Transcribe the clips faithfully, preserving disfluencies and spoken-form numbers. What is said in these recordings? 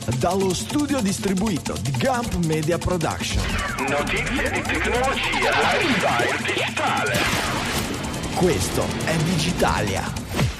dallo studio distribuito di Gump Media Production. Notizie di tecnologia, lifestyle digitale. Questo è Digitalia.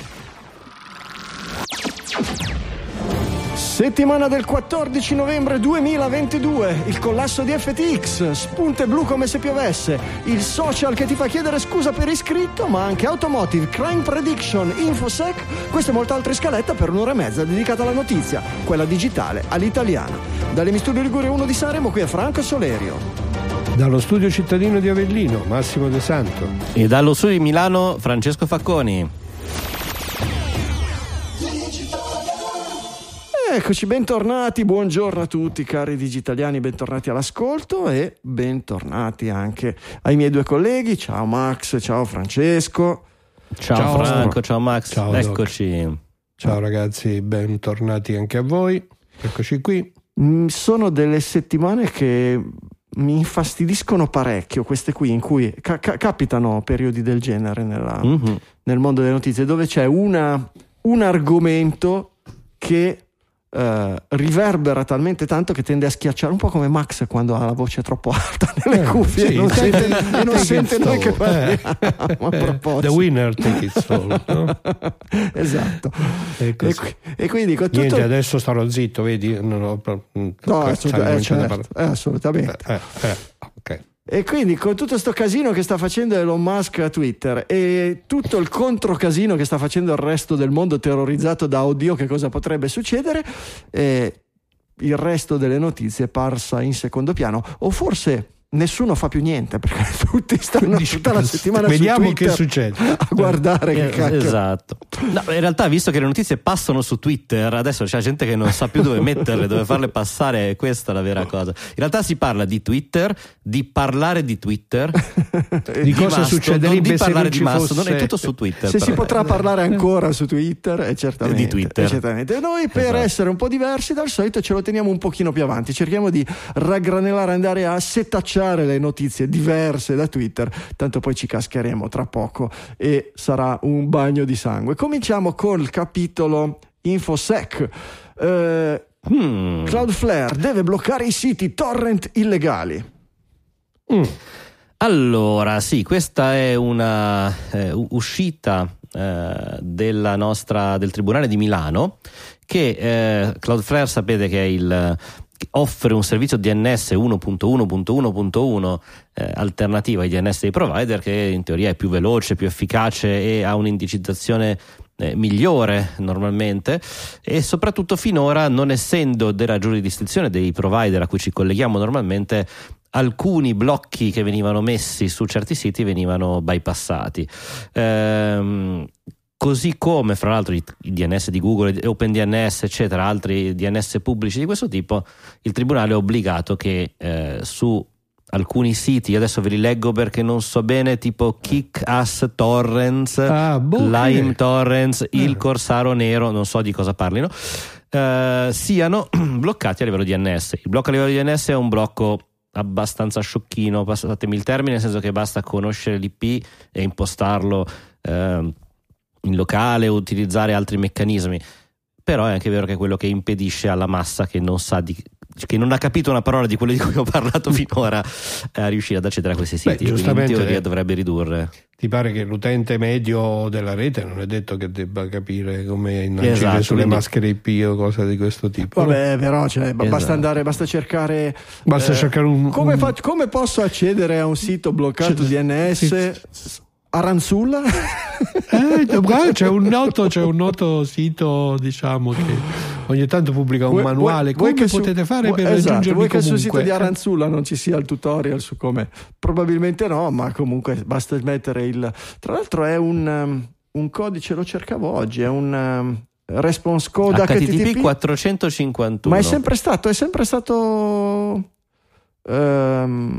Settimana del quattordici novembre duemilaventidue, il collasso di F T X, spunte blu come se piovesse, il social che ti fa chiedere scusa per iscritto, ma anche automotive, crime prediction, infosec, questa e molta altra scaletta per un'ora e mezza dedicata alla notizia, quella digitale all'italiana. Dalle Studio Liguria uno di Sanremo, qui è Franco Solerio. Dallo studio cittadino di Avellino, Massimo De Santo. E dallo studio di Milano, Francesco Facconi. Eccoci, bentornati, buongiorno a tutti cari digitaliani, bentornati all'ascolto e bentornati anche ai miei due colleghi. Ciao Max, ciao Francesco. Ciao, ciao Franco, ciao Max, ciao, eccoci. Doc. Ciao ragazzi, bentornati anche a voi, eccoci qui. Mm, sono delle settimane che mi infastidiscono parecchio, queste qui in cui ca- ca- capitano periodi del genere nella, mm-hmm. nel mondo delle notizie, dove c'è una, un argomento che Uh, riverbera talmente tanto che tende a schiacciare, un po' come Max quando ha la voce troppo alta nelle eh, cuffie, sì, e non sente, e non sente noi che parliamo. Eh. The winner take it all, no? Esatto. E, e quindi con tutto... Niente, adesso starò zitto, vedi? Non ho... No, assolut- eh, certo, eh, assolutamente. Eh, eh, ok. E quindi con tutto sto casino che sta facendo Elon Musk a Twitter e tutto il controcasino che sta facendo il resto del mondo terrorizzato da oddio che cosa potrebbe succedere, eh, il resto delle notizie è parsa in secondo piano, o forse nessuno fa più niente perché tutti stanno tutta la settimana vediamo su Twitter che succede a guardare eh, che cacchio. Esatto. No, in realtà, visto che le notizie passano su Twitter, adesso c'è gente che non sa più dove metterle, dove farle passare, questa è la vera cosa. In realtà si parla di Twitter, di parlare di Twitter, di, di cosa succederebbe di parlare di Mastodon, fosse... è tutto su Twitter. Se però. si potrà parlare ancora su Twitter, è certamente, di Twitter. È certamente. Noi per esatto. essere un po' diversi dal solito ce lo teniamo un pochino più avanti, cerchiamo di raggranellare, andare a setacciare le notizie diverse da Twitter, tanto poi ci cascheremo tra poco e sarà un bagno di sangue. Cominciamo col capitolo InfoSec. eh, hmm. Cloudflare deve bloccare i siti torrent illegali. mm. Allora sì, questa è una eh, uscita eh, della nostra del Tribunale di Milano che eh, Cloudflare, sapete che è il offre un servizio D N S uno punto uno punto uno punto uno eh, alternativo ai D N S dei provider, che in teoria è più veloce, più efficace e ha un'indicizzazione eh, migliore normalmente, e soprattutto finora, non essendo della giurisdizione dei provider a cui ci colleghiamo normalmente, alcuni blocchi che venivano messi su certi siti venivano bypassati. Ehm, Così come, fra l'altro, i D N S di Google, OpenDNS, eccetera, altri D N S pubblici di questo tipo, il tribunale è obbligato che eh, su alcuni siti, adesso ve li leggo perché non so bene, tipo Kick-Ass Torrents, ah, Lime Torrents, eh. il Corsaro Nero, non so di cosa parlino, eh, siano bloccati a livello D N S. Il blocco a livello di D N S è un blocco abbastanza sciocchino, passatemi il termine, nel senso che basta conoscere l'I P e impostarlo eh, in locale o utilizzare altri meccanismi, però è anche vero che è quello che impedisce alla massa che non sa di che non ha capito una parola di quello di cui ho parlato finora a riuscire ad accedere a questi siti. Beh, giustamente, in teoria dovrebbe ridurre. Ti pare che l'utente medio della rete non è detto che debba capire come agire esatto, sulle quindi... maschere I P o cose di questo tipo? Vabbè, no? però cioè, esatto. basta andare, basta cercare basta eh, cercare un, come, un... fa, come posso accedere a un sito bloccato D N S? Sì. Aranzulla? Eh, c'è un noto c'è un noto sito, diciamo, che ogni tanto pubblica un vuoi, manuale vuoi, come vuoi potete su, fare vuoi, per esatto, raggiungermi vuoi comunque. Che sul sito di Aranzulla non ci sia il tutorial su come? Probabilmente no, ma comunque basta mettere il, tra l'altro è un, um, un codice, lo cercavo oggi, è un um, response code H T T P quattrocentocinquantuno, ma è sempre stato è sempre stato um,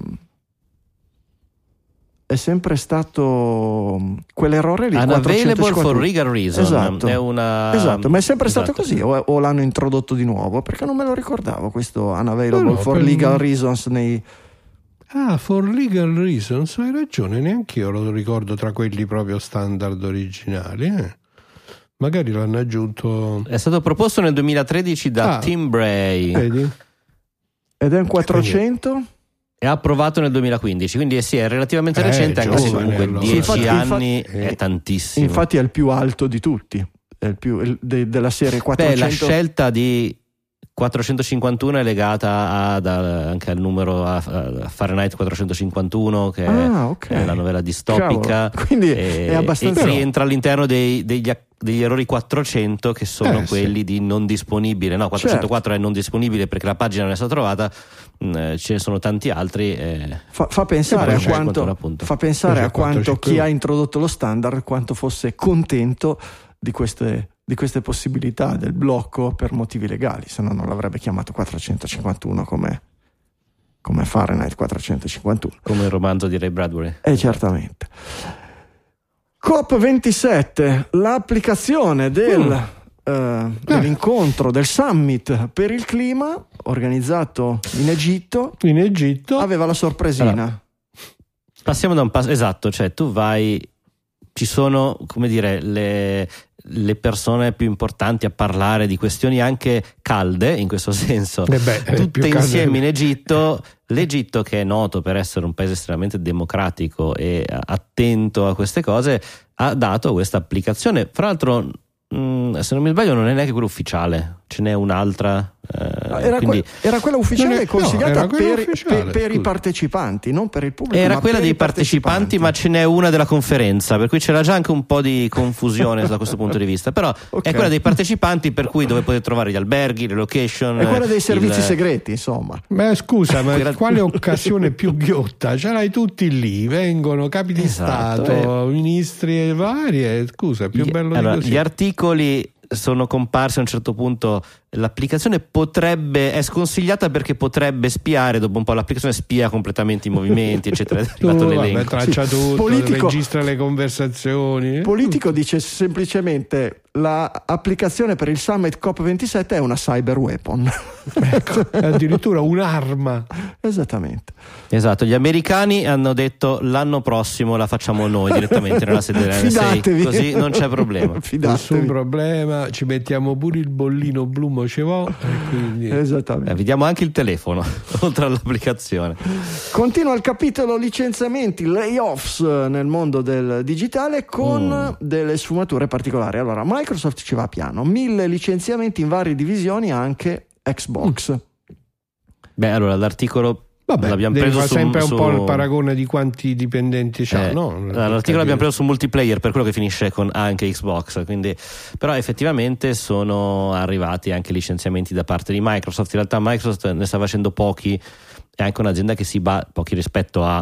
è sempre stato quell'errore lì, unavailable for legal reason. Esatto, è una... esatto, ma è sempre esatto. stato così o, o l'hanno introdotto di nuovo? Perché non me lo ricordavo questo unavailable no, no, for per... legal reasons nei... Ah, for legal reasons, hai ragione, neanche io lo ricordo tra quelli proprio standard originali, eh. Magari l'hanno aggiunto. È stato proposto nel duemilatredici da ah, Tim Bray. Vedi? Ed è un quattrocento? È approvato nel duemilaquindici, quindi sì, è relativamente Eh, recente, anche se giovane, comunque allora. dieci Infatti- anni infatti- è tantissimo. Infatti è il più alto di tutti, è il più il- de- della serie Beh, quattrocento. la scelta di quattrocentocinquantuno è legata ad, a- anche al numero a, a Fahrenheit quattrocentocinquantuno, che Ah, ok. è la novella distopica. Cavolo, quindi e, è abbastanza- e rientra all'interno dei- degli, degli errori quattrocento, che sono Eh, quelli sì. di non disponibile. No, quattrocentoquattro è non disponibile perché la pagina non è stata trovata. Mm, ce ne sono tanti altri. eh. Fa, fa pensare, Sì, a poi c'è quanto, quanto appunto. fa pensare a quanto chi quattrocentocinquantuno. ha introdotto lo standard quanto fosse contento di queste, di queste possibilità del blocco per motivi legali, se no non l'avrebbe chiamato quattrocentocinquantuno come, come Fahrenheit quattrocentocinquantuno. Come il romanzo di Ray Bradbury. Eh, certamente. COP ventisette, l'applicazione del, Mm. eh, dell'incontro del summit per il clima organizzato in Egitto In Egitto. aveva la sorpresina. Allora, Passiamo da un passo esatto, cioè tu vai, ci sono, come dire, le, le persone più importanti a parlare di questioni anche calde, in questo senso, Eh beh, è tutte più caldo. insieme in Egitto. L'Egitto, che è noto per essere un paese estremamente democratico e attento a queste cose, ha dato questa applicazione. Fra l'altro, mh, se non mi sbaglio, non è neanche quella ufficiale, ce n'è un'altra. eh, Era, quindi que- era quella ufficiale Non è- consigliata no, era quella per, ufficiale, per- per i scusa. partecipanti, non per il pubblico. Era ma quella per dei i partecipanti, ma ce n'è una della conferenza, per cui c'era già anche un po' di confusione da questo punto di vista. Però Ok. è quella dei partecipanti, per cui dove potete trovare gli alberghi, le location. È quella dei il- servizi segreti, insomma. Ma scusa, ma Quella- quale occasione più ghiotta? Ce l'hai tutti lì, vengono capi di Esatto, Stato, ministri e varie. Scusa, è più Gli- bello allora, di così. gli articoli sono comparsi a un certo punto. L'applicazione potrebbe, è sconsigliata perché potrebbe spiare, dopo un po' l'applicazione spia completamente i movimenti, eccetera. È Tu, arrivato vabbè, l'elenco. traccia Sì. tutto, Politico- registra le conversazioni. Politico dice semplicemente l'applicazione per il summit COP ventisette è una cyber weapon. Ecco, è addirittura un'arma. Esattamente. Esatto, gli americani hanno detto l'anno prossimo la facciamo noi direttamente nella sede dell'N S A, Fidatevi. così non c'è problema. Nessun Fidatevi. problema, ci mettiamo pure il bollino blu mo ce vo, e quindi Esattamente. Eh, vediamo anche il telefono oltre all'applicazione. Continua il capitolo licenziamenti, layoffs nel mondo del digitale con delle sfumature particolari. Allora, Microsoft ci va piano, mille licenziamenti in varie divisioni, anche Xbox. Beh, allora l'articolo vabbè, l'abbiamo devi preso fare su, sempre un su- po' il paragone di quanti dipendenti c'ha, eh, no? allora, l'articolo l'abbiamo preso su multiplayer, per quello che finisce con anche Xbox, quindi, però effettivamente sono arrivati anche licenziamenti da parte di Microsoft. In realtà Microsoft ne sta facendo pochi, è anche un'azienda che si ba pochi rispetto a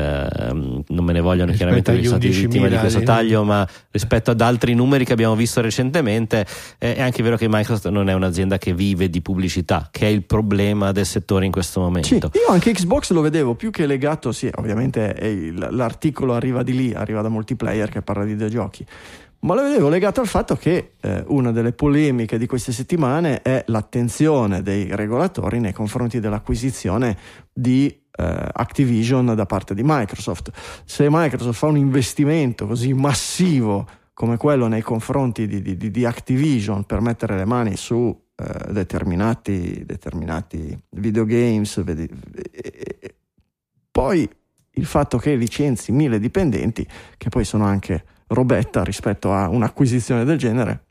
ehm, non me ne vogliono Rispetto chiaramente agli sono stati vittima di undicimila questo di- taglio, ma rispetto ad altri numeri che abbiamo visto recentemente, eh, è anche vero che Microsoft non è un'azienda che vive di pubblicità, che è il problema del settore in questo momento. Sì, io anche Xbox lo vedevo più che legato, sì, ovviamente è il- l'articolo arriva di lì, arriva da Multiplayer che parla di videogiochi, ma lo vedevo legato al fatto che eh, una delle polemiche di queste settimane è l'attenzione dei regolatori nei confronti dell'acquisizione di eh, Activision da parte di Microsoft. Se Microsoft fa un investimento così massivo come quello nei confronti di, di, di Activision per mettere le mani su eh, determinati, determinati videogames, vedi, e, e, poi il fatto che licenzi mille dipendenti, che poi sono anche robetta rispetto a un'acquisizione del genere.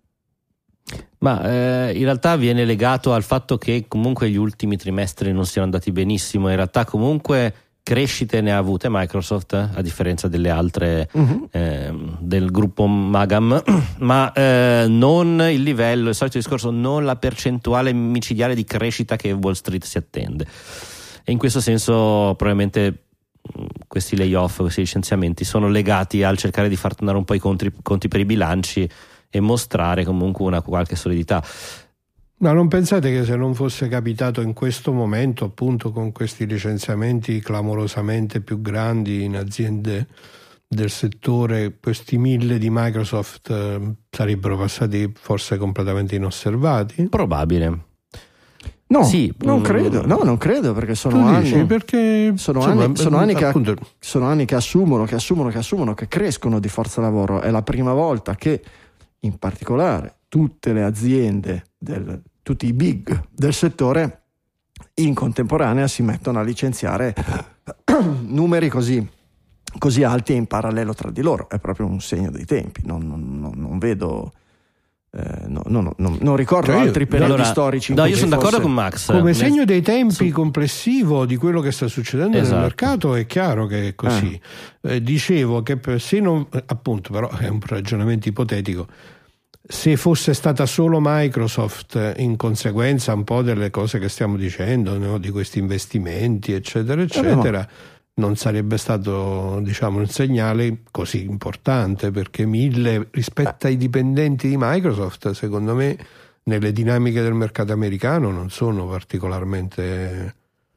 Ma eh, in realtà viene legato al fatto che comunque gli ultimi trimestri non siano andati benissimo. In realtà comunque crescite ne ha avute Microsoft, a differenza delle altre Uh-huh. eh, del gruppo Magam, ma eh, non il livello, il solito discorso, non la percentuale micidiale di crescita che Wall Street si attende. E in questo senso probabilmente mh, questi layoff, questi licenziamenti sono legati al cercare di far tornare un po' i conti, conti per i bilanci e mostrare comunque una qualche solidità. Ma non pensate che se non fosse capitato in questo momento, appunto con questi licenziamenti clamorosamente più grandi in aziende del settore, questi mille di Microsoft eh, sarebbero passati forse completamente inosservati? Probabile. No, Sì, non mm. credo, no, non credo, perché sono Tu anni, dici, perché sono, insomma, anni, sono, anni che, appunto, sono anni che assumono, che assumono, che assumono, che crescono di forza lavoro. È la prima volta che in particolare tutte le aziende, del, tutti i big del settore, in contemporanea si mettono a licenziare numeri così, così alti e in parallelo tra di loro. È proprio un segno dei tempi. Non, non, non vedo, eh, no, no, no, non ricordo cioè altri io, periodi allora, storici. In no, cui io sono fosse... d'accordo con Max. Come segno dei tempi Su... complessivo di quello che sta succedendo esatto. nel mercato, è chiaro che è così. Eh. Eh, dicevo che se non, appunto, però è un ragionamento ipotetico. Se fosse stata solo Microsoft, in conseguenza un po' delle cose che stiamo dicendo, no? Di questi investimenti, eccetera, eccetera, eh non sarebbe stato, diciamo, un segnale così importante, perché mille rispetto ai dipendenti di Microsoft, secondo me, nelle dinamiche del mercato americano non sono particolarmente...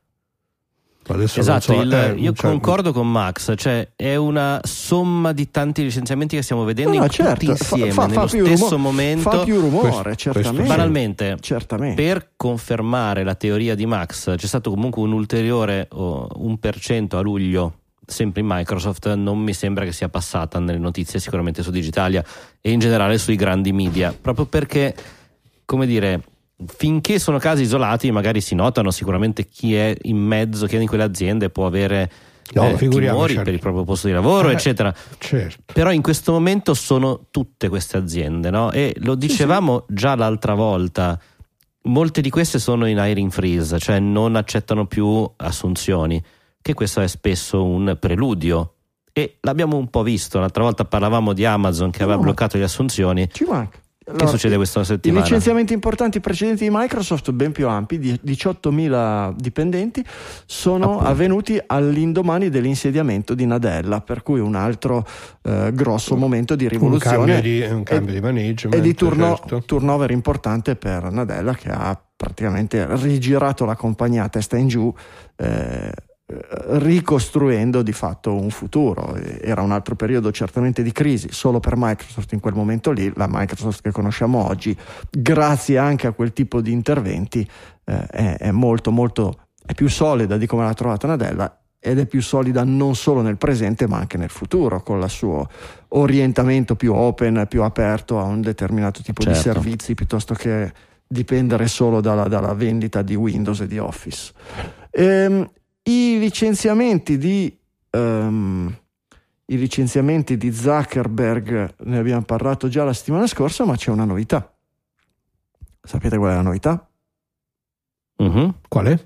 Adesso esatto, so, il, eh, io cioè... concordo con Max, cioè è una somma di tanti licenziamenti che stiamo vedendo no, in certo. tutti insieme fa, fa, nello fa stesso rumore, momento. Fa più rumore, questo, certamente. questo Banalmente, certamente. Per confermare la teoria di Max c'è stato comunque un ulteriore oh, un per cento a luglio, sempre in Microsoft. Non mi sembra che sia passata nelle notizie, sicuramente su Digitalia e in generale sui grandi media, proprio perché, come dire, finché sono casi isolati magari si notano, sicuramente chi è in mezzo, chi è in quelle aziende può avere no, eh, timori certo. per il proprio posto di lavoro eh, eccetera certo. Però in questo momento sono tutte queste aziende, no? E lo dicevamo sì, sì. già l'altra volta, molte di queste sono in hiring freeze, cioè non accettano più assunzioni, che questo è spesso un preludio e l'abbiamo un po' visto l'altra volta. Parlavamo di Amazon che aveva no. bloccato le assunzioni. Ci manca. Che allora, succede questa settimana? I licenziamenti importanti precedenti di Microsoft, ben più ampi, di diciottomila dipendenti, sono Appunto. avvenuti all'indomani dell'insediamento di Nadella, per cui un altro eh, grosso momento di rivoluzione. Un cambio di, un cambio e, di management. E di turno, certo. turnover importante per Nadella, che ha praticamente rigirato la compagnia a testa in giù, eh, ricostruendo di fatto un futuro. Era un altro periodo certamente di crisi solo per Microsoft in quel momento lì. La Microsoft che conosciamo oggi, grazie anche a quel tipo di interventi, eh, è, è molto molto è più solida di come l'ha trovata Nadella, ed è più solida non solo nel presente ma anche nel futuro, con il suo orientamento più open, più aperto a un determinato tipo certo. di servizi, piuttosto che dipendere solo dalla, dalla vendita di Windows e di Office. Ehm, I licenziamenti di um, i licenziamenti di Zuckerberg ne abbiamo parlato già la settimana scorsa, ma c'è una novità. Sapete qual è la novità? Mm-hmm. Qual è?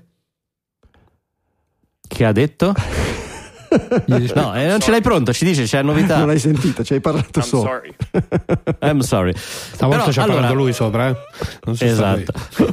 Che ha detto? No, eh, non ce l'hai pronto, ci dice c'è la novità. Non l'hai sentita, ci hai parlato I'm solo. sorry. I'm sorry. Stavolta Però, ci ha allora, parlato lui sopra, eh? Non si esatto.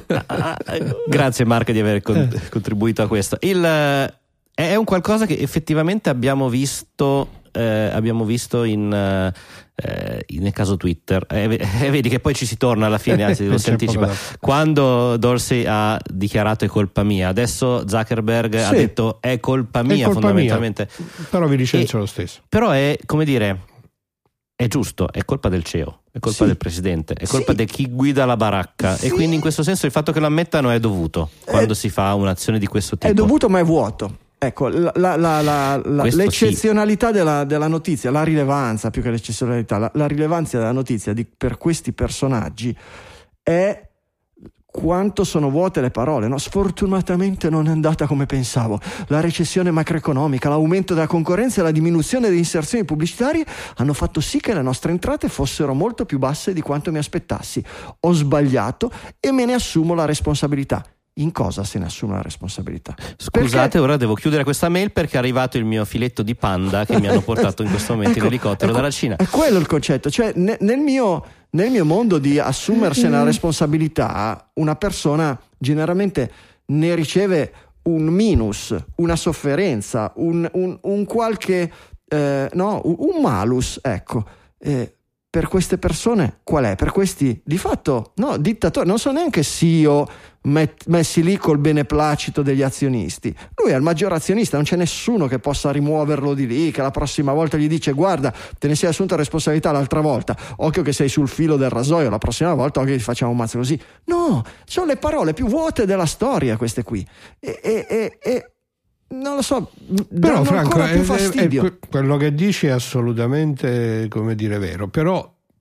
Grazie Marco di aver con- contribuito a questo. Il, è un qualcosa che effettivamente abbiamo visto eh, abbiamo visto in, eh, nel caso Twitter, e eh, vedi che poi ci si torna alla fine, anzi lo si anticipa, quando Dorsey ha dichiarato è colpa mia, adesso Zuckerberg sì, ha detto è colpa mia, è colpa fondamentalmente mia. Però vi licenzio lo stesso. Però è, come dire, è giusto, è colpa del C E O, è colpa sì. del presidente, è colpa sì. di chi guida la baracca sì. e quindi in questo senso il fatto che lo ammettano è dovuto quando è, si fa un'azione di questo tipo. È dovuto ma è vuoto. Ecco, la, la, la, la, l'eccezionalità sì. della, della notizia, la rilevanza più che l'eccezionalità, la, la rilevanza della notizia di, per questi personaggi è quanto sono vuote le parole, no? Sfortunatamente non è andata come pensavo. La recessione macroeconomica, l'aumento della concorrenza e la diminuzione delle inserzioni pubblicitarie hanno fatto sì che le nostre entrate fossero molto più basse di quanto mi aspettassi. Ho sbagliato e me ne assumo la responsabilità. In cosa se ne assume la responsabilità? Scusate, perché... ora devo chiudere questa mail perché è arrivato il mio filetto di panda che mi hanno portato in questo momento ecco, in elicottero ecco, dalla Cina. È quello il concetto, cioè ne, nel mio nel mio mondo di assumersene la responsabilità, una persona generalmente ne riceve un minus, una sofferenza, un, un, un qualche eh, no, un malus, ecco. Eh, per queste persone qual è? Per questi di fatto no, dittatori, non sono neanche C E O met, messi lì col beneplacito degli azionisti. Lui è il maggior azionista, non c'è nessuno che possa rimuoverlo di lì, che la prossima volta gli dice guarda te ne sei assunta responsabilità l'altra volta, occhio che sei sul filo del rasoio, la prossima volta occhio che ti facciamo un mazzo così. No, sono le parole più vuote della storia queste qui e, e, e, e non lo so, però Franco più fastidio. È, è, quello che dici è assolutamente, come dire, vero, però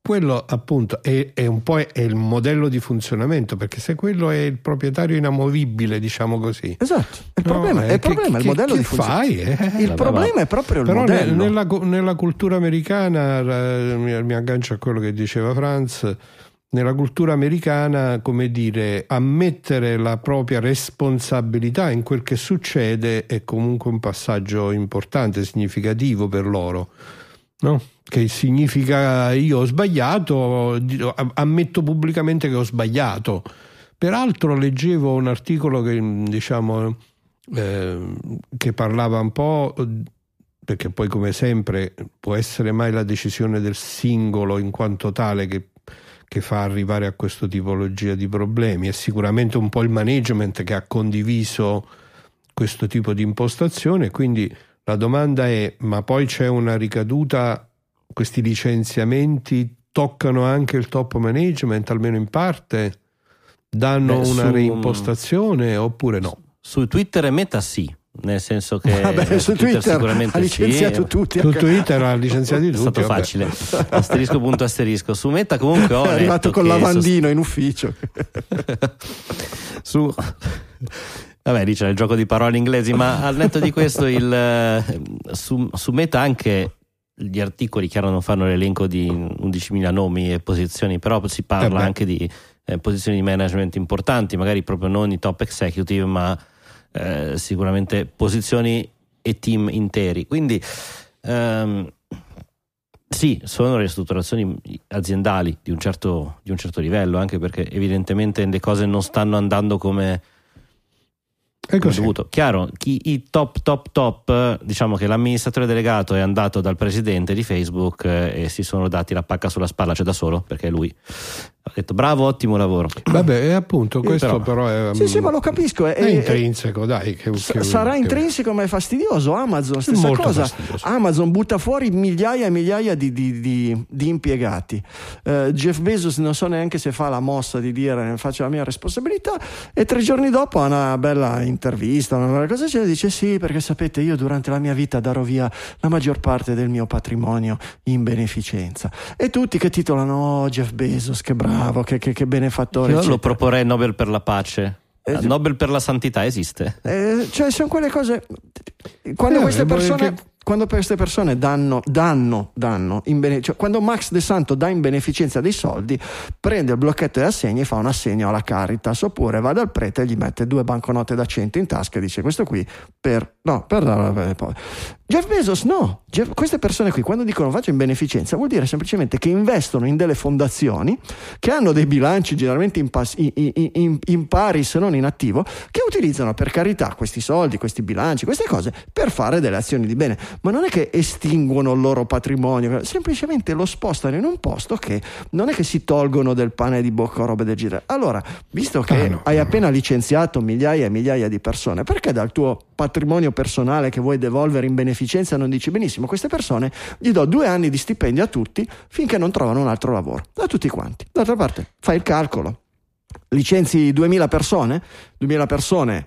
quello appunto è, è un po' è il modello di funzionamento, perché se quello è il proprietario inamovibile, diciamo così, esatto, il no, problema è il, che, problema, che, il modello che di funzionamento. Fai, eh? Il Vabbè, problema ma... è proprio il però modello. Nella, nella cultura americana, mi, mi aggancio a quello che diceva Franz, nella cultura americana, come dire, ammettere la propria responsabilità in quel che succede è comunque un passaggio importante, significativo per loro, no? Che significa io ho sbagliato, ammetto pubblicamente che ho sbagliato. Peraltro leggevo un articolo che diciamo eh, che parlava un po', perché poi come sempre può essere mai la decisione del singolo in quanto tale che, che fa arrivare a questa tipologia di problemi, è sicuramente un po' il management che ha condiviso questo tipo di impostazione. Quindi la domanda è: ma poi c'è una ricaduta? Questi licenziamenti toccano anche il top management, almeno in parte? Danno Beh, una su, reimpostazione oppure no? Su Twitter e Meta sì, nel senso che vabbè, su Twitter, Twitter sicuramente ha licenziato sì. tutti. Su Twitter ha licenziati tutti. È stato vabbè. facile. Asterisco punto asterisco. Su Meta comunque ho è arrivato con lavandino sost... in ufficio. Su vabbè, dice il gioco di parole inglesi, ma al netto di questo il su, su Meta anche gli articoli chiaro non fanno l'elenco di undicimila nomi e posizioni, però si parla eh anche di eh, posizioni di management importanti, magari proprio non i top executive, ma eh, sicuramente posizioni e team interi. Quindi ehm, sì, sono ristrutturazioni aziendali di un certo di un certo livello, anche perché evidentemente le cose non stanno andando come È così. Dovuto. Chiaro, chi, i top top top, diciamo che l'amministratore delegato è andato dal presidente di Facebook eh, e si sono dati la pacca sulla spalla, cioè da solo, perché lui ha detto bravo, ottimo lavoro. Vabbè, è appunto questo però, però è, sì sì, ma lo capisco, è, è intrinseco, dai, che, che, sarà che, intrinseco, ma è fastidioso. Amazon stessa cosa, fastidioso. Amazon butta fuori migliaia e migliaia di, di, di, di impiegati. uh, Jeff Bezos non so neanche se fa la mossa di dire ne faccio la mia responsabilità, e tre giorni dopo ha una bella intervista, una bella cosa, c'è, dice sì, perché sapete, io durante la mia vita darò via la maggior parte del mio patrimonio in beneficenza, e tutti che titolano oh, Jeff Bezos che bravo, che, che, che benefattore. Io eccetera. lo proporrei Nobel per la pace. Eh, Nobel per la santità esiste? Eh, cioè sono quelle cose quando eh, queste persone che... quando queste persone danno danno danno in bene, cioè, quando Max De Santo dà in beneficenza dei soldi, prende il blocchetto di assegni e fa un assegno alla Caritas, oppure va dal prete e gli mette due banconote da cento in tasca e dice questo qui per no per dare poi. Jeff Bezos no, Jeff, queste persone qui quando dicono faccio in beneficenza vuol dire semplicemente che investono in delle fondazioni che hanno dei bilanci generalmente in, pas- in, in, in, in pari se non in attivo, che utilizzano per carità questi soldi, questi bilanci, queste cose per fare delle azioni di bene, ma non è che estinguono il loro patrimonio, semplicemente lo spostano in un posto che non è che si tolgono del pane di bocca o robe del genere. Allora, visto che ah, no, hai no. appena licenziato migliaia e migliaia di persone, perché dal tuo patrimonio personale che vuoi devolvere in beneficenza non dici benissimo, queste persone gli do due anni di stipendio a tutti finché non trovano un altro lavoro, a tutti quanti. D'altra parte fai il calcolo, licenzi duemila persone, duemila persone,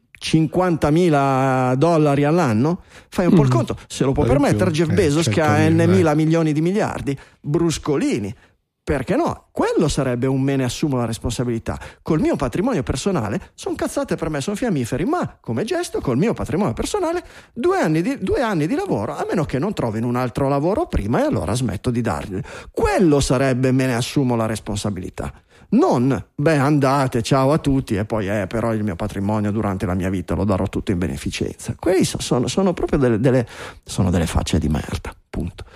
cinquantamila dollari all'anno, fai un mm. po' il conto, se lo può permettere Jeff eh, Bezos che ha n mila milioni di miliardi, bruscolini, perché no? Quello sarebbe un me ne assumo la responsabilità. Col mio patrimonio personale sono cazzate per me, sono fiammiferi, ma come gesto col mio patrimonio personale due anni di, due anni di lavoro, a meno che non trovino un altro lavoro prima, e allora smetto di dargli. Quello sarebbe me ne assumo la responsabilità. Non, beh, andate, ciao a tutti, e poi eh, però il mio patrimonio durante la mia vita lo darò tutto in beneficenza. Questi sono, sono proprio delle, delle, sono delle facce di merda, punto.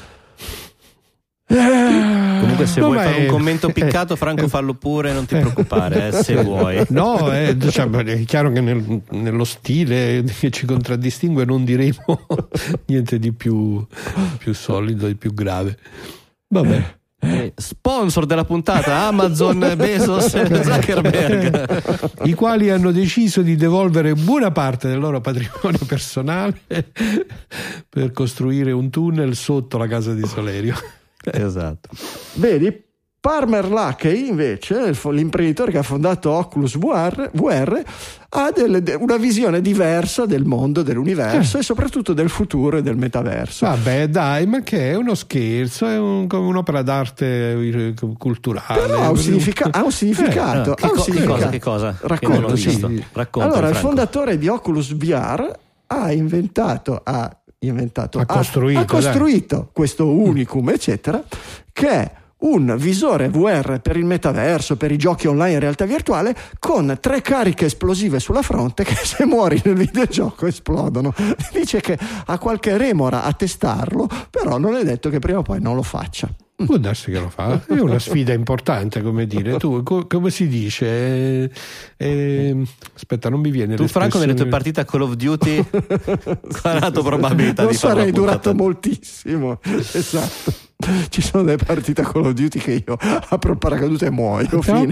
Comunque se no, vuoi fare è... un commento piccato, Franco, fallo pure, non ti preoccupare, eh, se vuoi. No, è, diciamo, è chiaro che nel, nello stile che ci contraddistingue non diremo niente di più, più solido, di più grave. Vabbè. Eh, sponsor della puntata Amazon, Bezos e Zuckerberg, i quali hanno deciso di devolvere buona parte del loro patrimonio personale per costruire un tunnel sotto la casa di Solerio. Esatto. Vedi? Palmer Luckey, invece, l'imprenditore che ha fondato Oculus V R, V R ha delle, una visione diversa del mondo, dell'universo eh. e soprattutto del futuro e del metaverso. Vabbè, dai, ma che è uno scherzo, è un, un'opera d'arte culturale. Però ha un, significa- ha un significato. Eh, no, ha un che, significato. Che cosa? Raccontaci. Che Racconta, allora, Franco. il fondatore di Oculus V R ha inventato, ha inventato, ha costruito, ha, ha costruito questo unicum, eccetera, che è un visore V R per il metaverso, per i giochi online in realtà virtuale, con tre cariche esplosive sulla fronte che se muori nel videogioco esplodono. Dice che ha qualche remora a testarlo, però non è detto che prima o poi non lo faccia. Può darsi che lo fa, è una sfida importante, come dire. Tu, co- come si dice? Eh, eh, aspetta, non mi viene. Tu, Franco, nelle tue partite a Call of Duty, qual è la tua probabilità non di farlo? sarei durato moltissimo, esatto. Ci sono delle partite a Call of Duty che io apro il paracadute e muoio. Fine.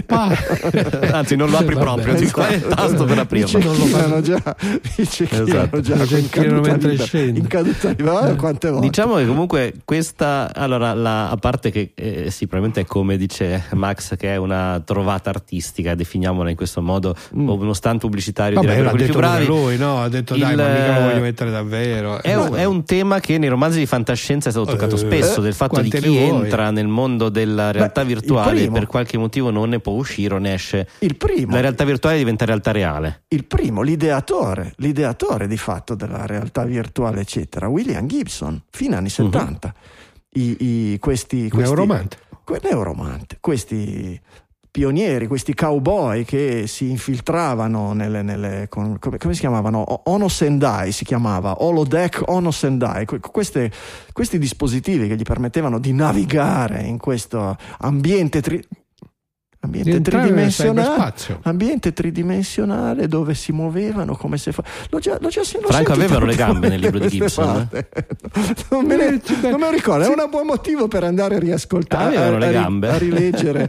Anzi, non lo apri proprio, ti fai il tasto per aprirlo. Mi cecchinano già, mi cecchinano già in caduta libera, in caduta libera. Eh, quante volte. Diciamo che comunque questa, allora, la, a parte che eh, sì, probabilmente è come dice Max, che è una trovata artistica, definiamola in questo modo, mm. o uno stand pubblicitario. Vabbè, l'ha quelli detto più bravi. lui, no? Ha detto, dai, il, ma mica lo voglio mettere davvero. È, un, è un tema che nei romanzi di fantascienza è stato toccato eh, spesso, del fatto di chi entra nel mondo della realtà Beh, virtuale e per qualche motivo non ne può uscire o ne esce. Il primo, la realtà virtuale diventa realtà reale. Il primo, l'ideatore, l'ideatore di fatto della realtà virtuale, eccetera, William Gibson, fine anni settanta. Uh-huh. I, i, questi, questi Neuromante. Que, neuromante, questi pionieri, questi cowboy che si infiltravano nelle, nelle con, come, come si chiamavano? Ono Sendai si chiamava, Holodeck Ono Sendai, queste, questi dispositivi che gli permettevano di navigare in questo ambiente tri, ambiente tridimensionale, ambiente tridimensionale dove si muovevano come se fa... l'ho già, l'ho già l'ho Franco avevano le gambe nel libro di Gibson, eh? non, me ne, non me lo ricordo, è un buon motivo per andare a riascoltare, avevano a, le a, gambe. a rileggere.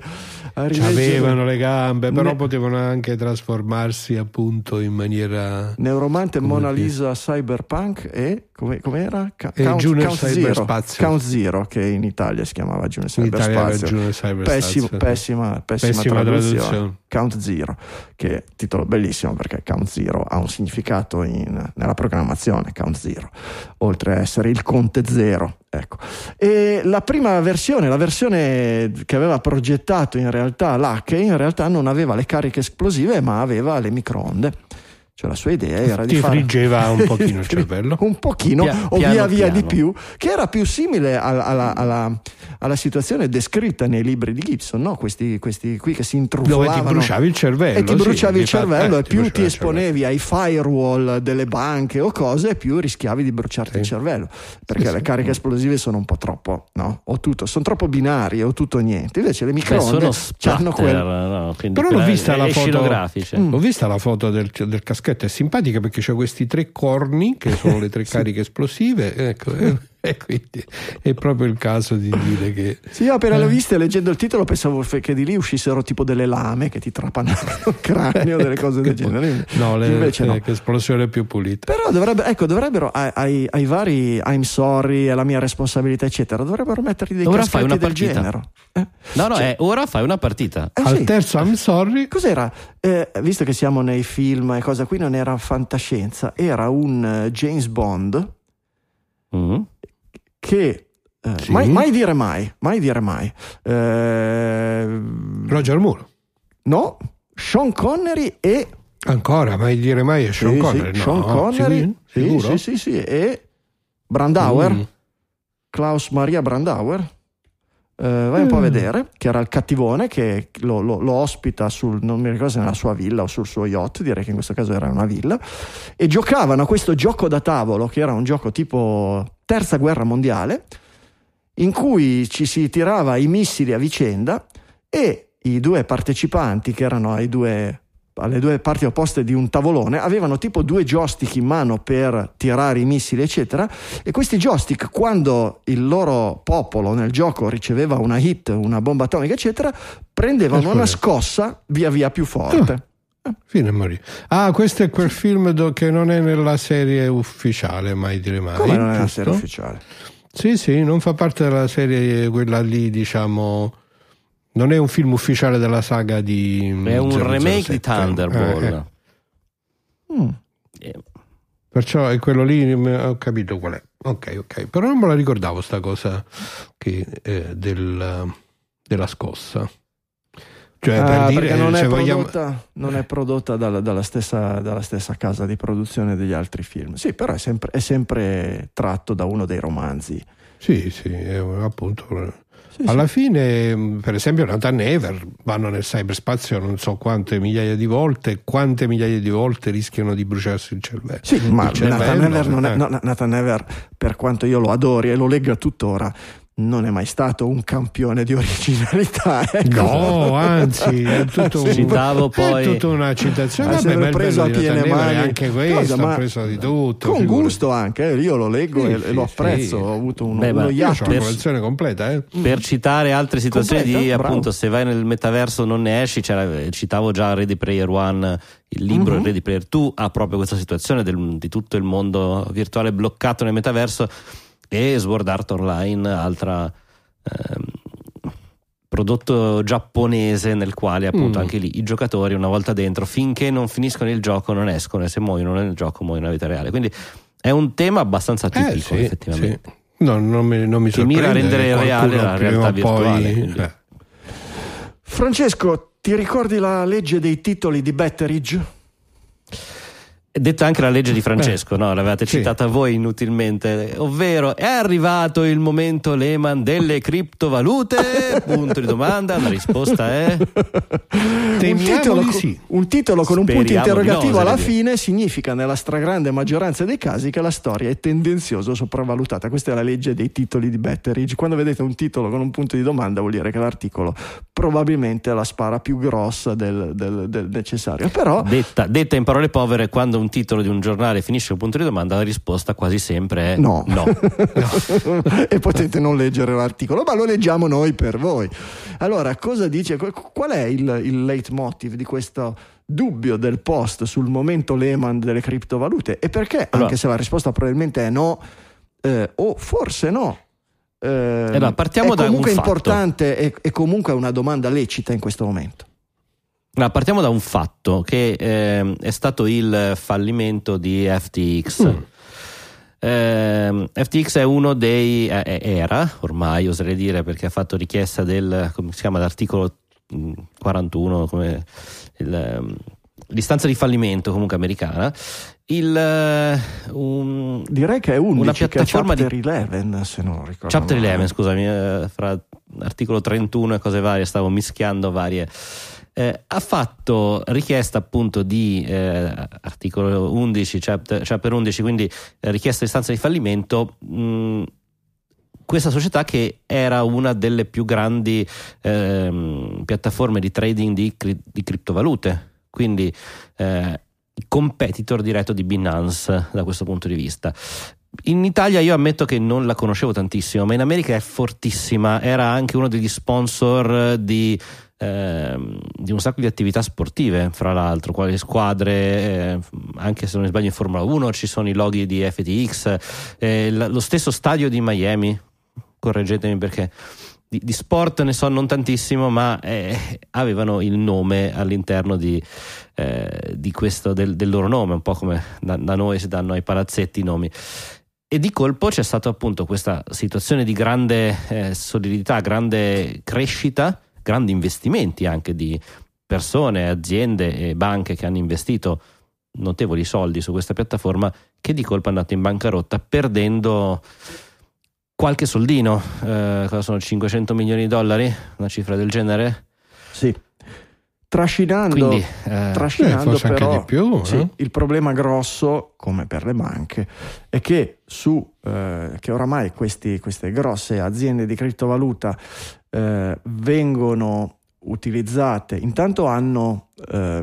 Avevano le gambe, però ne... potevano anche trasformarsi appunto in maniera. Neuromante, Mona Lisa, Cyberpunk e come era? Ca- e Count, Junior Count Cyberspazio. Count Zero, che in Italia si chiamava Junior Cyberspazio. Cyberspazio. Pessima, pessima, pessima, pessima traduzione. traduzione. Count Zero, che è titolo bellissimo perché Count Zero ha un significato in, nella programmazione. Count Zero, oltre a essere il conte zero. Ecco. E la prima versione, la versione che aveva progettato in realtà Luckey, in realtà non aveva le cariche esplosive, ma aveva le microonde. Cioè la sua idea era Ti di fare... friggeva un pochino il cervello. un pochino, Pia- o piano, via via piano. di più, che era più simile alla, alla, alla, alla situazione descritta nei libri di Gibson, no? Questi, questi qui che si intrufolavano. Dove ti bruciavi il cervello. E ti bruciavi sì, il cervello, eh, e più ti, ti esponevi ai firewall delle banche o cose, più rischiavi di bruciarti sì. il cervello. Perché sì, le sì. cariche esplosive sono un po' troppo, no? O tutto, sono troppo binarie o tutto o niente. Invece le microonde hanno quel... no, Però l'ho vista la foto. Mm. L'ho vista la foto del, del caschetto, è simpatica perché c'è questi tre corni che sono le tre cariche esplosive, ecco, e, e quindi è proprio il caso di dire che sì, io appena eh. l'ho vista, leggendo il titolo pensavo che di lì uscissero tipo delle lame che ti trapanavano il cranio, delle cose del genere. No, le, invece no. Che esplosione più pulita. Però dovrebbe, ecco, dovrebbero ai, ai, ai vari I'm sorry, è la mia responsabilità eccetera, dovrebbero mettergli dei ora caschetti fai una del partita. genere. Eh? No, no, cioè, è ora fai una partita. Eh, Al sì. terzo I'm sorry. Cos'era? Eh, visto che siamo nei film e cosa, qui non era fantascienza, era un uh, James Bond mm. che eh, sì. mai, mai dire mai, mai dire mai. Eh, Roger Moore. No, Sean Connery e Ancora, mai dire mai è Sean sì, Connery. Sì, no, Sean Connery, sì, sicuro? sì, sì, sì, e Brandauer, Mm. Klaus Maria Brandauer. Eh, vai un po' a vedere, che era il cattivone che lo, lo, lo ospita sul, non mi ricordo se nella sua villa o sul suo yacht, direi che in questo caso era una villa, e giocavano a questo gioco da tavolo che era un gioco tipo terza guerra mondiale, in cui ci si tirava i missili a vicenda e i due partecipanti, che erano ai due alle due parti opposte di un tavolone, avevano tipo due joystick in mano per tirare i missili eccetera, e questi joystick, quando il loro popolo nel gioco riceveva una hit, una bomba atomica eccetera, prendevano una scossa via via più forte. Ah, fine morì. Ah, questo è quel film do- che non è nella serie ufficiale, mai dire mai. Come non è la giusto? serie ufficiale? Sì, sì, non fa parte della serie quella lì, diciamo, Non è un film ufficiale della saga di è un zero zero remake sette. di Thunderball. Eh, eh. Mm. Eh, Perciò è quello lì, ho capito qual è. Ok, ok. Però non me la ricordavo sta cosa che, eh, del, della scossa. Cioè, Ah, per dire, perché non se è vogliamo... prodotta, non è prodotta dalla, dalla, stessa, dalla stessa casa di produzione degli altri film. Sì, però è sempre, è sempre tratto da uno dei romanzi. Sì, sì, è, appunto. Sì, Alla sì. fine, per esempio, Nathan Never vanno nel cyberspazio non so quante migliaia di volte, quante migliaia di volte rischiano di bruciarsi il cervello. Sì, ma il cervello, Nathan Never, non è, eh. no, Nathan Never, per quanto io lo adori e lo legga tuttora, non è mai stato un campione di originalità. Ecco. No, anzi, è tutto un, Citavo poi- è tutta una citazione. Ha Vabbè, sempre ma il preso bello a di Nathan piene Never è mani. anche questo, Cosa, ha ma preso di tutto. con figurati. gusto anche, eh, io lo leggo Sì, e, sì, e lo sì. apprezzo. Ho avuto uno, Beh, ma uno Io iatto. ho una collezione completa, eh. Per citare altre situazioni Completa, di bravo. appunto se vai nel metaverso non ne esci, c'era, citavo già Ready Player One, il libro Mhm. Ready Player Two ha proprio questa situazione del- di tutto il mondo virtuale bloccato nel metaverso, e Sword Art Online, altra ehm, prodotto giapponese nel quale appunto Mm. anche lì i giocatori una volta dentro finché non finiscono il gioco non escono, e se muoiono nel gioco muoiono nella vita reale, quindi è un tema abbastanza Eh, tipico sì, effettivamente. sì. No, non mi, non mi Che mira a sorprende rendere che reale qualcuno la prima realtà o poi- virtuale, quindi. eh. Francesco, ti ricordi la legge dei titoli di Betteridge? Detta anche la legge di Francesco, no? L'avevate sì. citata voi inutilmente, ovvero è arrivato il momento Lehman delle criptovalute? Punto di domanda, la risposta è un Temiamo titolo, di co- sì. un titolo con un punto Speriamo di no, interrogativo alla oserei dire. fine significa nella stragrande maggioranza dei casi che la storia è tendenziosa sopravvalutata. Questa è la legge dei titoli di Betteridge. Quando vedete un titolo con un punto di domanda vuol dire che l'articolo probabilmente è la spara più grossa del, del- del necessario, però detta, detta in parole povere, quando un titolo di un giornale finisce un punto di domanda la risposta quasi sempre è no, no. e potete non leggere l'articolo, ma lo leggiamo noi per voi. Allora, cosa dice? Qual è il, il leitmotiv di questo dubbio del post sul momento Lehman delle criptovalute? E perché, Allora, anche se la risposta probabilmente è no, eh, o forse no, eh, allora, partiamo è da un comunque fatto. importante e, e comunque è una domanda lecita in questo momento. Allora, partiamo da un fatto che eh, è stato il fallimento di F T X. Mm. Eh, F T X è uno dei eh, era ormai oserei dire, perché ha fatto richiesta del, come si chiama, l'articolo mh, quarantuno, come il, ehm, l'istanza di fallimento comunque americana, il eh, un, Direi che è undici, una che è piattaforma chapter di undici, se non ricordo chapter male. undici, scusami, eh, fra articolo trentuno e cose varie stavo mischiando varie. Eh, ha fatto richiesta appunto di eh, articolo undici, chapter, chapter undici, quindi eh, richiesta di istanza di fallimento. Mh, questa società che era una delle più grandi ehm, piattaforme di trading di, cri- di criptovalute, quindi eh, competitor diretto di Binance da questo punto di vista. In Italia io ammetto che non la conoscevo tantissimo, ma in America è fortissima, era anche uno degli sponsor di, ehm, di un sacco di attività sportive, fra l'altro, quali squadre, eh, anche se non mi sbaglio in Formula uno ci sono i loghi di F T X, eh, l- lo stesso stadio di Miami, correggetemi perché di, di sport ne so non tantissimo, ma eh, avevano il nome all'interno di, eh, di questo, del, del loro nome, un po' come da, da noi si danno ai palazzetti i nomi. E di colpo c'è stata appunto questa situazione di grande eh, solidità, grande crescita, grandi investimenti anche di persone, aziende e banche che hanno investito notevoli soldi su questa piattaforma, che di colpo è andata in bancarotta perdendo qualche soldino. Eh, cosa sono, cinquecento milioni di dollari? Una cifra del genere? Sì. Trascinando, Quindi, eh, trascinando eh, forse però anche di più, sì, eh? il problema grosso, come per le banche, è che su eh, che oramai questi, queste grosse aziende di criptovaluta eh, vengono utilizzate, intanto hanno eh,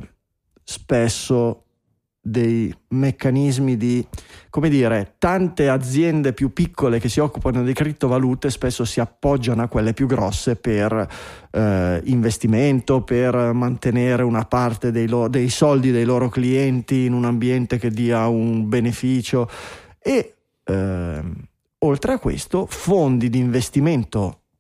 spesso dei meccanismi di, come dire, tante aziende più piccole che si occupano di criptovalute spesso si appoggiano a quelle più grosse per eh, investimento, per mantenere una parte dei, lo- dei soldi dei loro clienti in un ambiente che dia un beneficio e ehm, oltre a questo fondi di investimento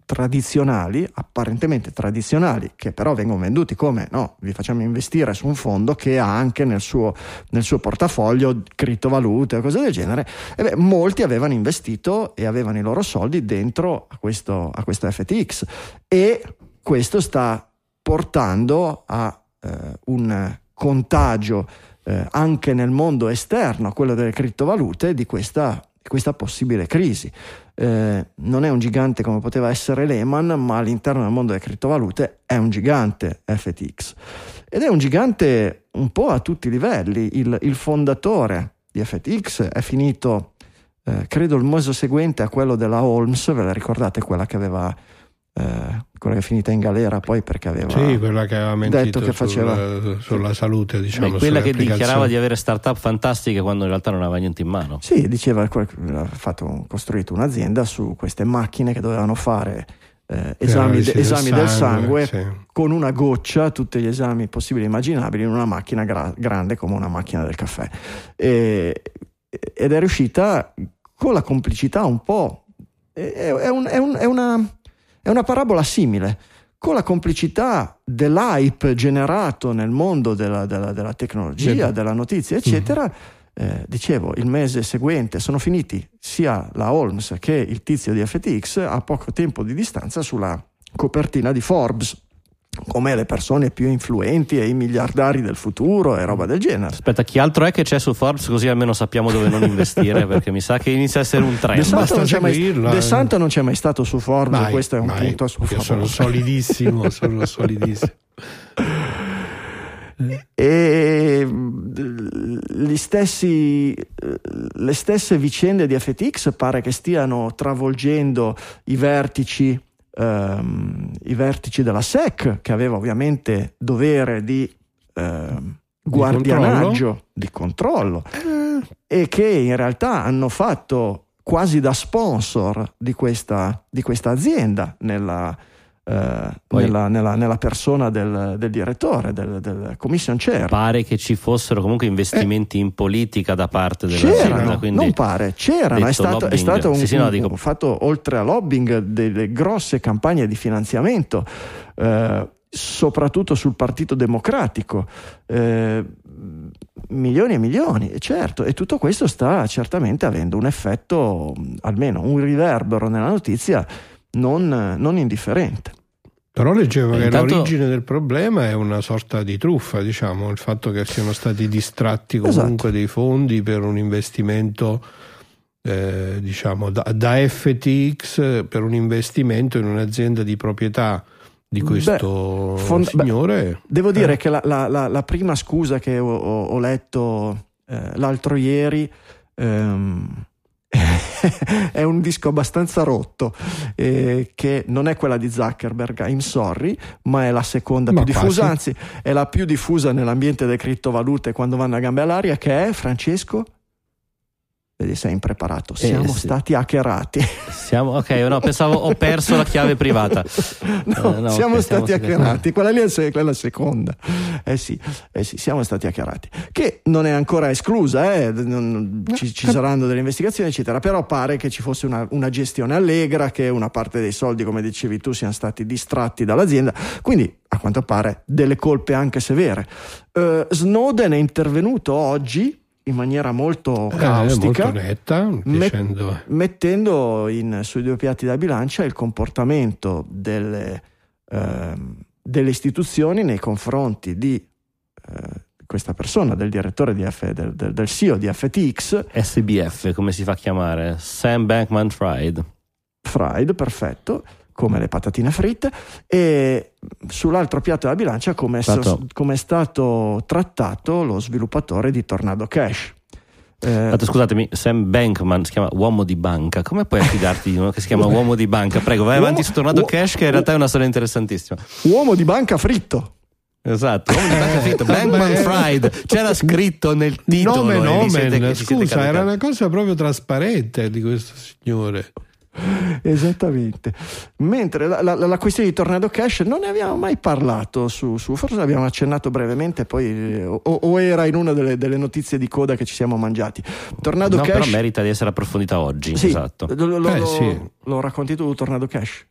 tradizionali, apparentemente tradizionali, che però vengono venduti come no, vi facciamo investire su un fondo che ha anche nel suo, nel suo portafoglio criptovalute o cose del genere, e beh, molti avevano investito e avevano i loro soldi dentro a questo, a questo F T X, e questo sta portando a eh, un contagio eh, anche nel mondo esterno a quello delle criptovalute di questa, di questa possibile crisi. Eh, non è un gigante come poteva essere Lehman, ma all'interno del mondo delle criptovalute è un gigante F T X, ed è un gigante un po' a tutti i livelli. Il, il fondatore di F T X è finito eh, credo il mese seguente a quello della Holmes, ve la ricordate, quella che aveva eh, quella che è finita in galera poi perché aveva sì, quella che aveva mentito detto che faceva sulla, sulla salute, diciamo. Beh, quella che dichiarava di avere start-up fantastiche quando in realtà non aveva niente in mano. Sì, diceva che ha fatto, costruito un'azienda su queste macchine che dovevano fare eh, esami, de, esami del sangue, del sangue sì. Con una goccia, tutti gli esami possibili e immaginabili in una macchina gra- grande come una macchina del caffè, e, ed è riuscita con la complicità un po' è, è, un, è, un, è una È una parabola simile, con la complicità dell'hype generato nel mondo della, della, della tecnologia, sì. della notizia, eccetera. Mm. Eh, dicevo, il mese seguente sono finiti sia la Holmes che il tizio di F T X a poco tempo di distanza sulla copertina di Forbes, come le persone più influenti e i miliardari del futuro e roba del genere. Aspetta, chi altro è che c'è su Forbes, così almeno sappiamo dove non investire, perché mi sa che inizia a essere un trend. De Santo non c'è mai, De Santo non c'è mai stato su Forbes, mai, questo è un mai. punto a suo favore. Sono solidissimo, sono solidissimo. E gli stessi, le stesse vicende di F T X pare che stiano travolgendo i vertici Um, i vertici della S E C, che aveva ovviamente dovere di uh, guardianaggio, di controllo, di controllo eh. e che in realtà hanno fatto quasi da sponsor di questa, di questa azienda nella, uh, nella, nella, nella persona del, del direttore, del, del commission chair. Pare che ci fossero comunque investimenti eh. in politica da parte dell'azienda. Quindi non pare, c'erano, è stato, è stato un, sì, sì, no, dico... un fatto, oltre a lobbying, delle grosse campagne di finanziamento, eh, soprattutto sul Partito Democratico, eh, milioni e milioni, certo, e tutto questo sta certamente avendo un effetto, almeno un riverbero nella notizia non, non indifferente. Però leggevo che intanto... l'origine del problema è una sorta di truffa, diciamo, il fatto che siano stati distratti comunque esatto. dei fondi per un investimento eh, diciamo da, da F T X per un investimento in un'azienda di proprietà di questo beh, fond- signore. Beh, devo dire eh. che la, la, la, la prima scusa che ho, ho, ho letto eh, l'altro ieri ehm, è un disco abbastanza rotto, eh, che non è quella di Zuckerberg, I'm sorry, ma è la seconda ma più quasi. diffusa, anzi è la più diffusa nell'ambiente delle criptovalute quando vanno a gambe all'aria, che è, Francesco? Vedi, sei impreparato. Siamo eh, sì. stati hackerati. Siamo, ok, no, pensavo ho perso la chiave privata. No, eh, no siamo okay, stati siamo hackerati. Stati... Quella lì è quella seconda. Eh sì, eh sì, siamo stati hackerati. Che non è ancora esclusa, eh? non, ci, ci saranno delle investigazioni, eccetera. Però pare che ci fosse una, una gestione allegra, che una parte dei soldi, come dicevi tu, siano stati distratti dall'azienda. Quindi, a quanto pare, delle colpe anche severe. Uh, Snowden è intervenuto oggi in maniera molto caustica, eh, molto netta, dicendo... met- mettendo in, sui due piatti da bilancia il comportamento delle, eh, delle istituzioni nei confronti di eh, questa persona, del direttore di F, del, del, del C E O di F T X, S B F, come si fa a chiamare? Sam Bankman-Fried. Fried, perfetto, come le patatine fritte, e sull'altro piatto della bilancia come è, stato... come è stato trattato lo sviluppatore di Tornado Cash. Eh, Scusatemi, Sam Bankman si chiama uomo di banca, come puoi affidarti di uno che si chiama uomo di banca? Prego, vai uomo, avanti su Tornado uo, Cash, che in realtà è una storia interessantissima. Uomo di banca fritto. Esatto, uomo di banca fritto, Bankman Fried, c'era scritto nel titolo. Nome, nome, siete, scusa, era una cosa proprio trasparente di questo signore. Esattamente. Mentre la, la, la questione di Tornado Cash non ne abbiamo mai parlato su, su forse l'abbiamo accennato brevemente, poi o, o era in una delle, delle notizie di coda che ci siamo mangiati. Tornado no, Cash però merita di essere approfondita oggi. Sì, esatto. Lo, lo, eh, lo, sì. lo racconti tu, Tornado Cash?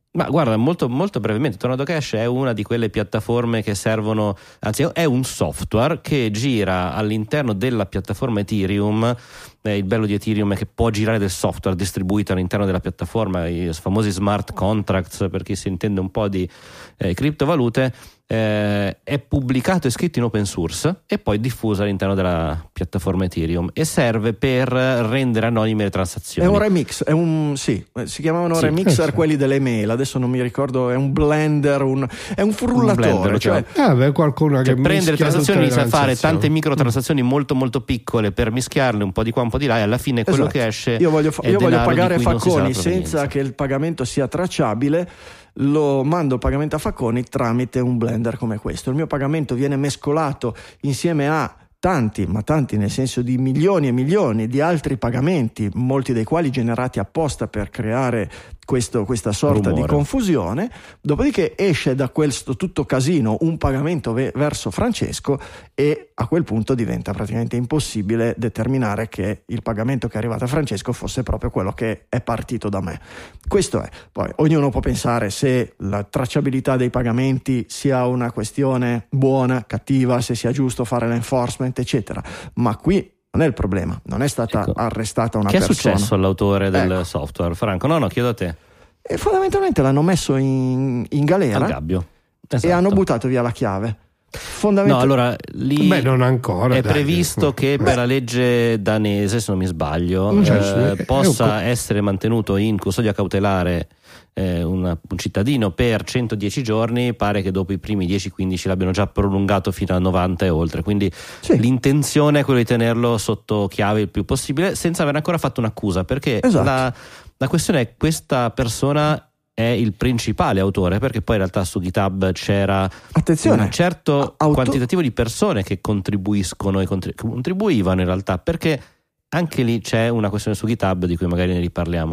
Ma guarda, molto, molto brevemente, Tornado Cash è una di quelle piattaforme che servono, anzi è un software che gira all'interno della piattaforma Ethereum. Eh, il bello di Ethereum è che può girare del software distribuito all'interno della piattaforma, i famosi smart contracts, per chi si intende un po' di eh, criptovalute. Eh, è pubblicato e scritto in open source e poi diffuso all'interno della piattaforma Ethereum e serve per rendere anonime le transazioni. È un remix, è un sì, si chiamavano sì, remixer eh, quelli delle mail, adesso non mi ricordo, è un blender, un, è un frullatore, un blender, cioè, cioè, ah, beh, qualcuno cioè che prende le transazioni, inizia a fare tante mm. microtransazioni molto molto piccole per mischiarle un po' di qua un po' di là e alla fine quello esatto. che esce io voglio, fa- io voglio pagare Facconi senza che che il pagamento sia tracciabile, lo mando il pagamento a Facconi tramite un blender come questo. Il mio pagamento viene mescolato insieme a tanti, ma tanti nel senso di milioni e milioni di altri pagamenti, molti dei quali generati apposta per creare questo, questa sorta rumore di confusione. Dopodiché esce da questo tutto casino un pagamento ve- verso Francesco e a quel punto diventa praticamente impossibile determinare che il pagamento che è arrivato a Francesco fosse proprio quello che è partito da me. Questo è. Poi ognuno può pensare se la tracciabilità dei pagamenti sia una questione buona, cattiva, se sia giusto fare l'enforcement, eccetera. Ma qui non è il problema, non è stata ecco. arrestata una che persona. Che è successo all'autore del ecco. software, Franco? No, no, chiedo a te. E fondamentalmente l'hanno messo in, in galera al gabbio. Esatto. E hanno buttato via la chiave. No, allora lì Beh, non ancora, è dai. previsto che Beh. per la legge danese, se non mi sbaglio, cioè, eh, possa essere mantenuto in custodia cautelare eh, una, un cittadino per centodieci giorni. Pare che dopo i primi dieci quindici l'abbiano già prolungato fino a novanta e oltre, quindi sì. l'intenzione è quella di tenerlo sotto chiave il più possibile senza aver ancora fatto un'accusa, perché esatto. la, la questione è questa persona è il principale autore, perché poi in realtà su GitHub c'era Attenzione. un certo Auto... quantitativo di persone che contribuiscono e contribu- contribuivano in realtà, perché anche lì c'è una questione su GitHub di cui magari ne riparliamo.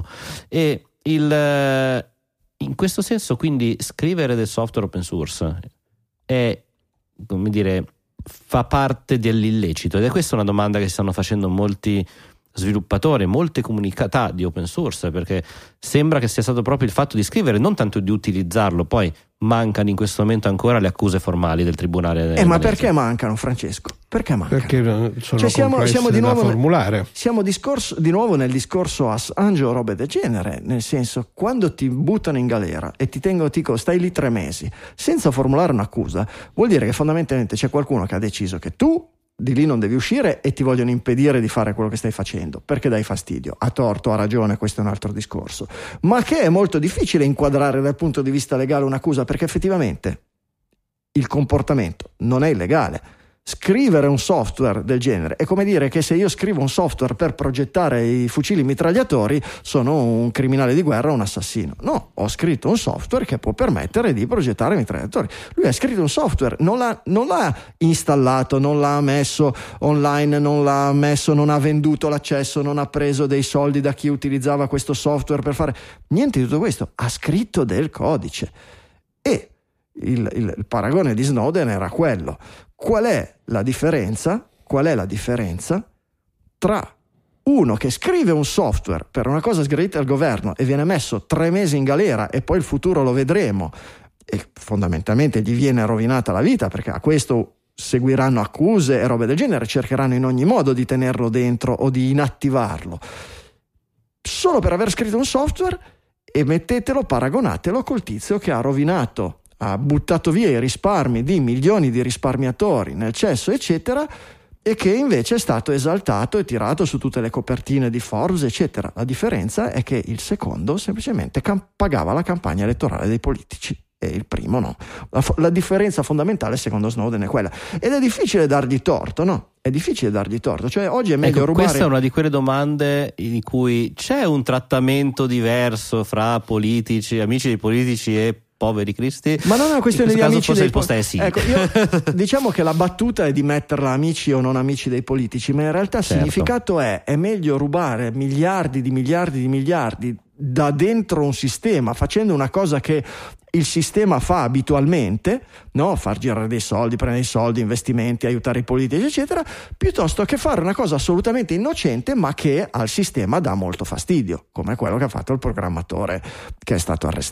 E il, in questo senso quindi scrivere del software open source è, come dire, fa parte dell'illecito, ed è questa una domanda che si stanno facendo molti sviluppatori, molte comunità di open source, perché sembra che sia stato proprio il fatto di scrivere, non tanto di utilizzarlo. Poi mancano in questo momento ancora le accuse formali del tribunale. Eh, ma perché mancano, Francesco? Perché mancano? Perché sono cioè siamo, siamo di nuovo da formulare. Siamo discorso, di nuovo nel discorso Assange o robe del genere, nel senso, quando ti buttano in galera e ti tengono, ti dico, stai lì tre mesi senza formulare un'accusa, vuol dire che fondamentalmente c'è qualcuno che ha deciso che tu di lì non devi uscire e ti vogliono impedire di fare quello che stai facendo perché dai fastidio. A torto, a ragione, questo è un altro discorso, ma che è molto difficile inquadrare dal punto di vista legale un'accusa, perché effettivamente il comportamento non è illegale. Scrivere un software del genere è come dire che se io scrivo un software per progettare i fucili mitragliatori sono un criminale di guerra o un assassino. No, ho scritto un software che può permettere di progettare mitragliatori. Lui ha scritto un software, non l'ha, non l'ha installato, non l'ha messo online, non l'ha messo, non ha venduto l'accesso, non ha preso dei soldi da chi utilizzava questo software per fare niente di tutto questo. Ha scritto del codice. E il, il, il paragone di Snowden era quello. Qual è la differenza? Qual è la differenza tra uno che scrive un software per una cosa sgradita al governo e viene messo tre mesi in galera e poi il futuro lo vedremo e fondamentalmente gli viene rovinata la vita, perché a questo seguiranno accuse e robe del genere, cercheranno in ogni modo di tenerlo dentro o di inattivarlo, solo per aver scritto un software, e mettetelo, paragonatelo col tizio che ha rovinato, ha buttato via i risparmi di milioni di risparmiatori nel cesso eccetera, e che invece è stato esaltato e tirato su tutte le copertine di Forbes eccetera. La differenza è che il secondo semplicemente cam- pagava la campagna elettorale dei politici e il primo no. La, fo- la differenza fondamentale secondo Snowden è quella, ed è difficile dargli torto, no? È difficile dargli torto, cioè oggi è meglio ecco, rubare. Questa è una di quelle domande in cui c'è un trattamento diverso fra politici, amici dei politici e poveri cristi. Ma non è una questione di amici dei politici. Sì. Ecco, io, diciamo che la battuta è di metterla amici o non amici dei politici, ma in realtà il certo. significato è è meglio rubare miliardi di miliardi di miliardi da dentro un sistema, facendo una cosa che il sistema fa abitualmente, no? Far girare dei soldi, prendere dei soldi, investimenti, aiutare i politici eccetera, piuttosto che fare una cosa assolutamente innocente ma che al sistema dà molto fastidio, come quello che ha fatto il programmatore che è stato arrestato.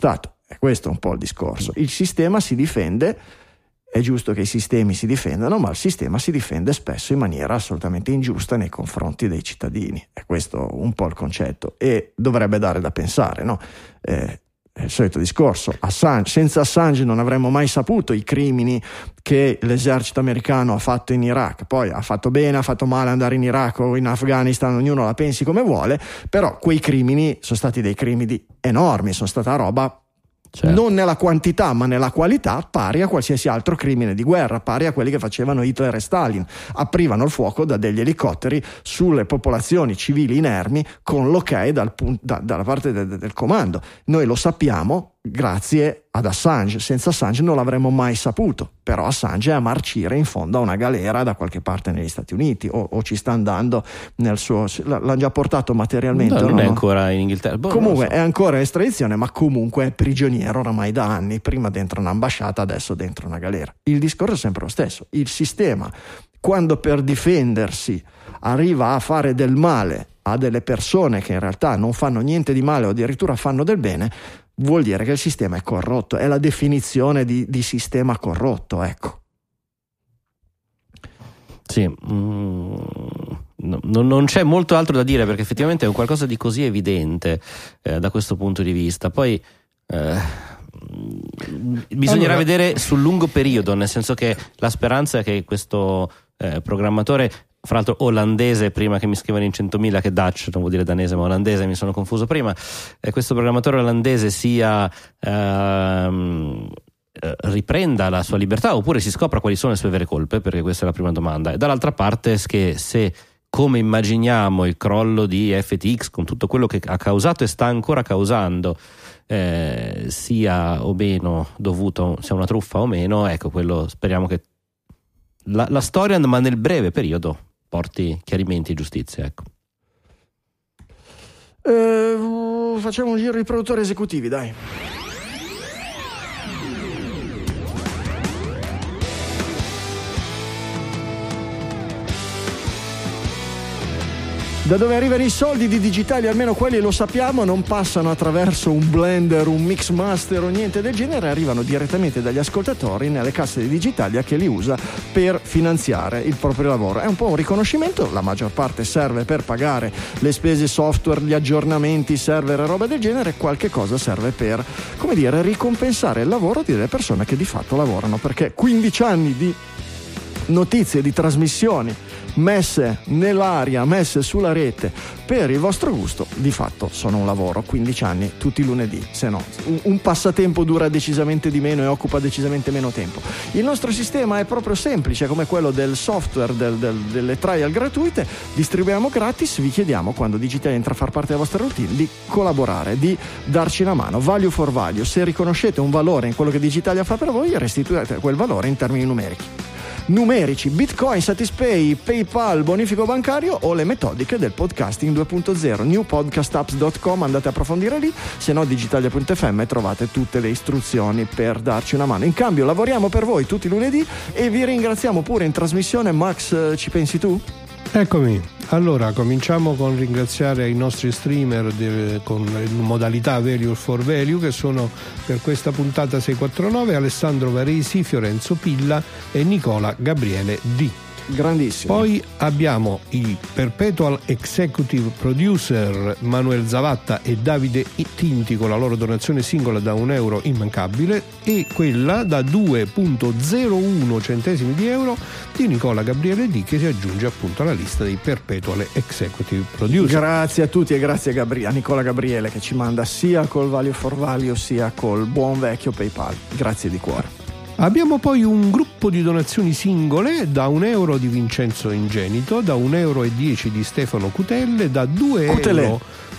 E questo è un po' il discorso. Il sistema si difende, è giusto che i sistemi si difendano, ma il sistema si difende spesso in maniera assolutamente ingiusta nei confronti dei cittadini. È questo un po' il concetto, e dovrebbe dare da pensare, no? Eh, È il solito discorso. Assange, senza Assange non avremmo mai saputo i crimini che l'esercito americano ha fatto in Iraq. Poi ha fatto bene, ha fatto male andare in Iraq o in Afghanistan, ognuno la pensi come vuole, però quei crimini sono stati dei crimini enormi, sono stata roba, certo, non nella quantità ma nella qualità, pari a qualsiasi altro crimine di guerra, pari a quelli che facevano Hitler e Stalin. Aprivano il fuoco da degli elicotteri sulle popolazioni civili inermi con l'ok dal, da, dalla parte de, de, del comando. Noi lo sappiamo grazie ad Assange. Senza Assange non l'avremmo mai saputo, però Assange è a marcire in fondo a una galera da qualche parte negli Stati Uniti, o, o ci sta andando nel suo, l'hanno già portato materialmente, no, non no? è ancora in Inghilterra, boh, comunque so. È ancora in estradizione, ma comunque è prigioniero oramai da anni, prima dentro un'ambasciata, adesso dentro una galera. Il discorso è sempre lo stesso. Il sistema, quando per difendersi arriva a fare del male a delle persone che in realtà non fanno niente di male o addirittura fanno del bene, vuol dire che il sistema è corrotto. È la definizione di, di sistema corrotto, ecco. Sì, mm, no, non c'è molto altro da dire, perché effettivamente è un qualcosa di così evidente eh, da questo punto di vista. Poi eh, bisognerà allora, vedere sul lungo periodo, nel senso che la speranza è che questo eh, programmatore, fra l'altro olandese, prima che mi scrivano in centomila che Dutch, non vuol dire danese ma olandese, mi sono confuso prima, eh, questo programmatore olandese sia ehm, riprenda la sua libertà, oppure si scopra quali sono le sue vere colpe, perché questa è la prima domanda. E dall'altra parte, che se, come immaginiamo, il crollo di F T X, con tutto quello che ha causato e sta ancora causando, eh, sia o meno dovuto, sia una truffa o meno, ecco, quello speriamo che la, la storia, ma nel breve periodo, porti chiarimenti e giustizia, ecco. Eh, facciamo un giro di produttori esecutivi, dai. Da dove arrivano i soldi di Digitalia, almeno quelli lo sappiamo, non passano attraverso un blender, un mix master o niente del genere, arrivano direttamente dagli ascoltatori nelle casse di Digitalia, che li usa per finanziare il proprio lavoro. È un po' un riconoscimento, la maggior parte serve per pagare le spese software, gli aggiornamenti, server e roba del genere, qualche cosa serve per, come dire, ricompensare il lavoro delle persone che di fatto lavorano, perché quindici anni di notizie, di trasmissioni messe nell'aria, messe sulla rete per il vostro gusto, di fatto sono un lavoro. Quindici anni tutti i lunedì, se no un, un passatempo dura decisamente di meno e occupa decisamente meno tempo. Il nostro sistema è proprio semplice, come quello del software, del, del, delle trial gratuite, distribuiamo gratis. Vi chiediamo, quando Digitalia entra a far parte della vostra routine, di collaborare, di darci una mano. Value for value: se riconoscete un valore in quello che Digitalia fa per voi, restituite quel valore in termini numerici numerici Bitcoin, Satispay, PayPal, bonifico bancario o le metodiche del podcasting due punto zero. new podcast apps dot com, andate a approfondire lì, se no digitalia punto effe emme trovate tutte le istruzioni per darci una mano. In cambio lavoriamo per voi tutti i lunedì e vi ringraziamo pure in trasmissione. Max, ci pensi tu? Eccomi, allora cominciamo con ringraziare i nostri streamer de, con modalità value for value, che sono per questa puntata seicentoquarantanove Alessandro Varesi, Fiorenzo Pilla e Nicola Gabriele D. Grandissimo. Poi abbiamo i Perpetual Executive Producer Manuel Zavatta e Davide Tinti con la loro donazione singola da un euro immancabile, e quella da due virgola zero uno centesimi di euro di Nicola Gabriele D, che si aggiunge appunto alla lista dei Perpetual Executive Producer. Grazie a tutti e grazie a, Gabri- a Nicola Gabriele, che ci manda sia col Value for Value sia col buon vecchio PayPal. Grazie di cuore. Abbiamo poi un gruppo di donazioni singole da un euro di Vincenzo Ingenito, da un euro e dieci di Stefano Cutelle, da due Cutelè. euro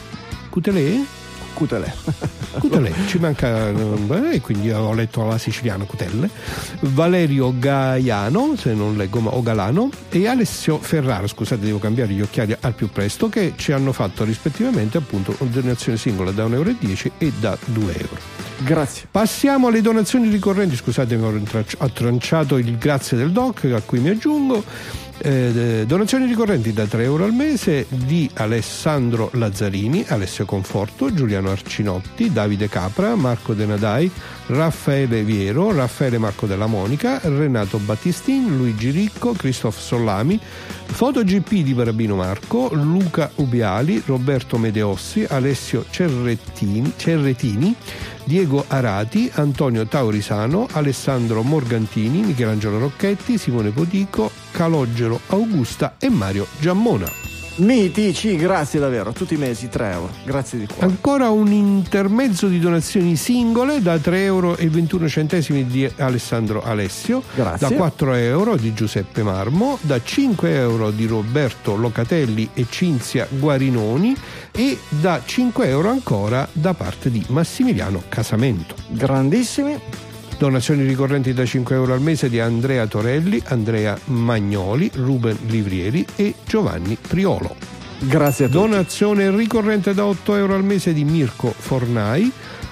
Cutelè? Cutelè. Cutelè, ci manca, e quindi ho letto alla siciliana Cutelle, Valerio Gaiano, se non leggo, o Galano, e Alessio Ferraro, scusate devo cambiare gli occhiali al più presto, che ci hanno fatto rispettivamente appunto una donazione singola da un euro e dieci e da due euro. Grazie. Passiamo alle donazioni ricorrenti. Scusate, mi ho tranciato il grazie del doc, a cui mi aggiungo. Eh, donazioni ricorrenti da tre euro al mese di Alessandro Lazzarini, Alessio Conforto, Giuliano Arcinotti, Davide Capra, Marco Denadai, Raffaele Viero, Raffaele Marco della Monica, Renato Battistin, Luigi Ricco, Christoph Sollami, Foto G P di Barabino Marco, Luca Ubiali, Roberto Medeossi, Alessio Cerretini, Cerretini, Diego Arati, Antonio Taurisano, Alessandro Morgantini, Michelangelo Rocchetti, Simone Potico, Calogero Augusta e Mario Giammona. Mitici, grazie davvero, tutti i mesi tre euro, grazie di cuore. Ancora un intermezzo di donazioni singole da tre euro e ventuno centesimi di Alessandro Alessio, grazie. Da quattro euro di Giuseppe Marmo, da cinque euro di Roberto Locatelli e Cinzia Guarinoni e da cinque euro ancora da parte di Massimiliano Casamento. Grandissimi. Donazioni ricorrenti da cinque euro al mese di Andrea Torelli, Andrea Magnoli, Ruben Livrieri e Giovanni Priolo. Grazie a tutti. Donazione ricorrente da otto euro al mese di Mirko Fornai.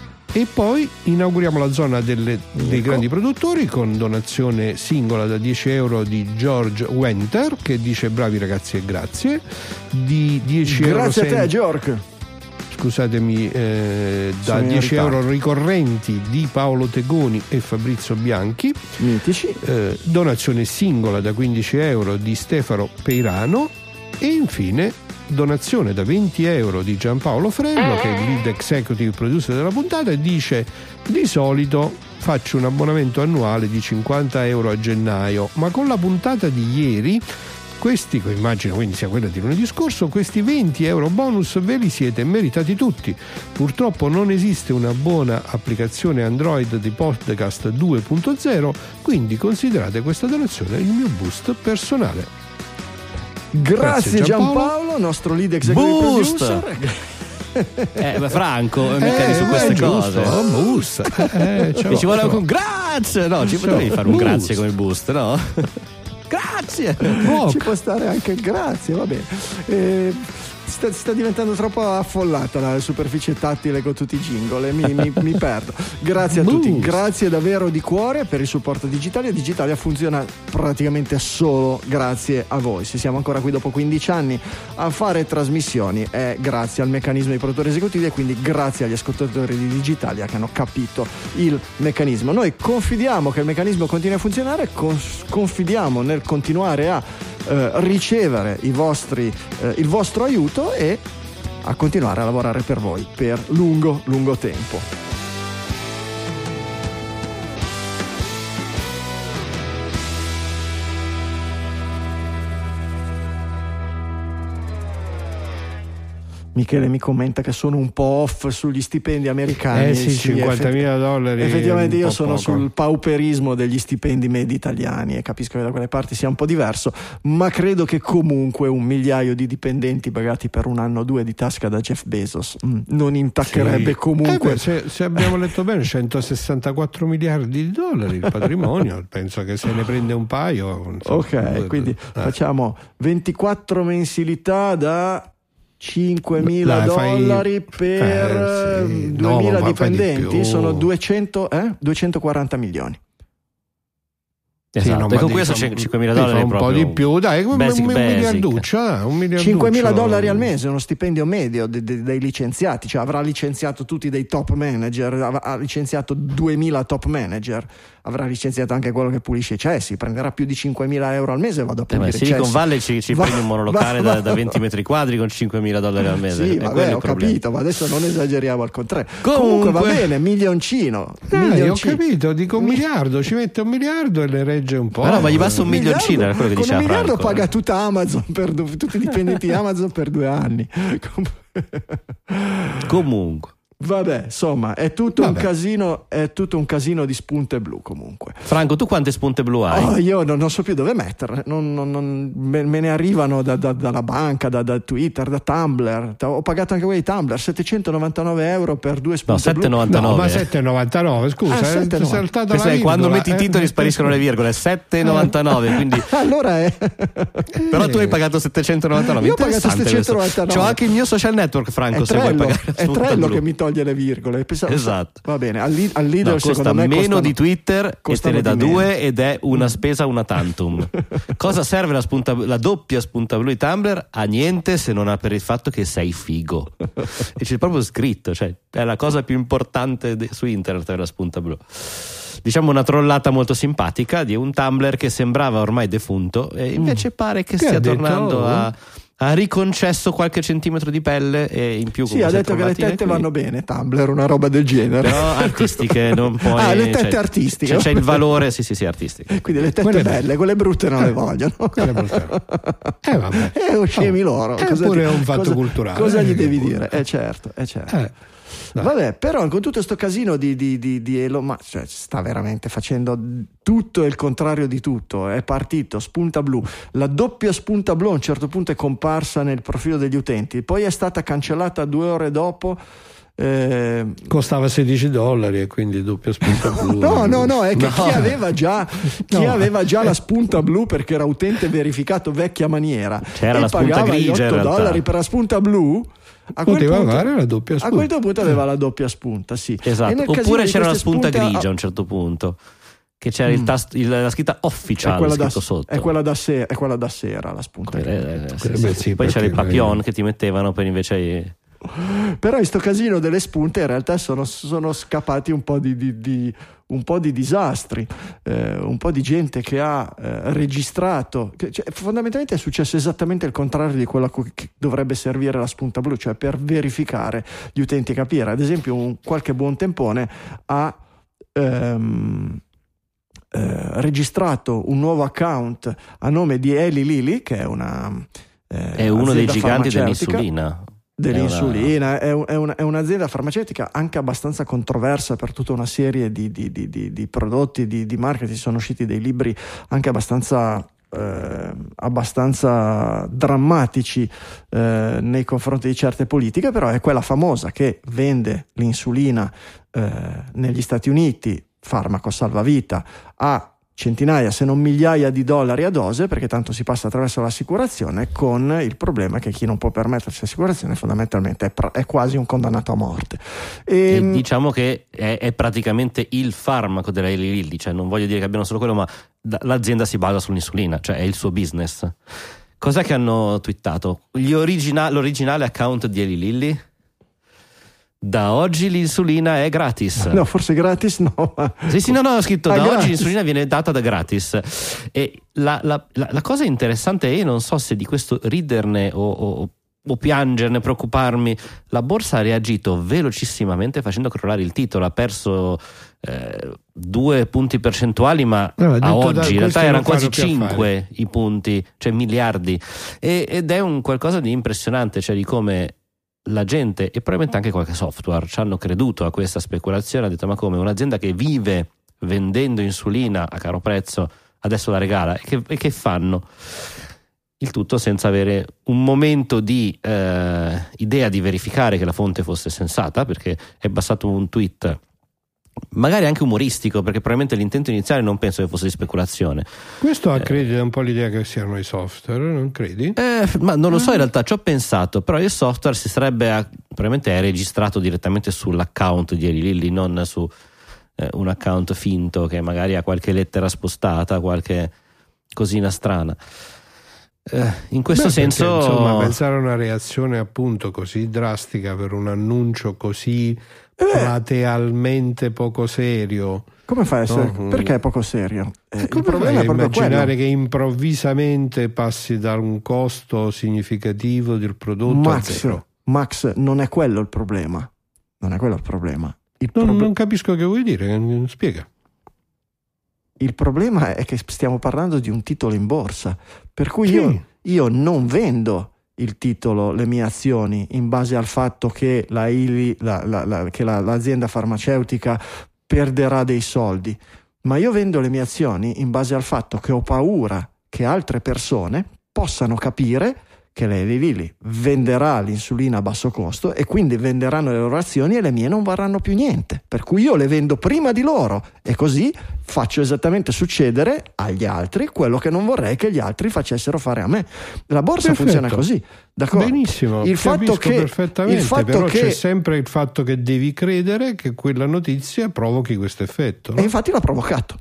E poi inauguriamo la zona delle, dei grandi produttori con donazione singola da dieci euro di George Wenter, che dice bravi ragazzi e grazie. Di dieci grazie euro a te, sem- George. Scusatemi, eh, da dieci euro ricorrenti di Paolo Tegoni e Fabrizio Bianchi. Mitici. Eh, donazione singola da quindici euro di Stefano Peirano. E infine donazione da venti euro di Giampaolo Frello, che è il lead executive producer della puntata, e dice: di solito faccio un abbonamento annuale di cinquanta euro a gennaio, ma con la puntata di ieri, questi, che immagino quindi sia quella di lunedì scorso, questi venti euro bonus ve li siete meritati tutti. Purtroppo non esiste una buona applicazione Android di podcast due punto zero, quindi considerate questa donazione il mio boost personale. Grazie, Grazie Giampaolo. Giampaolo, nostro lead executive Boost. producer. Eh, ma Franco, mica Eh, su beh, queste giusto, cose. oh, boost. Eh, ce E l'ho, ci vuole ce l'ho. un grazie, no, ci Ce potevi l'ho. fare un Boost. grazie come boost, no? Grazie. Ci può stare anche il grazie, va bene. Eh, sta, sta diventando troppo affollata la superficie tattile con tutti i jingle, mi, mi, mi perdo. Grazie a tutti, grazie davvero di cuore per il supporto Digitalia. Digitalia funziona praticamente solo grazie a voi. Se siamo ancora qui dopo quindici anni a fare trasmissioni è grazie al meccanismo dei produttori esecutivi, e quindi grazie agli ascoltatori di Digitalia che hanno capito il meccanismo. Noi confidiamo che il meccanismo continui a funzionare, confidiamo nel continuare a eh, ricevere i vostri, eh, il vostro aiuto e a continuare a lavorare per voi per lungo lungo tempo. Michele mi commenta che sono un po' off sugli stipendi americani. Eh sì, cinquantamila dollari. Effettivamente io sono poco. sul pauperismo degli stipendi medi italiani e capisco che da quelle parti sia un po' diverso, ma credo che comunque un migliaio di dipendenti pagati per un anno o due di tasca da Jeff Bezos mh, non intaccherebbe sì. comunque. Eh beh, se, se abbiamo letto bene, centosessantaquattro miliardi di dollari il patrimonio, penso che se ne prende un paio. Insomma, ok, quindi eh. facciamo ventiquattro mensilità da cinquemila Dai, fai- dollari per eh, sì. duemila No, ma fai di dipendenti, più. sono duecento, eh? duecentoquaranta milioni. Esatto, Sì, no, e ma con devi questo fare- cinquemila devi dollari fare un proprio po' di più, dai, un, basic, un, un basic. miliarduccio, dai, un miliarduccio. cinquemila dollari al mese, uno stipendio medio de- de- dei licenziati, cioè avrà licenziato tutti dei top manager, av- ha licenziato duemila top manager, avrà licenziato anche quello che pulisce i cessi, prenderà più di cinquemila euro al mese e vado a Eh, ma pulire i Silicon cessi. Valley ci, ci Va- prendi un monolocale va- da, da venti metri quadri con cinquemila dollari al mese. Sì, È vabbè, quello ho il problema. capito, ma adesso non esageriamo al contrario. Comunque- Comunque, va bene, milioncino. Dai, ho milioncino. capito, dico un Mi- miliardo, ci mette un miliardo e le regge un po'. Ma no, ma gli basta un miliardo, milioncino, era quello che con diceva un miliardo Franco. paga tutta Amazon per du- tutti i dipendenti di Amazon per due anni. Comunque. Vabbè, insomma, è tutto Vabbè. un casino, è tutto un casino di spunte blu comunque. Franco, tu quante spunte blu hai? Oh, io non, non so più dove metterle, non, non- non- me, me ne arrivano da, da- dalla banca, da, da Twitter, da Tumblr. Ho pagato anche quelli di Tumblr, settecentonovantanove euro per due No, spunte sette blu. e novantanove. No, ma sette e novantanove, scusa, Ah, è sette e novanta. saltata Questa la è quando virgola, metti i eh. titoli spariscono le virgole, sette e novantanove, quindi Allora è però tu hai pagato settecentonovantanove. Io ho pagato Interessante questo. settecentonovantanove. C'ho anche il mio social network, Franco, è se vuoi Trello, pagare la è spunta Trello blu. che mi toglie le virgole. Pensavo, esatto. Va bene, al, al Lidl no, costa secondo me meno costano, di Twitter e te ne dà due ed è una spesa una tantum. Cosa serve la, spunta, la doppia spunta blu di Tumblr? A niente se non a per il fatto che sei figo. E c'è proprio scritto, cioè è la cosa più importante de, su internet è la spunta blu. Diciamo una trollata molto simpatica di un Tumblr che sembrava ormai defunto e invece mm. pare che, che stia tornando detto? a ha riconcesso qualche centimetro di pelle e in più. Sì, ha detto che le tette vanno bene, Tumblr, una roba del genere. No, artistiche, non puoi. Ah, le tette cioè, artistiche. C'è, c'è il valore, sì, sì, sì, artistiche. Quindi le tette quelle belle, quelle brutte non eh, le vogliono. Quelle brutte. Eh, vabbè. Eh, scemi oh. loro. È cosa pure ti, un fatto cosa, culturale. Cosa eh, gli devi pure. dire? Eh, certo, eh, certo. Eh. Dai. Vabbè, però con tutto questo casino di, di, di, di Elon Musk, cioè, sta veramente facendo tutto e il contrario di tutto. È partito spunta blu, la doppia spunta blu a un certo punto è comparsa nel profilo degli utenti, poi è stata cancellata due ore dopo. Eh... Costava sedici dollari e quindi doppia spunta blu. No, no, no, è che no. chi aveva già chi no. aveva già la spunta blu perché era utente verificato vecchia maniera, c'era e la spunta pagava grigia gli otto dollari per la spunta blu. A quel, poteva punto, avere la doppia spunta. a quel punto aveva la doppia spunta, sì. Esatto. Oppure c'era la spunta spunte, grigia a un certo punto, che c'era mm. il tasto, il, la scritta official scritto da, sotto. È quella da sera, è quella da sera la spunta. Eh, eh, sì, sì, sì. Poi c'era il papillon che ti mettevano per invece. Però in sto casino delle spunte in realtà sono, sono scappati un po' di, di, di un po' di disastri, eh, un po' di gente che ha eh, registrato, che, cioè, fondamentalmente è successo esattamente il contrario di quello che dovrebbe servire la spunta blu, cioè per verificare gli utenti e capire. Ad esempio un qualche buon tempone ha ehm, eh, registrato un nuovo account a nome di Eli Lilly, che è una eh, è uno dei giganti dell'insulina. dell'insulina, è, una... è, un, è un'azienda farmaceutica anche abbastanza controversa per tutta una serie di, di, di, di, di prodotti, di, di marketing. Sono usciti dei libri anche abbastanza eh, abbastanza drammatici eh, nei confronti di certe politiche, però è quella famosa che vende l'insulina eh, negli Stati Uniti, farmaco salvavita, a centinaia se non migliaia di dollari a dose, perché tanto si passa attraverso l'assicurazione, con il problema che chi non può permettersi l'assicurazione fondamentalmente è, pra- è quasi un condannato a morte. E, e diciamo che è, è praticamente il farmaco della Eli Lilly, cioè non voglio dire che abbiano solo quello, ma d- l'azienda si basa sull'insulina, cioè è il suo business. Cos'è che hanno twittato? Gli origina- l'originale account di Eli Lilly? Da oggi l'insulina è gratis. No, forse gratis no. Ma... Sì, sì, no, no, ho scritto ah, da gratis. Oggi l'insulina viene data da gratis. E la, la, la, la cosa interessante, e io non so se di questo riderne o, o, o piangerne, preoccuparmi, la borsa ha reagito velocissimamente facendo crollare il titolo, ha perso eh, due punti percentuali, ma no, a oggi da, in realtà erano quasi cinque i punti, cioè miliardi. E, ed è un qualcosa di impressionante, cioè di come la gente e probabilmente anche qualche software ci hanno creduto a questa speculazione, ha detto ma come un'azienda che vive vendendo insulina a caro prezzo adesso la regala, e che, e che fanno? Il tutto senza avere un momento di eh, idea di verificare che la fonte fosse sensata, perché è bastato un tweet magari anche umoristico, perché probabilmente l'intento iniziale non penso che fosse di speculazione. Questo accredita un po' l'idea che siano i software, non credi? Eh, ma non lo so, in realtà ci ho pensato, però il software si sarebbe a, probabilmente è registrato direttamente sull'account di Eli Lilly, non su eh, un account finto che magari ha qualche lettera spostata, qualche cosina strana. Eh, in questo Beh, senso perché, insomma, pensare a una reazione appunto così drastica per un annuncio così platealmente poco serio, come fa a essere? No? Perché è poco serio? Eh, il come problema è proprio immaginare quello. che improvvisamente passi da un costo significativo del prodotto Max, a zero. Max, non è quello il problema. Non è quello il problema. Il non, prob- non capisco che vuoi dire, spiega. Il problema è che stiamo parlando di un titolo in borsa, per cui Sì. io, io non vendo il titolo, le mie azioni, in base al fatto che, la, la, la, la, che la, l'azienda farmaceutica perderà dei soldi, ma io vendo le mie azioni in base al fatto che ho paura che altre persone possano capire che le Eli Lilly venderà l'insulina a basso costo e quindi venderanno le loro azioni e le mie non varranno più niente, per cui io le vendo prima di loro e così faccio esattamente succedere agli altri quello che non vorrei che gli altri facessero fare a me. La borsa Perfetto. funziona così, d'accordo? Benissimo, il fatto che, perfettamente, il fatto però che, c'è sempre il fatto che devi credere che quella notizia provochi questo effetto, no? E infatti l'ha provocato.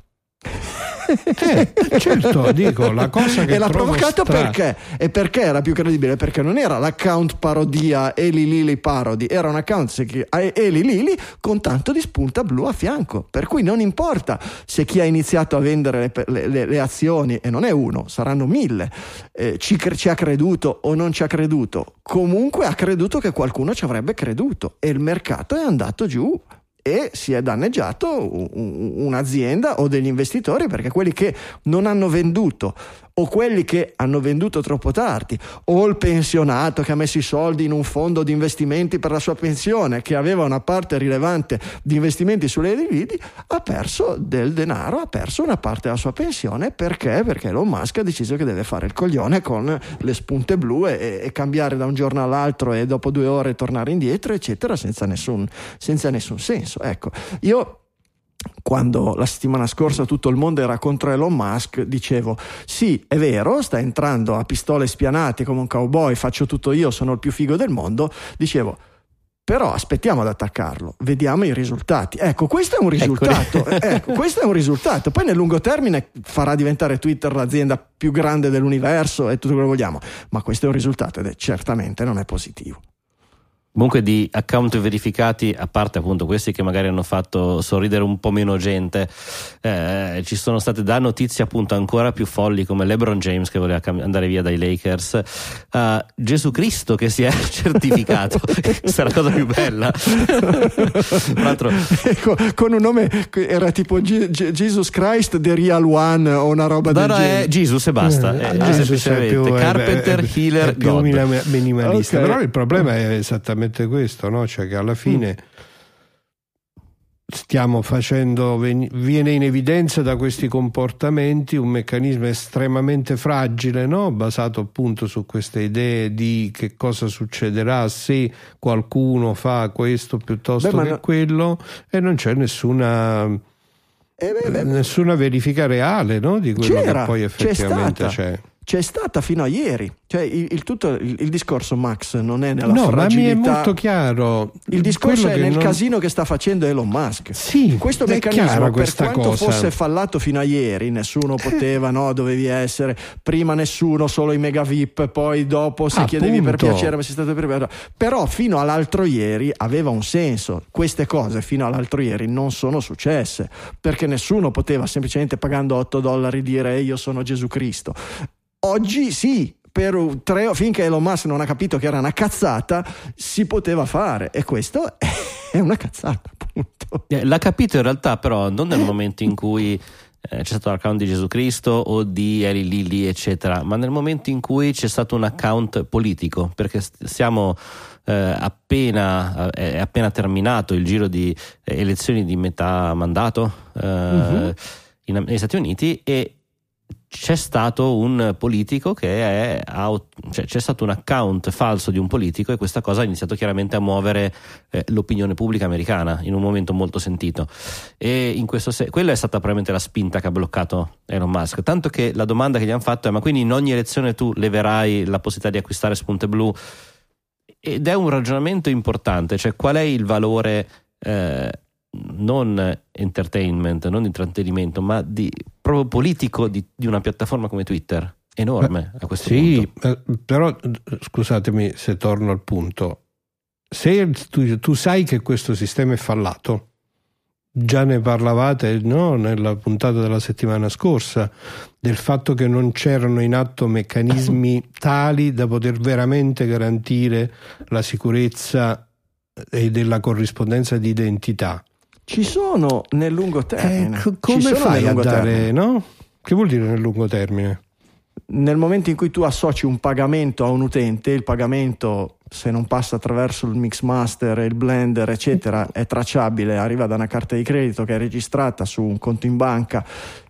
Eh, certo, dico, la cosa che e l'ha trovo provocato stra... perché? E perché era più credibile? Perché non era l'account parodia Eli Lilly parody, era un account Eli Lilly con tanto di spunta blu a fianco, per cui non importa se chi ha iniziato a vendere le, le, le azioni, e non è uno, saranno mille, eh, ci, ci ha creduto o non ci ha creduto, comunque ha creduto che qualcuno ci avrebbe creduto e il mercato è andato giù e si è danneggiato un'azienda o degli investitori, perché quelli che non hanno venduto o quelli che hanno venduto troppo tardi o il pensionato che ha messo i soldi in un fondo di investimenti per la sua pensione che aveva una parte rilevante di investimenti sulle dividi ha perso del denaro, ha perso una parte della sua pensione. Perché? Perché Elon Musk ha deciso che deve fare il coglione con le spunte blu e, e cambiare da un giorno all'altro e dopo due ore tornare indietro eccetera senza nessun, senza nessun senso. Ecco, io quando la settimana scorsa tutto il mondo era contro Elon Musk dicevo sì, è vero, sta entrando a pistole spianate come un cowboy, faccio tutto io, sono il più figo del mondo, dicevo però aspettiamo ad attaccarlo, vediamo i risultati. Ecco, questo è un risultato, ecco, questo è un risultato. Poi nel lungo termine farà diventare Twitter l'azienda più grande dell'universo e tutto quello che vogliamo, ma questo è un risultato ed è certamente non è positivo. Comunque di account verificati, a parte appunto questi che magari hanno fatto sorridere un po' meno gente, eh, ci sono state da notizie appunto ancora più folli come LeBron James che voleva cam- andare via dai Lakers, uh, Gesù Cristo che si è certificato. Questa è la cosa più bella. Tra l'altro ecco, con un nome era tipo G- G- Jesus Christ the Real One o una roba no, del no, genere. è Jesus e basta, eh, è, eh, è semplicemente più, Carpenter, è, è, Healer, è più God. minimalista. Okay. Però il problema è esattamente questo, no? Cioè che alla fine mm. stiamo facendo, viene in evidenza da questi comportamenti un meccanismo estremamente fragile, no? Basato appunto su queste idee di che cosa succederà se qualcuno fa questo piuttosto Beh, che no... quello, e non c'è nessuna eh beh, beh. nessuna verifica reale, no? Di quello C'era, che poi effettivamente c'è. c'è. C'è stata fino a ieri, cioè il, il tutto il, il discorso, Max, non è nella no, fragilità. Ma mi è molto chiaro. Il discorso è nel non... casino che sta facendo Elon Musk. Sì, questo meccanismo, per quanto cosa. fosse fallato fino a ieri, nessuno poteva, no, dovevi essere prima nessuno, solo i mega V I P, poi dopo se ah, chiedevi appunto. per piacere, ma sei stato per però fino all'altro ieri aveva un senso. Queste cose fino all'altro ieri non sono successe, perché nessuno poteva semplicemente pagando otto dollari dire io sono Gesù Cristo. Oggi sì, per tre, finché Elon Musk non ha capito che era una cazzata, si poteva fare, e questo è una cazzata, appunto. L'ha capito in realtà, però non nel momento in cui eh, c'è stato l'account di Gesù Cristo o di Eli Lilly eccetera, ma nel momento in cui c'è stato un account politico, perché siamo eh, appena è appena terminato il giro di eh, elezioni di metà mandato eh, uh-huh. in, negli Stati Uniti, e c'è stato un politico che è cioè c'è stato un account falso di un politico, e questa cosa ha iniziato chiaramente a muovere eh, l'opinione pubblica americana in un momento molto sentito, e in questo se- quella è stata probabilmente la spinta che ha bloccato Elon Musk, tanto che la domanda che gli hanno fatto è: ma quindi in ogni elezione tu leverai la possibilità di acquistare spunte blu? Ed è un ragionamento importante, cioè qual è il valore eh, non entertainment, non intrattenimento, ma di proprio politico di, di una piattaforma come Twitter, enorme a questo sì, punto. Sì, però scusatemi se torno al punto. Se tu, tu sai che questo sistema è fallato, già ne parlavate, no, nella puntata della settimana scorsa, del fatto che non c'erano in atto meccanismi tali da poter veramente garantire la sicurezza e della corrispondenza di identità. Ci sono nel lungo termine. Eh, come Ci sono fai nel a dare, termine. no? Che vuol dire nel lungo termine? Nel momento in cui tu associ un pagamento a un utente, il pagamento, se non passa attraverso il Mixmaster, il Blender eccetera, è tracciabile, arriva da una carta di credito che è registrata su un conto in banca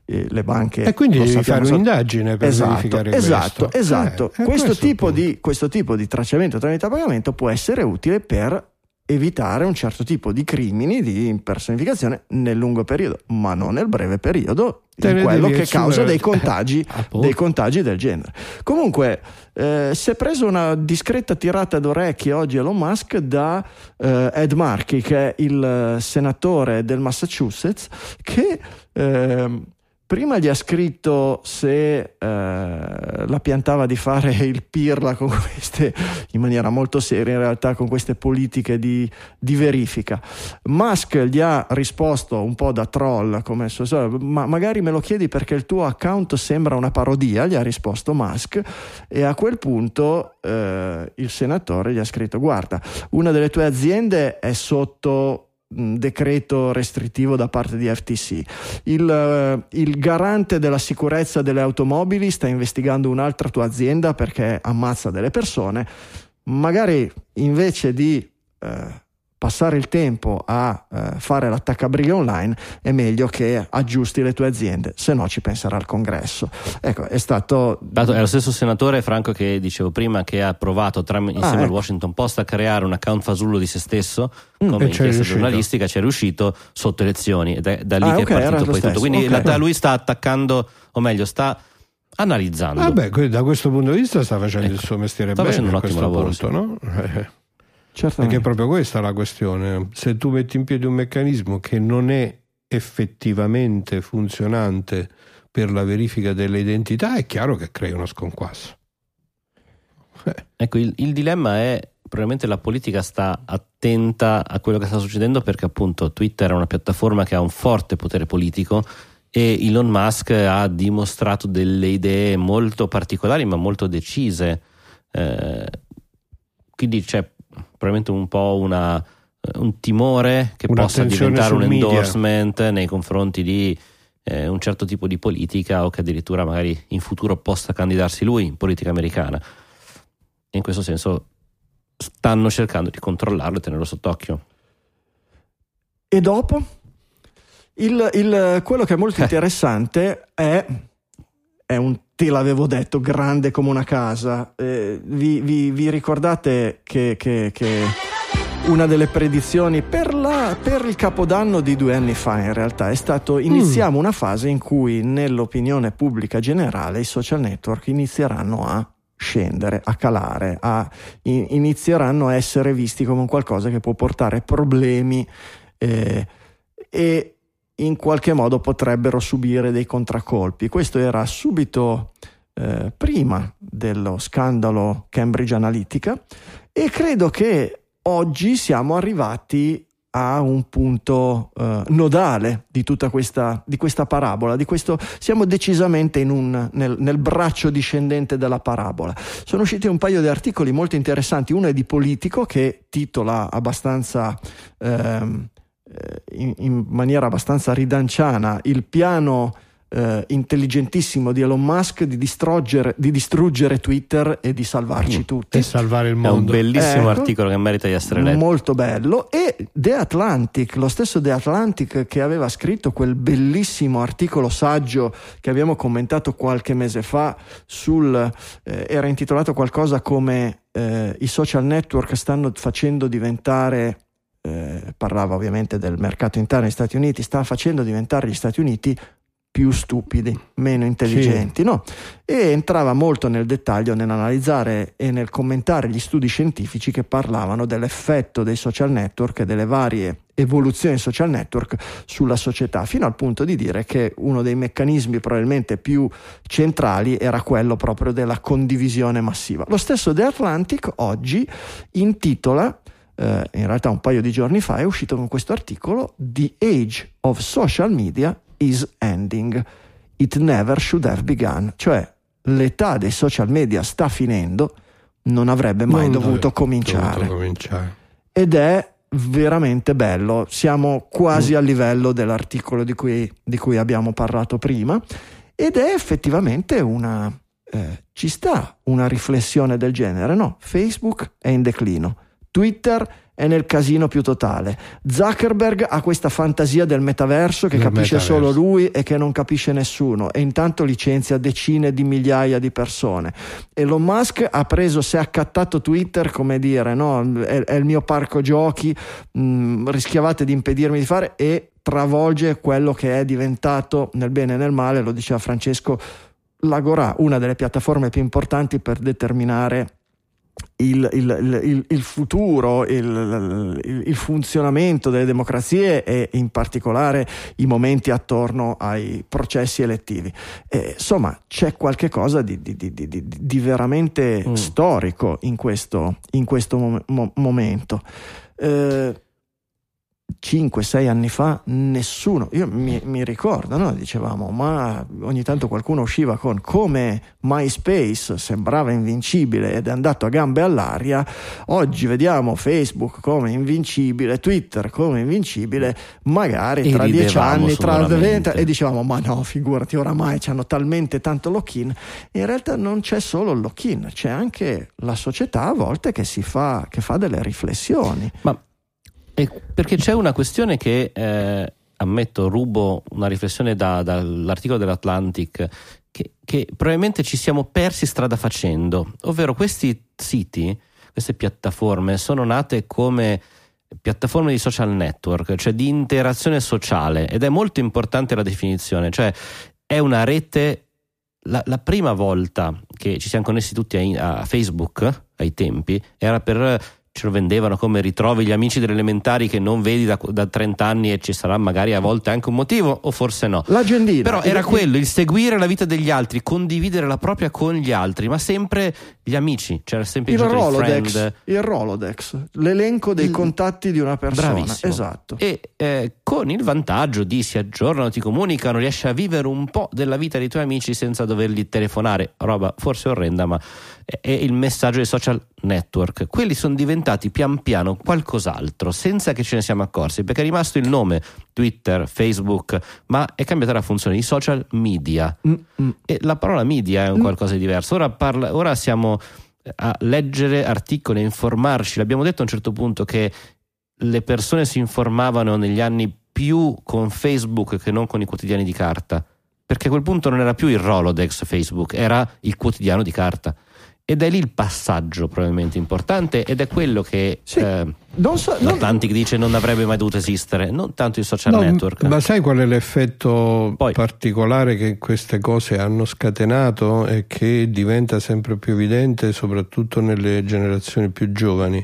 eh, le banche. E quindi lo devi sappiamo, fare un'indagine per esatto, verificare esatto, questo. esatto. Eh, questo, questo tipo di, questo tipo di tracciamento tramite pagamento può essere utile per evitare un certo tipo di crimini di impersonificazione nel lungo periodo, ma non nel breve periodo, in quello che causa dei contagi, dei contagi del genere. Comunque eh, si è preso una discreta tirata d'orecchie oggi Elon Musk da eh, Ed Markey, che è il senatore del Massachusetts, che eh, prima gli ha scritto se eh, la piantava di fare il pirla con queste, in maniera molto seria in realtà, con queste politiche di, di verifica. Musk gli ha risposto un po' da troll, come so, ma magari me lo chiedi perché il tuo account sembra una parodia, gli ha risposto Musk, e a quel punto eh, il senatore gli ha scritto: guarda, una delle tue aziende è sotto decreto restrittivo da parte di F T C, il, il garante della sicurezza delle automobili sta investigando un'altra tua azienda perché ammazza delle persone, magari invece di eh, passare il tempo a eh, fare l'attaccabrighe online è meglio che aggiusti le tue aziende, se no ci penserà il congresso. Ecco, è stato è lo stesso senatore, Franco, che dicevo prima, che ha provato tra, insieme ah, ecco. al Washington Post a creare un account fasullo di se stesso come inchiesta giornalistica, ci è riuscito sotto elezioni ed è da lì ah, che okay, è partito poi stesso. tutto, quindi okay. la, lui sta attaccando, o meglio sta analizzando. Vabbè, da questo punto di vista sta facendo ecco. il suo mestiere sta bene, facendo un ottimo lavoro, punto, sì. no? Eh. Certamente. Perché è proprio questa la questione. Se tu metti in piedi un meccanismo che non è effettivamente funzionante per la verifica delle identità, è chiaro che crea uno sconquasso. Eh. Ecco, il, il dilemma è probabilmente la politica sta attenta a quello che sta succedendo, perché appunto Twitter è una piattaforma che ha un forte potere politico e Elon Musk ha dimostrato delle idee molto particolari ma molto decise. Eh, quindi c'è probabilmente un po' una, un timore che possa diventare un endorsement media. nei confronti di eh, un certo tipo di politica, o che addirittura magari in futuro possa candidarsi lui in politica americana. E in questo senso stanno cercando di controllarlo e tenerlo sott'occhio. E dopo? Il, il, quello che è molto interessante è, è un te l'avevo detto, grande come una casa. Eh, vi, vi, vi ricordate che, che, che una delle predizioni per, la, per il Capodanno di due anni fa in realtà è stato: iniziamo mm. una fase in cui nell'opinione pubblica generale i social network inizieranno a scendere, a calare, a, in, inizieranno a essere visti come un qualcosa che può portare problemi eh, e in qualche modo potrebbero subire dei contraccolpi. Questo era subito eh, prima dello scandalo Cambridge Analytica, e credo che oggi siamo arrivati a un punto eh, nodale di tutta questa, di questa parabola, di questo, siamo decisamente in un, nel, nel braccio discendente della parabola. Sono usciti un paio di articoli molto interessanti, uno è di Politico che titola abbastanza ehm, In, in maniera abbastanza ridanciana il piano eh, intelligentissimo di Elon Musk di distruggere, di distruggere Twitter e di salvarci mm. tutti e salvare il mondo. È un bellissimo ecco, articolo che merita di essere letto, molto bello. E The Atlantic, lo stesso The Atlantic che aveva scritto quel bellissimo articolo saggio che abbiamo commentato qualche mese fa sul eh, era intitolato qualcosa come eh, i social network stanno facendo diventare Eh, parlava ovviamente del mercato interno degli Stati Uniti, sta facendo diventare gli Stati Uniti più stupidi, meno intelligenti, sì. no? E entrava molto nel dettaglio nell'analizzare e nel commentare gli studi scientifici che parlavano dell'effetto dei social network e delle varie evoluzioni social network sulla società, fino al punto di dire che uno dei meccanismi probabilmente più centrali era quello proprio della condivisione massiva. Lo stesso The Atlantic oggi intitola Uh, in realtà un paio di giorni fa è uscito con questo articolo: The age of social media is ending, it never should have begun, cioè l'età dei social media sta finendo, non avrebbe mai non dovuto, cominciare. dovuto cominciare ed è veramente bello, siamo quasi mm. a livello dell'articolo di cui, di cui abbiamo parlato prima, ed è effettivamente una eh, ci sta una riflessione del genere, no? Facebook è in declino, Twitter è nel casino più totale. Zuckerberg ha questa fantasia del metaverso che del capisce metaverso. solo lui e che non capisce nessuno, e intanto licenzia decine di migliaia di persone. Elon Musk ha preso, si è accattato Twitter, come dire, no, è, è il mio parco giochi, mh, rischiavate di impedirmi di fare, e travolge quello che è diventato, nel bene e nel male, lo diceva Francesco, l'Agorà, una delle piattaforme più importanti per determinare il, il, il, il futuro, il, il, il funzionamento delle democrazie, e in particolare i momenti attorno ai processi elettivi. E, insomma, c'è qualche cosa di, di, di, di, di veramente mm. storico in questo, in questo mom- mo- momento. Eh, cinque sei anni fa nessuno, io mi, mi ricordo, no? Dicevamo, ma ogni tanto qualcuno usciva con come MySpace sembrava invincibile ed è andato a gambe all'aria, oggi vediamo Facebook come invincibile, Twitter come invincibile, magari tra dieci anni, tra venti, e dicevamo, ma no, figurati, oramai c'hanno talmente tanto lock-in. In realtà non c'è solo il lock-in, c'è anche la società a volte che si fa, che fa delle riflessioni. Ma E perché c'è una questione che, eh, ammetto, rubo una riflessione da, dall'articolo dell'Atlantic, che, che probabilmente ci siamo persi strada facendo, ovvero questi siti, queste piattaforme sono nate come piattaforme di social network, cioè di interazione sociale, ed è molto importante la definizione, cioè è una rete. La, la prima volta che ci siamo connessi tutti a, a Facebook, ai tempi, era per... ce lo vendevano come ritrovi gli amici delle elementari che non vedi da, da trenta anni, e ci sarà magari a volte anche un motivo, o forse no. L'agendina. Però era quello, il seguire la vita degli altri, condividere la propria con gli altri, ma sempre gli amici, c'era sempre il, il il Rolodex, friend. il Rolodex, l'elenco dei il... contatti di una persona. Bravissimo. Esatto. E eh, con il vantaggio di si aggiornano, ti comunicano, riesci a vivere un po' della vita dei tuoi amici senza doverli telefonare, roba forse orrenda, ma è il messaggio dei social network. Quelli sono diventati pian piano qualcos'altro senza che ce ne siamo accorsi, perché è rimasto il nome Twitter, Facebook, ma è cambiata la funzione, i social media. Mm-hmm. E la parola media è un qualcosa di diverso. Ora, parla, ora siamo a leggere articoli, a informarci. L'abbiamo detto a un certo punto che le persone si informavano negli anni più con Facebook che non con i quotidiani di carta, perché a quel punto non era più il Rolodex Facebook, era il quotidiano di carta. Ed è lì il passaggio probabilmente importante, ed è quello che sì, eh, non so, l'Atlantic non... dice non avrebbe mai dovuto esistere, non tanto i social no, network. Ma sai qual è l'effetto Poi. particolare che queste cose hanno scatenato e che diventa sempre più evidente soprattutto nelle generazioni più giovani?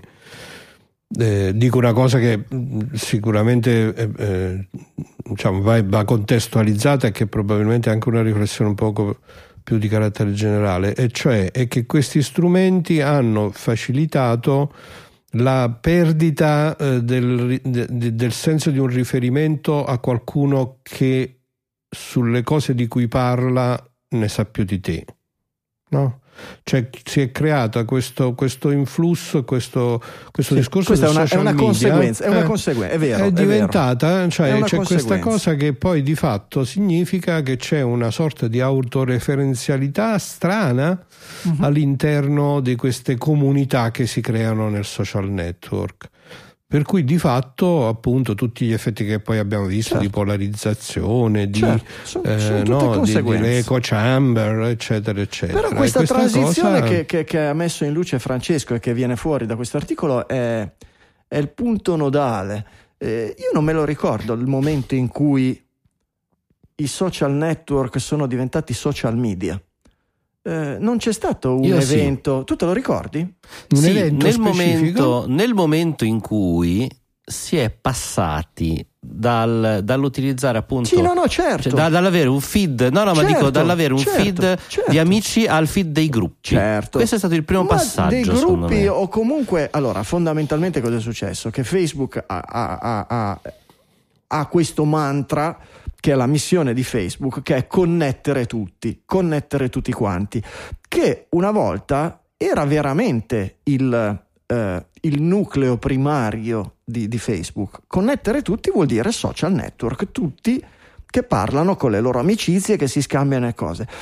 Eh, dico una cosa che sicuramente eh, eh, diciamo, va, va contestualizzata, e che probabilmente è anche una riflessione un poco più di carattere generale, e cioè è che questi strumenti hanno facilitato la perdita eh, del, de, del senso di un riferimento a qualcuno che sulle cose di cui parla ne sa più di te, no? Cioè si è creato questo, questo influsso, questo, questo sì, discorso questa del è una, social è una media, conseguenza, è una eh, conseguenza, è vero. è diventata, è cioè è c'è questa cosa che poi di fatto significa che c'è una sorta di autoreferenzialità strana uh-huh. all'interno di queste comunità che si creano nel social network. Per cui di fatto appunto tutti gli effetti che poi abbiamo visto, certo, di polarizzazione, di, certo, sono, eh, sono no, di, di echo chamber, eccetera, eccetera. Però questa, questa transizione cosa... che, che, che ha messo in luce Francesco e che viene fuori da questo articolo è, è il punto nodale. Eh, io non me lo ricordo il momento in cui i social network sono diventati social media. Eh, non c'è stato un Io evento, sì. Tu te lo ricordi? Un sì, evento nel specifico? momento, nel momento in cui si è passati dal, dall'utilizzare appunto sì, no, no, certo. cioè, da, dall'avere un feed no no certo, ma dico dall'avere un certo, feed certo. di amici al feed dei gruppi, certo. Questo è stato il primo ma passaggio dei gruppi me. O comunque, allora, fondamentalmente cosa è successo? Che Facebook ha, ha, ha, ha questo mantra, che è la missione di Facebook, che è connettere tutti, connettere tutti quanti, che una volta era veramente il, eh, il nucleo primario di, di Facebook. Connettere tutti vuol dire social network, tutti che parlano con le loro amicizie, che si scambiano le cose.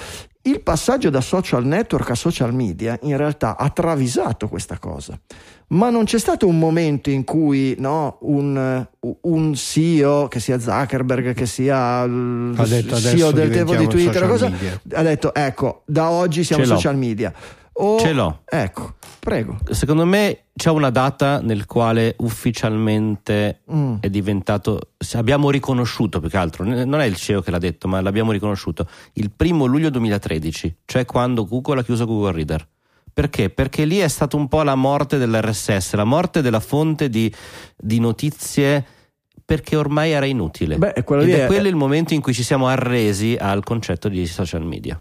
Il passaggio da social network a social media in realtà ha travisato questa cosa, ma non c'è stato un momento in cui no, un, un C E O, che sia Zuckerberg, che sia il C E O del tempo di Twitter, cosa, ha detto ecco, da oggi siamo social media. O, Ce l'ho. Ecco, prego. Secondo me c'è una data nel quale ufficialmente mm. è diventato, abbiamo riconosciuto, più che altro, non è il C E O che l'ha detto, ma l'abbiamo riconosciuto, il primo luglio duemilatredici, cioè quando Google ha chiuso Google Reader. Perché? Perché lì è stato un po' la morte dell'R S S, la morte della fonte di, di notizie, perché ormai era inutile. Beh, quello Ed lì è, è quello il momento in cui ci siamo arresi al concetto di social media.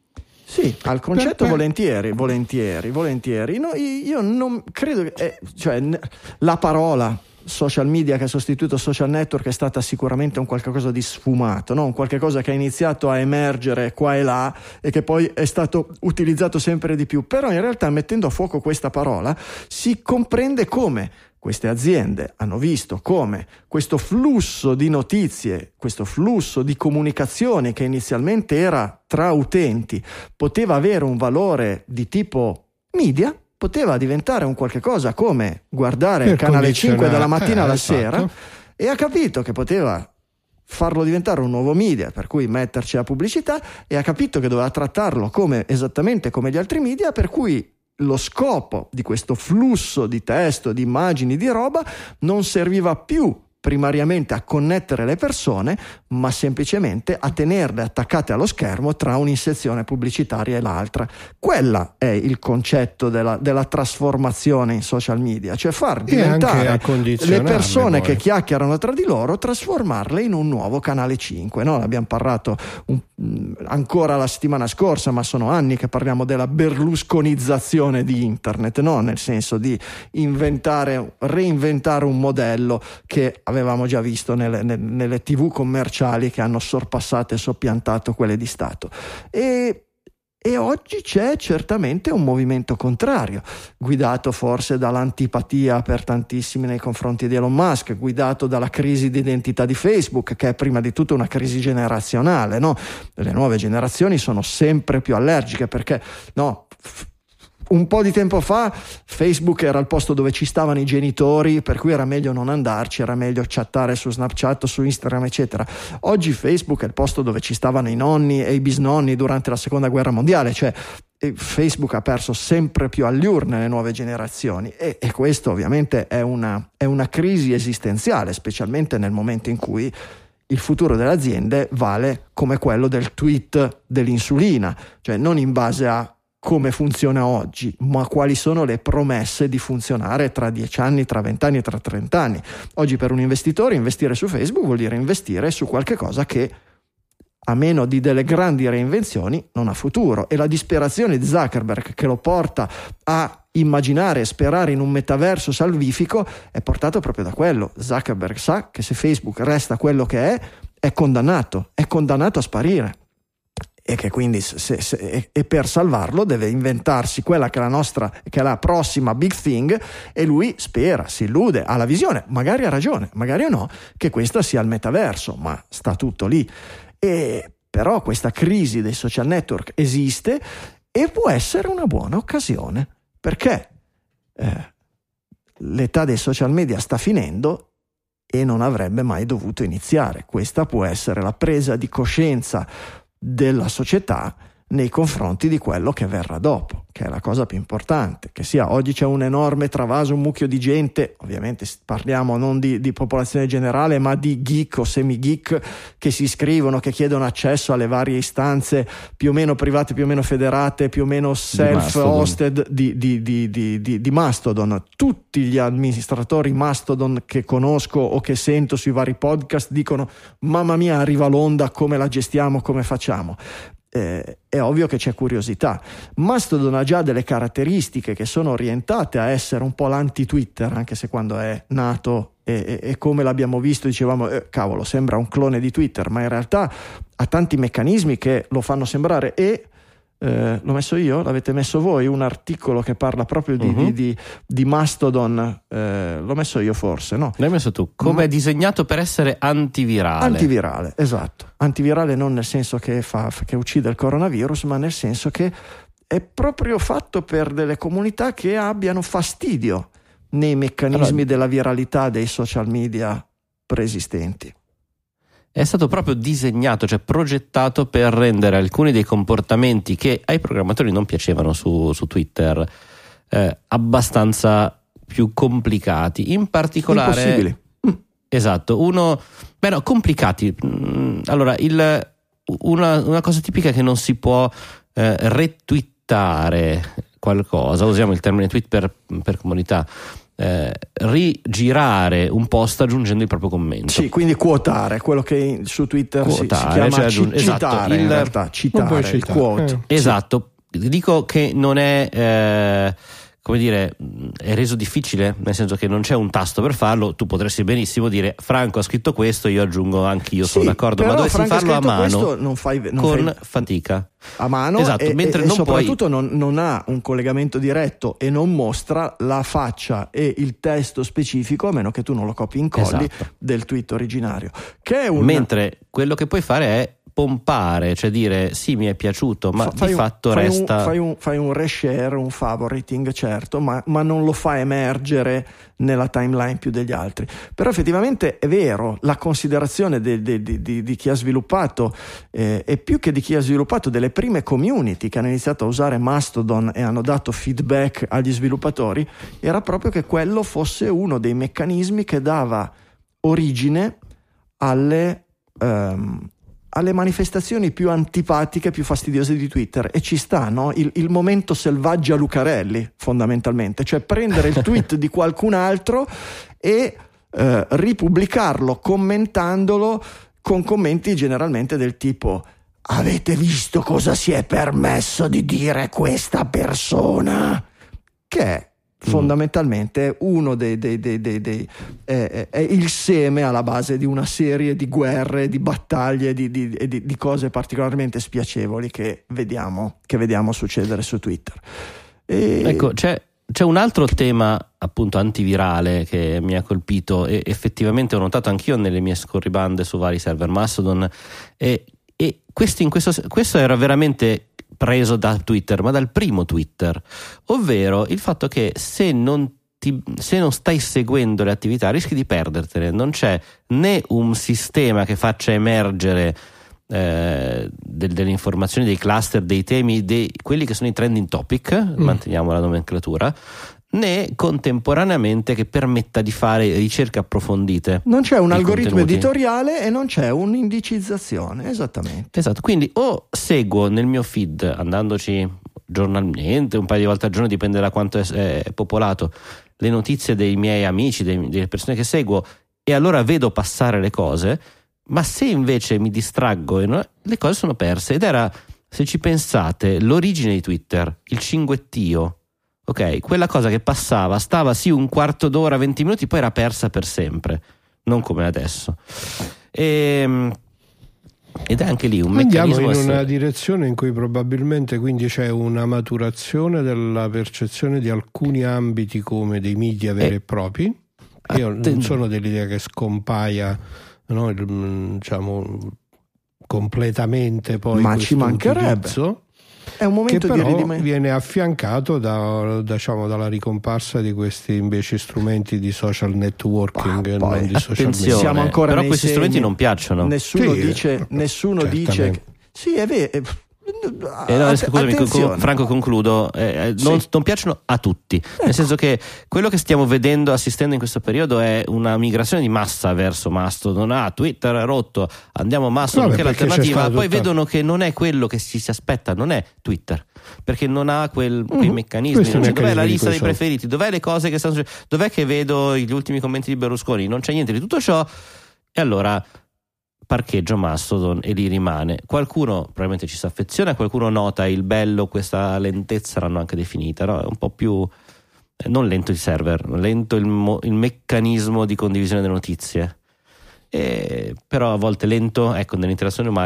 Sì, al concetto volentieri, volentieri, volentieri. No, io non credo che, eh, cioè, la parola social media che ha sostituito social network è stata sicuramente un qualcosa di sfumato, no? Un qualche cosa che ha iniziato a emergere qua e là e che poi è stato utilizzato sempre di più. Però in realtà, mettendo a fuoco questa parola, si comprende come queste aziende hanno visto come questo flusso di notizie, questo flusso di comunicazione che inizialmente era tra utenti, poteva avere un valore di tipo media, poteva diventare un qualche cosa come guardare il canale cinque dalla mattina eh, alla esatto. sera, e ha capito che poteva farlo diventare un nuovo media, per cui metterci la pubblicità, e ha capito che doveva trattarlo come esattamente come gli altri media, per cui lo scopo di questo flusso di testo, di immagini, di roba non serviva più primariamente a connettere le persone, ma semplicemente a tenerle attaccate allo schermo tra un'inserzione pubblicitaria e l'altra. Quella è il concetto della, della trasformazione in social media, cioè far diventare le persone poi. che chiacchierano tra di loro, trasformarle in un nuovo canale cinque. No? Abbiamo parlato un, ancora la settimana scorsa, ma sono anni che parliamo della berlusconizzazione di internet, no? Nel senso di inventare, reinventare un modello che avevamo già visto nelle, nelle, nelle tivù commerciali che hanno sorpassato e soppiantato quelle di Stato. E, e oggi c'è certamente un movimento contrario, guidato forse dall'antipatia per tantissimi nei confronti di Elon Musk, guidato dalla crisi di identità di Facebook, che è prima di tutto una crisi generazionale, no? Le nuove generazioni sono sempre più allergiche perché, no, f- un po' di tempo fa Facebook era il posto dove ci stavano i genitori, per cui era meglio non andarci, era meglio chattare su Snapchat, su Instagram, eccetera. Oggi Facebook è il posto dove ci stavano i nonni e i bisnonni durante la seconda guerra mondiale, cioè Facebook ha perso sempre più allure nelle nuove generazioni, e, e questo ovviamente è una, è una crisi esistenziale, specialmente nel momento in cui il futuro delle aziende vale come quello del tweet dell'insulina, cioè non in base a come funziona oggi, ma quali sono le promesse di funzionare tra dieci anni, tra venti anni e tra trenta anni. Oggi per un investitore investire su Facebook vuol dire investire su qualche cosa che, a meno di delle grandi reinvenzioni, non ha futuro, e la disperazione di Zuckerberg che lo porta a immaginare e sperare in un metaverso salvifico è portato proprio da quello. Zuckerberg sa che se Facebook resta quello che è, è condannato, è condannato a sparire. E che quindi se, se, e per salvarlo deve inventarsi quella che è la nostra, che è la prossima big thing, e lui spera, si illude, ha la visione, magari ha ragione, magari no, che questa sia il metaverso, ma sta tutto lì. E però questa crisi dei social network esiste e può essere una buona occasione, perché eh, l'età dei social media sta finendo e non avrebbe mai dovuto iniziare. Questa può essere la presa di coscienza della società nei confronti di quello che verrà dopo, che è la cosa più importante. Che sia oggi c'è un enorme travaso, un mucchio di gente, ovviamente parliamo non di, di popolazione generale, ma di geek o semi-geek che si iscrivono, che chiedono accesso alle varie istanze più o meno private, più o meno federate, più o meno self-hosted di, di, di, di, di, di Mastodon. Tutti gli amministratori Mastodon che conosco o che sento sui vari podcast dicono: mamma mia, arriva l'onda, come la gestiamo, come facciamo? Eh, è ovvio che c'è curiosità. Mastodon ha già delle caratteristiche che sono orientate a essere un po' l'anti-Twitter, anche se quando è nato e, e, e come l'abbiamo visto dicevamo eh, cavolo, sembra un clone di Twitter, ma in realtà ha tanti meccanismi che lo fanno sembrare, e Eh, l'ho messo io, l'avete messo voi, un articolo che parla proprio di, uh-huh. di, di, di Mastodon, eh, l'ho messo io forse, no? L'hai messo tu, come è disegnato per essere antivirale. Antivirale, esatto, antivirale non nel senso che, fa, che uccide il coronavirus, ma nel senso che è proprio fatto per delle comunità che abbiano fastidio nei meccanismi allora, della viralità dei social media preesistenti. È stato proprio disegnato, cioè progettato per rendere alcuni dei comportamenti che ai programmatori non piacevano su, su Twitter eh, abbastanza più complicati, in particolare impossibili. Esatto, uno beh no, complicati. Allora, il, una, una cosa tipica è che non si può eh, retweetare qualcosa, usiamo il termine tweet per, per comunità. Eh, rigirare un post aggiungendo il proprio commento. Sì, quindi quotare, quello che su Twitter si, si chiama cioè ci, aggiung- citare, esatto, il, in realtà citare, il citare. quote. Eh. Esatto, sì. Dico che non è eh, come dire, è reso difficile, nel senso che non c'è un tasto per farlo. Tu potresti benissimo dire Franco ha scritto questo, io aggiungo anch'io, sono sì, d'accordo, ma dovessi Franco farlo a mano non fai, non con fai... fatica. A mano, esatto, e, mentre e, non e soprattutto puoi... non, non ha un collegamento diretto e non mostra la faccia e il testo specifico, a meno che tu non lo copi incolli, esatto. del tweet originario. Che è un... Mentre quello che puoi fare è pompare, cioè dire sì, mi è piaciuto, ma Fa, di un, fatto fai resta un, fai, un, fai un reshare, un favoriting, certo, ma, ma non lo fa emergere nella timeline più degli altri. Però effettivamente è vero, la considerazione de, de, de, de, di chi ha sviluppato eh, e più che di chi ha sviluppato, delle prime community che hanno iniziato a usare Mastodon e hanno dato feedback agli sviluppatori, era proprio che quello fosse uno dei meccanismi che dava origine alle um, alle manifestazioni più antipatiche, più fastidiose di Twitter. E ci sta, no? Il, il momento selvaggia Lucarelli, fondamentalmente, cioè prendere il tweet di qualcun altro e eh, ripubblicarlo commentandolo con commenti generalmente del tipo: avete visto cosa si è permesso di dire questa persona? Che è fondamentalmente uno dei, dei, dei, dei, dei eh, è il seme alla base di una serie di guerre, di battaglie, di, di, di, di cose particolarmente spiacevoli che vediamo, che vediamo succedere su Twitter. E... Ecco, c'è, c'è un altro tema appunto antivirale che mi ha colpito e effettivamente ho notato anch'io nelle mie scorribande su vari server Mastodon, e, e questo, in questo, questo era veramente preso da Twitter, ma dal primo Twitter, ovvero il fatto che se non ti, se non stai seguendo le attività rischi di perdertene. Non c'è né un sistema che faccia emergere eh, del, delle informazioni, dei cluster, dei temi, dei, quelli che sono i trending topic, mm. manteniamo la nomenclatura, né contemporaneamente che permetta di fare ricerche approfondite. Non c'è un algoritmo contenuti. editoriale e non c'è un'indicizzazione, esattamente. Esatto, quindi o seguo nel mio feed, andandoci giornalmente, un paio di volte al giorno, dipende da quanto è, è popolato, le notizie dei miei amici, dei, delle persone che seguo, e allora vedo passare le cose. Ma se invece mi distraggo e non, le cose sono perse. Ed era, se ci pensate, l'origine di Twitter, il cinguettio. Ok, quella cosa che passava, stava sì un quarto d'ora, venti minuti, poi era persa per sempre, non come adesso. E, ed è anche lì un Andiamo meccanismo. Andiamo in essere... una direzione in cui probabilmente quindi c'è una maturazione della percezione di alcuni ambiti come dei media veri e, e propri. Io atten- non sono dell'idea che scompaia, no, il, diciamo, completamente poi. Ma ci mancherebbe. Utilizzo. È un momento che di però ridime... viene affiancato da, diciamo, dalla ricomparsa di questi invece strumenti di social networking e non di social media. Siamo ancora però nei questi segni. strumenti non piacciono. Nessuno sì, dice, nessuno certamente. dice sì, è vero. Eh no, scusami, con, Franco, concludo. Eh, non, sì. non piacciono a tutti, ecco. Nel senso che quello che stiamo vedendo, assistendo in questo periodo, è una migrazione di massa verso Mastodon. Ah, Twitter è rotto, andiamo a Mastodon, Vabbè, che è l'alternativa. Poi tutta... vedono che non è quello che si, si aspetta, non è Twitter, perché non ha quel, quei mm-hmm. meccanismi. Cioè, dov'è la lista dei so. preferiti? Dov'è le cose che stanno succedendo? Dov'è che vedo gli ultimi commenti di Berlusconi? Non c'è niente di tutto ciò. E allora parcheggio Mastodon e lì rimane. Qualcuno probabilmente ci si affeziona, qualcuno nota il bello, questa lentezza l'hanno anche definita, no? È un po' più eh, non lento il server, lento il, mo- il meccanismo di condivisione delle notizie, e, però a volte lento, ecco, nelle interazioni umane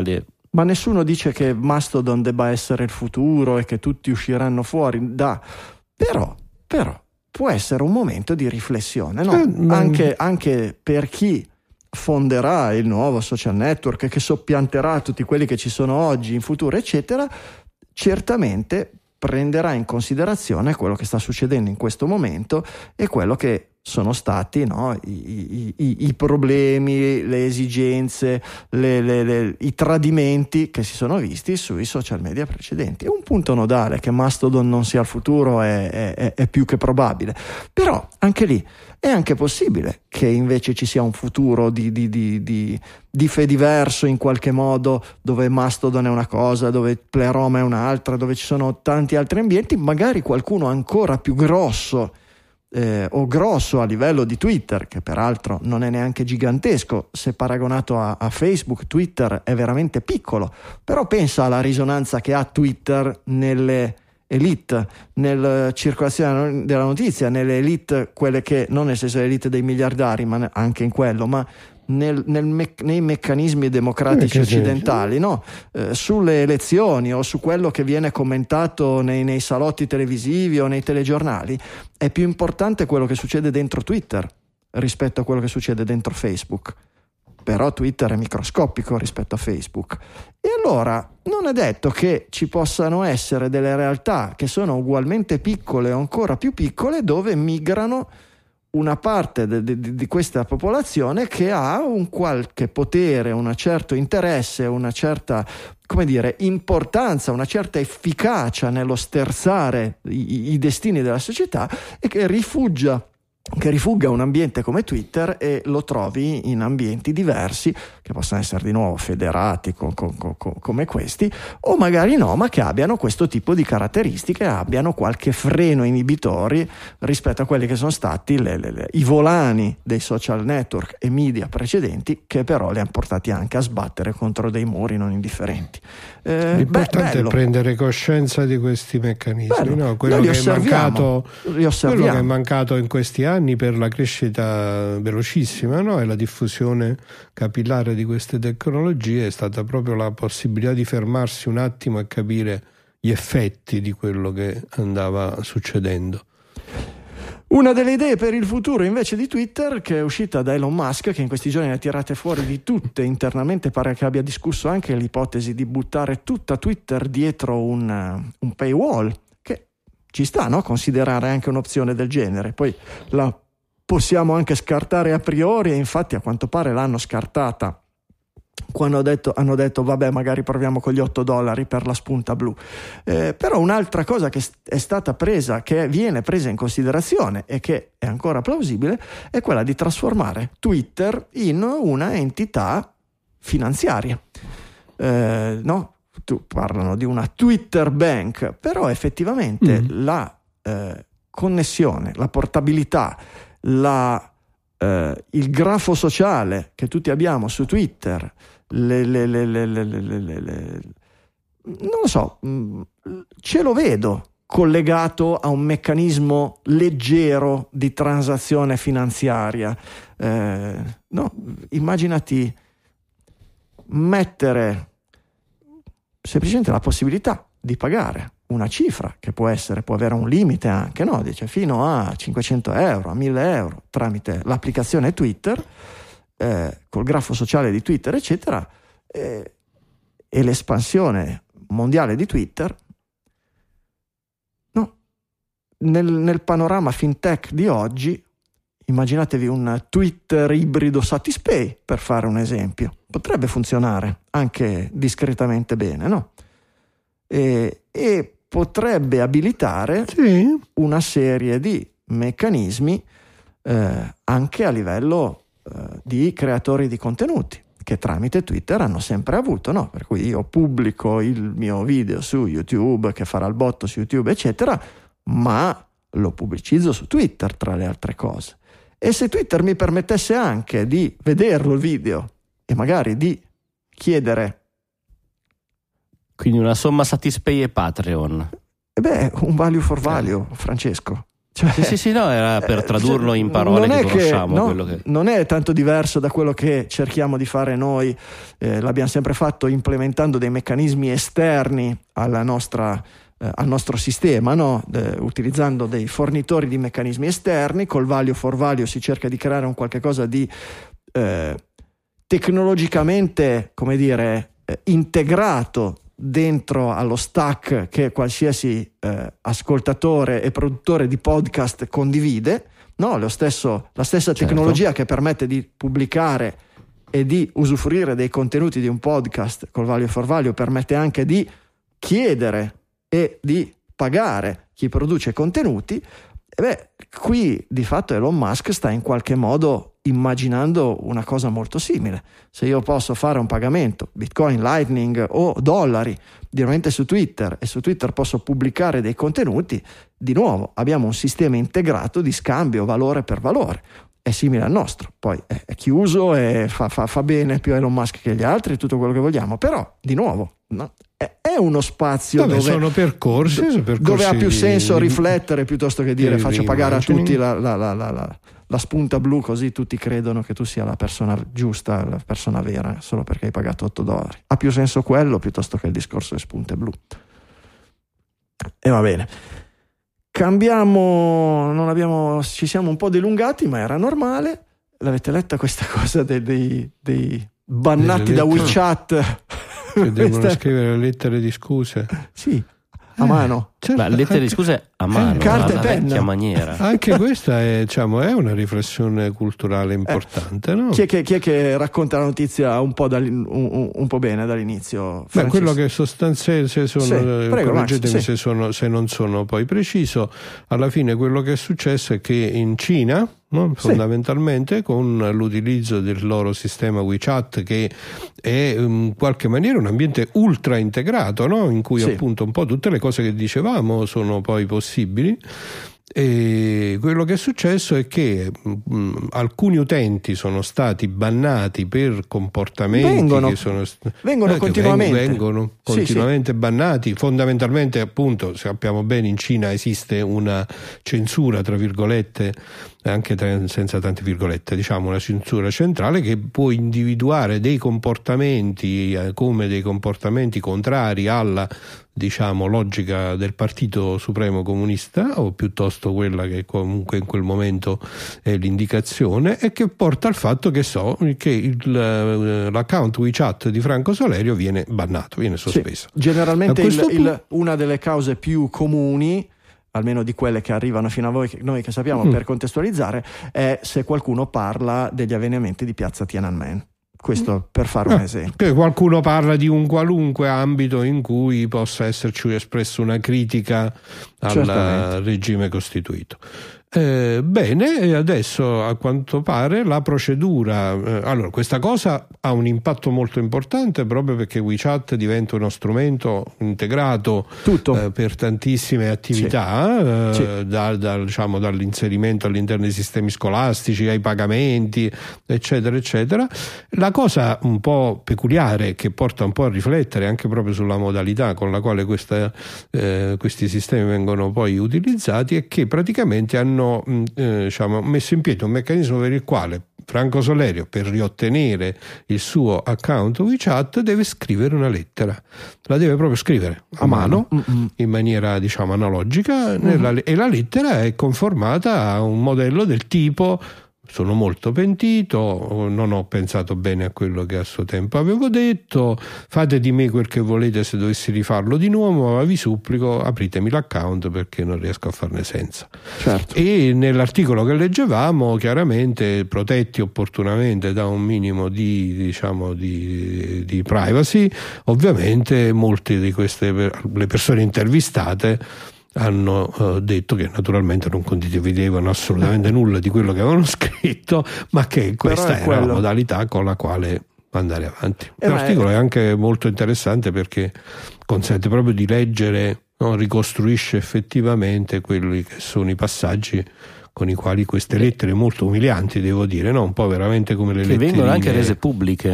Ma nessuno dice che Mastodon debba essere il futuro e che tutti usciranno fuori da... Però, però può essere un momento di riflessione, no? Eh, ma... anche, anche per chi fonderà il nuovo social network che soppianterà tutti quelli che ci sono oggi in futuro, eccetera, certamente prenderà in considerazione quello che sta succedendo in questo momento e quello che sono stati, no, i, i, i problemi, le esigenze, le, le, le, i tradimenti che si sono visti sui social media precedenti. È un punto nodale che Mastodon non sia il futuro è, è, è più che probabile, però anche lì è anche possibile che invece ci sia un futuro di, di, di, di, di Fediverso in qualche modo, dove Mastodon è una cosa, dove Pleroma è un'altra, dove ci sono tanti altri ambienti, magari qualcuno ancora più grosso Eh, o grosso a livello di Twitter, che peraltro non è neanche gigantesco se paragonato a, a Facebook. Twitter è veramente piccolo, però pensa alla risonanza che ha Twitter nelle elite, nella circolazione della notizia, nelle elite, quelle che non nel senso elite dei miliardari, ma anche in quello, ma Nel, nel me- nei meccanismi democratici eh, occidentali, no? Eh, sulle elezioni o su quello che viene commentato nei, nei salotti televisivi o nei telegiornali, è più importante quello che succede dentro Twitter rispetto a quello che succede dentro Facebook. Però Twitter è microscopico rispetto a Facebook, e allora non è detto che ci possano essere delle realtà che sono ugualmente piccole o ancora più piccole, dove migrano una parte de, de, di questa popolazione che ha un qualche potere, un certo interesse, una certa, come dire, importanza, una certa efficacia nello sterzare i, i destini della società, e che rifugia che rifugga un ambiente come Twitter e lo trovi in ambienti diversi, che possono essere di nuovo federati co- co- co- come questi, o magari no, ma che abbiano questo tipo di caratteristiche, abbiano qualche freno inibitori rispetto a quelli che sono stati le, le, le, i volani dei social network e media precedenti, che però li hanno portati anche a sbattere contro dei muri non indifferenti. Eh, L'importante beh, è prendere coscienza di questi meccanismi, no? quello, che è mancato, quello che è mancato in questi anni per la crescita velocissima, no? E la diffusione capillare di queste tecnologie è stata proprio la possibilità di fermarsi un attimo e capire gli effetti di quello che andava succedendo. Una delle idee per il futuro invece di Twitter, che è uscita da Elon Musk, che in questi giorni ne ha tirate fuori di tutte internamente, pare che abbia discusso anche l'ipotesi di buttare tutta Twitter dietro un, un paywall, che ci sta, no? Considerare anche un'opzione del genere. Poi la possiamo anche scartare a priori, e infatti a quanto pare l'hanno scartata quando detto, hanno detto vabbè, magari proviamo con gli otto dollari per la spunta blu. Eh, però un'altra cosa che è stata presa, che viene presa in considerazione e che è ancora plausibile, è quella di trasformare Twitter in una entità finanziaria. Eh, no? Tu parlano di una Twitter Bank, però effettivamente mm. la eh, connessione, la portabilità, la Uh, il grafo sociale che tutti abbiamo su Twitter, le, le, le, le, le, le, le, le, non lo so, ce lo vedo collegato a un meccanismo leggero di transazione finanziaria. Uh, no, immaginati mettere semplicemente la possibilità di pagare una cifra che può essere, può avere un limite anche, no? Dice fino a cinquecento euro, a mille euro, tramite l'applicazione Twitter, eh, col grafo sociale di Twitter, eccetera, eh, e l'espansione mondiale di Twitter. No, nel, nel panorama fintech di oggi, immaginatevi un Twitter ibrido Satispay, per fare un esempio. Potrebbe funzionare anche discretamente bene, no? E, e potrebbe abilitare sì. una serie di meccanismi eh, anche a livello eh, di creatori di contenuti, che tramite Twitter hanno sempre avuto, no? Per cui io pubblico il mio video su YouTube, che farà il botto su YouTube, eccetera, ma lo pubblicizzo su Twitter, tra le altre cose. E se Twitter mi permettesse anche di vederlo il video e magari di chiedere, quindi una somma Satispay e Patreon. E beh, un value for value, Francesco. Cioè, sì, sì, sì, no, era per tradurlo in parole non che è conosciamo. Che, no, quello che... non è tanto diverso da quello che cerchiamo di fare noi, eh, l'abbiamo sempre fatto implementando dei meccanismi esterni alla nostra, eh, al nostro sistema, no? eh, utilizzando dei fornitori di meccanismi esterni. Col value for value si cerca di creare un qualche cosa di eh, tecnologicamente, come dire, eh, integrato dentro allo stack che qualsiasi eh, ascoltatore e produttore di podcast condivide, no? Lo stesso, la stessa tecnologia certo. che permette di pubblicare e di usufruire dei contenuti di un podcast col value for value permette anche di chiedere e di pagare chi produce contenuti. E beh, qui di fatto Elon Musk sta in qualche modo immaginando una cosa molto simile. Se io posso fare un pagamento Bitcoin, Lightning o dollari direttamente su Twitter e su Twitter posso pubblicare dei contenuti, di nuovo abbiamo un sistema integrato di scambio valore per valore. È simile al nostro, poi è, è chiuso e fa, fa, fa bene più Elon Musk che gli altri, tutto quello che vogliamo, però di nuovo no? è, è uno spazio Vabbè, dove sono percorsi, sono percorsi dove ha più di, senso di, riflettere piuttosto che dire di, faccio di pagare immagini. a tutti la, la, la, la, la, la spunta blu così tutti credono che tu sia la persona giusta, la persona vera solo perché hai pagato otto dollari. Ha più senso quello piuttosto che il discorso delle spunte blu. E va bene, cambiamo, non abbiamo, ci siamo un po' dilungati, ma era normale. L'avete letta questa cosa dei, dei, dei bannati da WeChat che devono scrivere lettere di scuse? Sì, a mano. Certo, ma lettere di scuse a mano, carta e alla penna. vecchia maniera. Anche questa è, diciamo, è una riflessione culturale importante, eh, no? Chi è, che, chi è che racconta la notizia un po', un, un, un po' bene dall'inizio? Beh, quello che sostanzialmente se sono, sì, prego, correggetemi Max, sì. se, sono, se non sono poi preciso, alla fine quello che è successo è che in Cina, no? Fondamentalmente sì. con l'utilizzo del loro sistema WeChat, che è in qualche maniera un ambiente ultra integrato, no? In cui sì. appunto un po' tutte le cose che dicevamo sono poi possibili. E quello che è successo è che mh, alcuni utenti sono stati bannati per comportamenti vengono, che sono vengono eh, continuamente, che vengono continuamente sì, sì. bannati. Fondamentalmente, appunto, sappiamo bene, in Cina esiste una censura tra virgolette, anche tra, senza tante virgolette, diciamo una censura centrale che può individuare dei comportamenti eh, come dei comportamenti contrari alla, diciamo, logica del Partito Supremo Comunista, o piuttosto quella che comunque in quel momento è l'indicazione, e che porta al fatto che so che il, l'account WeChat di Franco Solerio viene bannato, viene sospeso. Sì, generalmente il, punto... il, una delle cause più comuni, almeno di quelle che arrivano fino a voi, noi che sappiamo, mm. per contestualizzare, è se qualcuno parla degli avvenimenti di piazza Tiananmen. Questo per fare un eh, esempio. Che qualcuno parla di un qualunque ambito in cui possa esserci espressa una critica al Certamente. regime costituito. Eh, bene, e adesso a quanto pare la procedura, eh, allora questa cosa ha un impatto molto importante proprio perché WeChat diventa uno strumento integrato eh, per tantissime attività, sì. eh, sì. Da, da, diciamo, dall'inserimento all'interno dei sistemi scolastici ai pagamenti eccetera eccetera. La cosa un po' peculiare che porta un po' a riflettere anche proprio sulla modalità con la quale questa, eh, questi sistemi vengono poi utilizzati è che praticamente hanno Eh, diciamo, messo in piedi un meccanismo per il quale Franco Solerio, per riottenere il suo account WeChat, deve scrivere una lettera, la deve proprio scrivere a mano, mm-hmm. in maniera, diciamo, analogica, mm-hmm. nella, e la lettera è conformata a un modello del tipo: sono molto pentito, non ho pensato bene a quello che a suo tempo avevo detto, fate di me quel che volete se dovessi rifarlo di nuovo, ma vi supplico apritemi l'account perché non riesco a farne senza. Certo. E nell'articolo che leggevamo, chiaramente protetti opportunamente da un minimo di, diciamo, di, di privacy, ovviamente molte di queste le persone intervistate hanno uh, detto che naturalmente non condividevano assolutamente nulla di quello che avevano scritto, ma che questa era quello. La modalità con la quale andare avanti. Eh, L'articolo è... è anche molto interessante perché consente proprio di leggere, no? Ricostruisce effettivamente quelli che sono i passaggi con i quali queste lettere molto umilianti, devo dire, no? Un po' veramente come le che letterine vengono anche rese pubbliche.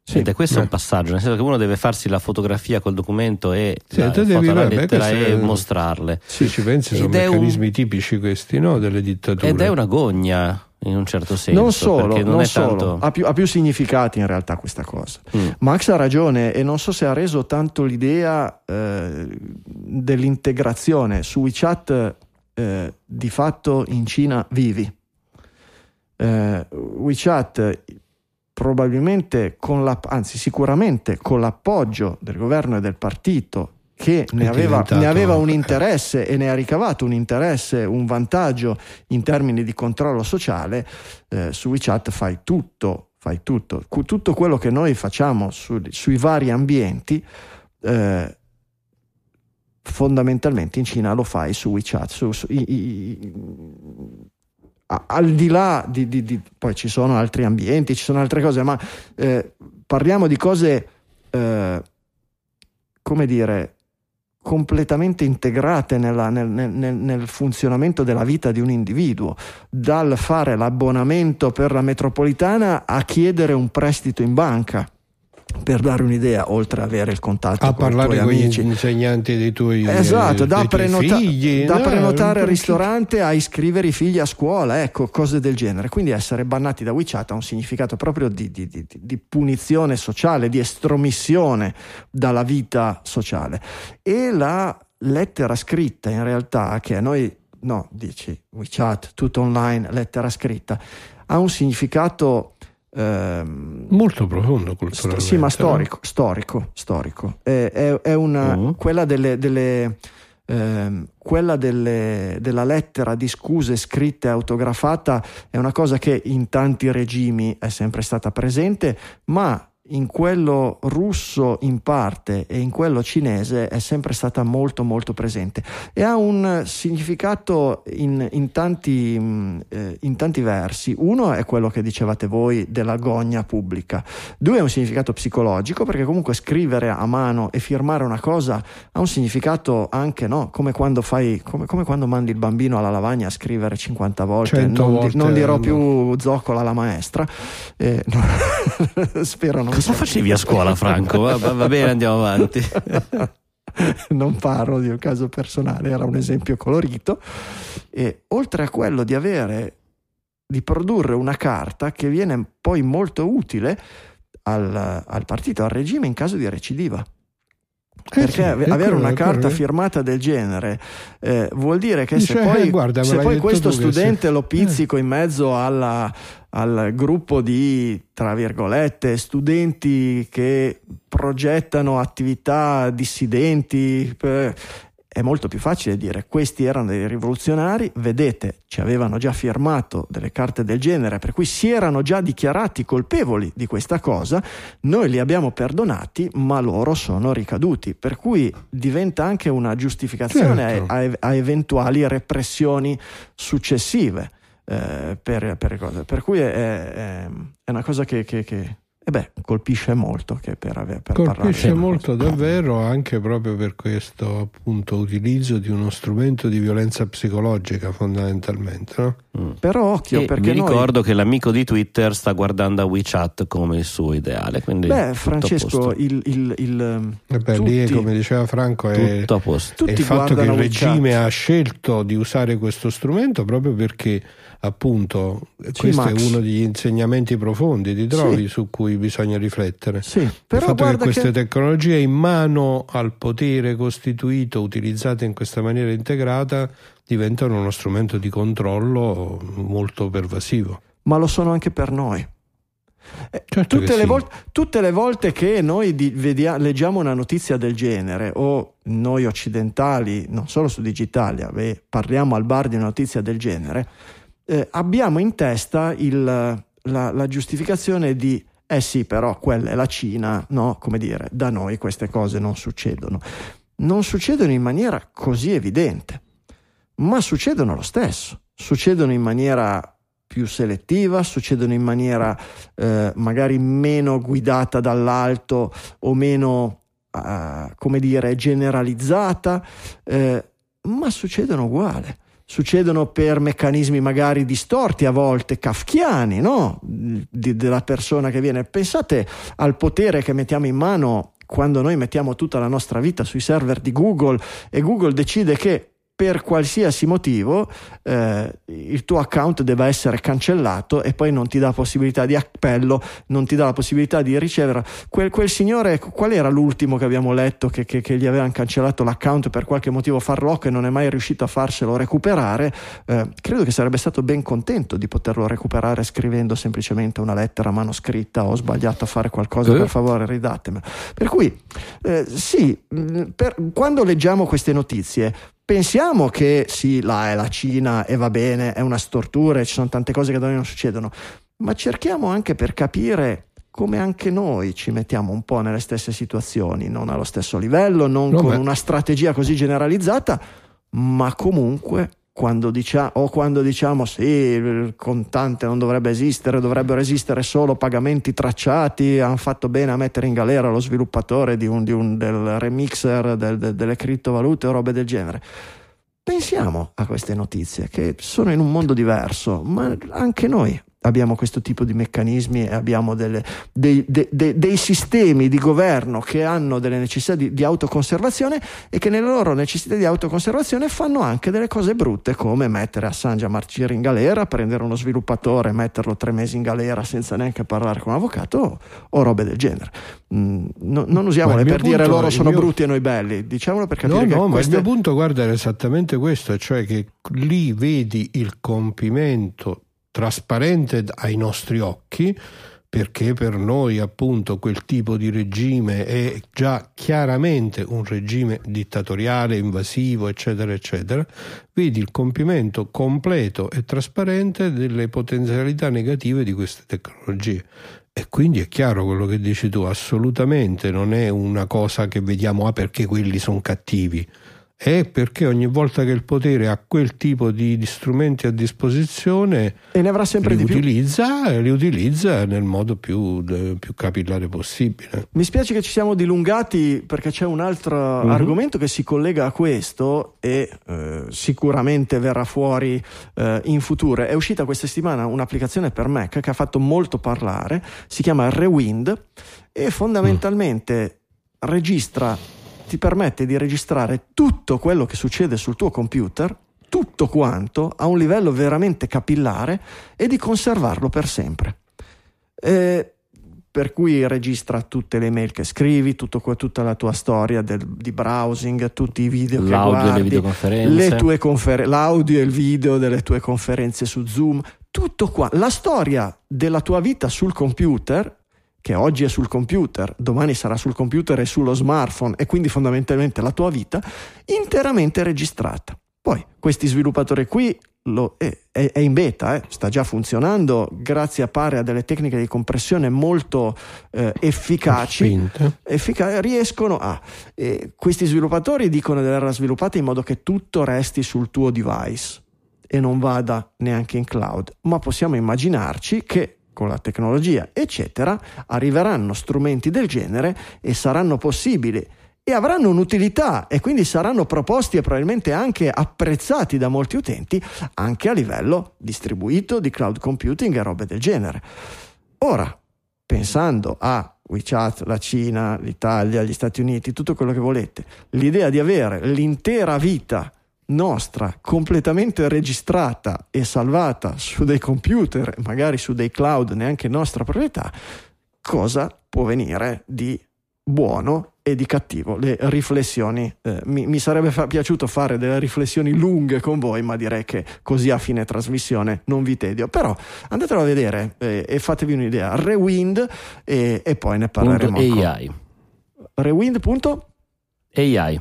Sì, ed è questo eh. un passaggio, nel senso che uno deve farsi la fotografia col documento e sì, la, devi, foto, la vabbè, lettera e è, mostrarle. Sì, ci pensi, sono meccanismi un, tipici questi, no? Delle dittature. Ed è una gogna in un certo senso. Non solo, non non è solo. Tanto... Ha, più, ha più significati in realtà questa cosa. Mm. Max ha ragione, e non so se ha reso tanto l'idea eh, dell'integrazione. Su WeChat eh, di fatto in Cina vivi. Eh, WeChat probabilmente con la, anzi sicuramente con l'appoggio del governo e del partito che ne aveva, ne aveva un interesse e ne ha ricavato un interesse, un vantaggio in termini di controllo sociale, eh, su WeChat fai tutto, fai tutto, tutto quello che noi facciamo su, sui vari ambienti, eh, fondamentalmente in Cina lo fai su WeChat, su, su, i, i, al di là di, di, di poi ci sono altri ambienti, ci sono altre cose, ma eh, parliamo di cose eh, come dire completamente integrate nella, nel, nel, nel funzionamento della vita di un individuo, dal fare l'abbonamento per la metropolitana a chiedere un prestito in banca, per dare un'idea, oltre ad avere il contatto a con parlare i tuoi con amici, gli insegnanti dei tuoi esatto, dei da, tuoi prenota- figli, da no, prenotare al un... ristorante a iscrivere i figli a scuola, ecco, cose del genere. Quindi essere bannati da WeChat ha un significato proprio di, di, di, di punizione sociale, di estromissione dalla vita sociale. E la lettera scritta, in realtà, che a noi no, dici WeChat, tutto online, lettera scritta, ha un significato molto profondo culturalmente, sì, ma storico, no? storico, storico. È, è, è una uh-huh. quella delle, delle ehm, quella delle, della lettera di scuse scritta e autografata è una cosa che in tanti regimi è sempre stata presente, ma in quello russo in parte e in quello cinese è sempre stata molto molto presente e ha un significato in, in, tanti, eh, in tanti versi. Uno è quello che dicevate voi della gogna pubblica, due è un significato psicologico, perché comunque scrivere a mano e firmare una cosa ha un significato anche, no? Come quando fai come, come quando mandi il bambino alla lavagna a scrivere cinquanta volte, non, volte non dirò più zoccola alla maestra, eh, no, spero non. Cosa facevi a scuola, Franco? Va, va bene, andiamo avanti. Non parlo di un caso personale, era un esempio colorito. E oltre a quello di avere, di produrre una carta che viene poi molto utile al, al partito, al regime in caso di recidiva. Perché sì, avere una carta firmata del genere eh, vuol dire che dice, se poi, eh, guarda, se poi questo studente sei... lo pizzico eh. in mezzo alla, al gruppo di, tra virgolette, studenti che progettano attività dissidenti, eh, è molto più facile dire questi erano dei rivoluzionari, vedete, ci avevano già firmato delle carte del genere, per cui si erano già dichiarati colpevoli di questa cosa, noi li abbiamo perdonati, ma loro sono ricaduti, per cui diventa anche una giustificazione certo. a, a, a eventuali repressioni successive, eh, per, per cose. Per cui è, è, è una cosa che... che, che E beh, colpisce molto che per, per colpisce molto cosa. davvero, anche proprio per questo appunto utilizzo di uno strumento di violenza psicologica fondamentalmente, no? Mm. Però occhio, e perché mi noi... ricordo che l'amico di Twitter sta guardando a WeChat come il suo ideale, quindi beh Francesco il, il, il e beh, tutti, lì è, come diceva Franco è, tutto a posto. è il fatto che il regime WeChat. Ha scelto di usare questo strumento proprio perché appunto sì, questo Max. È uno degli insegnamenti profondi, ti trovi, sì. su cui bisogna riflettere. Sì, però il fatto che queste che... tecnologie in mano al potere costituito, utilizzate in questa maniera integrata, diventano uno strumento di controllo molto pervasivo. Ma lo sono anche per noi. Eh, certo tutte, le sì. volte, tutte le volte che noi di, vediamo, leggiamo una notizia del genere, o noi occidentali, non solo su Digitalia, beh, parliamo al bar di una notizia del genere, eh, abbiamo in testa il, la, la giustificazione di eh sì, però quella è la Cina, no? Come dire, da noi queste cose non succedono. Non succedono in maniera così evidente, ma succedono lo stesso. Succedono in maniera più selettiva, succedono in maniera eh, magari meno guidata dall'alto o meno, uh, come dire, generalizzata, eh, ma succedono uguale. succedono per meccanismi magari distorti, a volte kafkiani, no? Di, della persona che viene. Pensate al potere che mettiamo in mano quando noi mettiamo tutta la nostra vita sui server di Google e Google decide che per qualsiasi motivo eh, il tuo account deve essere cancellato e poi non ti dà possibilità di appello, non ti dà la possibilità di ricevere. Quel, quel signore, qual era l'ultimo che abbiamo letto che, che, che gli avevano cancellato l'account per qualche motivo farlocco e non è mai riuscito a farselo recuperare? Eh, credo che sarebbe stato ben contento di poterlo recuperare scrivendo semplicemente una lettera manoscritta: ho sbagliato a fare qualcosa, per favore ridatemelo. Per cui eh, sì, per, quando leggiamo queste notizie pensiamo che sì, là è la Cina e va bene, è una stortura e ci sono tante cose che da noi non succedono, ma cerchiamo anche per capire come anche noi ci mettiamo un po' nelle stesse situazioni, non allo stesso livello, non no, con beh. una strategia così generalizzata, ma comunque quando diciamo, o quando diciamo sì, il contante non dovrebbe esistere, dovrebbero esistere solo pagamenti tracciati, hanno fatto bene a mettere in galera lo sviluppatore di un, di un, del remixer del, del, delle criptovalute o robe del genere. Pensiamo a queste notizie che sono in un mondo diverso, ma anche noi abbiamo questo tipo di meccanismi e abbiamo delle, dei, dei, dei, dei sistemi di governo che hanno delle necessità di, di autoconservazione e che nelle loro necessità di autoconservazione fanno anche delle cose brutte, come mettere Assange a marcire in galera, prendere uno sviluppatore e metterlo tre mesi in galera senza neanche parlare con un avvocato o, o robe del genere. Mm, no, non usiamole per dire punto, loro sono mio... brutti e noi belli, diciamolo per capire no, che no, queste... ma il mio punto, guarda, era esattamente questo, cioè che lì vedi il compimento trasparente ai nostri occhi, perché per noi appunto quel tipo di regime è già chiaramente un regime dittatoriale, invasivo, eccetera eccetera. Vedi il compimento completo e trasparente delle potenzialità negative di queste tecnologie. E quindi è chiaro quello che dici tu, assolutamente non è una cosa che vediamo ah perché quelli sono cattivi, è perché ogni volta che il potere ha quel tipo di, di strumenti a disposizione e ne avrà sempre li di utilizza, più. li utilizza nel modo più, de, più capillare possibile. Mi spiace che ci siamo dilungati perché c'è un altro uh-huh. argomento che si collega a questo e eh, sicuramente verrà fuori eh, in futuro. È uscita questa settimana un'applicazione per Mac che ha fatto molto parlare, si chiama Rewind e fondamentalmente uh. registra ti permette di registrare tutto quello che succede sul tuo computer, tutto quanto, a un livello veramente capillare e di conservarlo per sempre. Eh, per cui registra tutte le mail che scrivi, tutto, tutta la tua storia del, di browsing, tutti i video che l'audio guardi, e le videoconferenze, le tue confer- l'audio e il video delle tue conferenze su Zoom, tutto qua. La storia della tua vita sul computer, che oggi è sul computer, domani sarà sul computer e sullo smartphone, e quindi fondamentalmente la tua vita interamente registrata. Poi questi sviluppatori qui lo, è, è, è in beta, eh, sta già funzionando grazie a pare a delle tecniche di compressione molto eh, efficaci, effica- riescono a eh, questi sviluppatori dicono di averla sviluppata in modo che tutto resti sul tuo device e non vada neanche in cloud, ma possiamo immaginarci che con la tecnologia eccetera arriveranno strumenti del genere e saranno possibili e avranno un'utilità e quindi saranno proposti e probabilmente anche apprezzati da molti utenti anche a livello distribuito di cloud computing e robe del genere. Ora, pensando a WeChat, la Cina, l'Italia, gli Stati Uniti, tutto quello che volete, l'idea di avere l'intera vita nostra completamente registrata e salvata su dei computer, magari su dei cloud neanche nostra proprietà, cosa può venire di buono e di cattivo? Le riflessioni, eh, mi, mi sarebbe fa- piaciuto fare delle riflessioni lunghe con voi, ma direi che così a fine trasmissione non vi tedio, però andatelo a vedere eh, e fatevi un'idea. Rewind e, e poi ne parleremo. A I. Rewind punto A I. A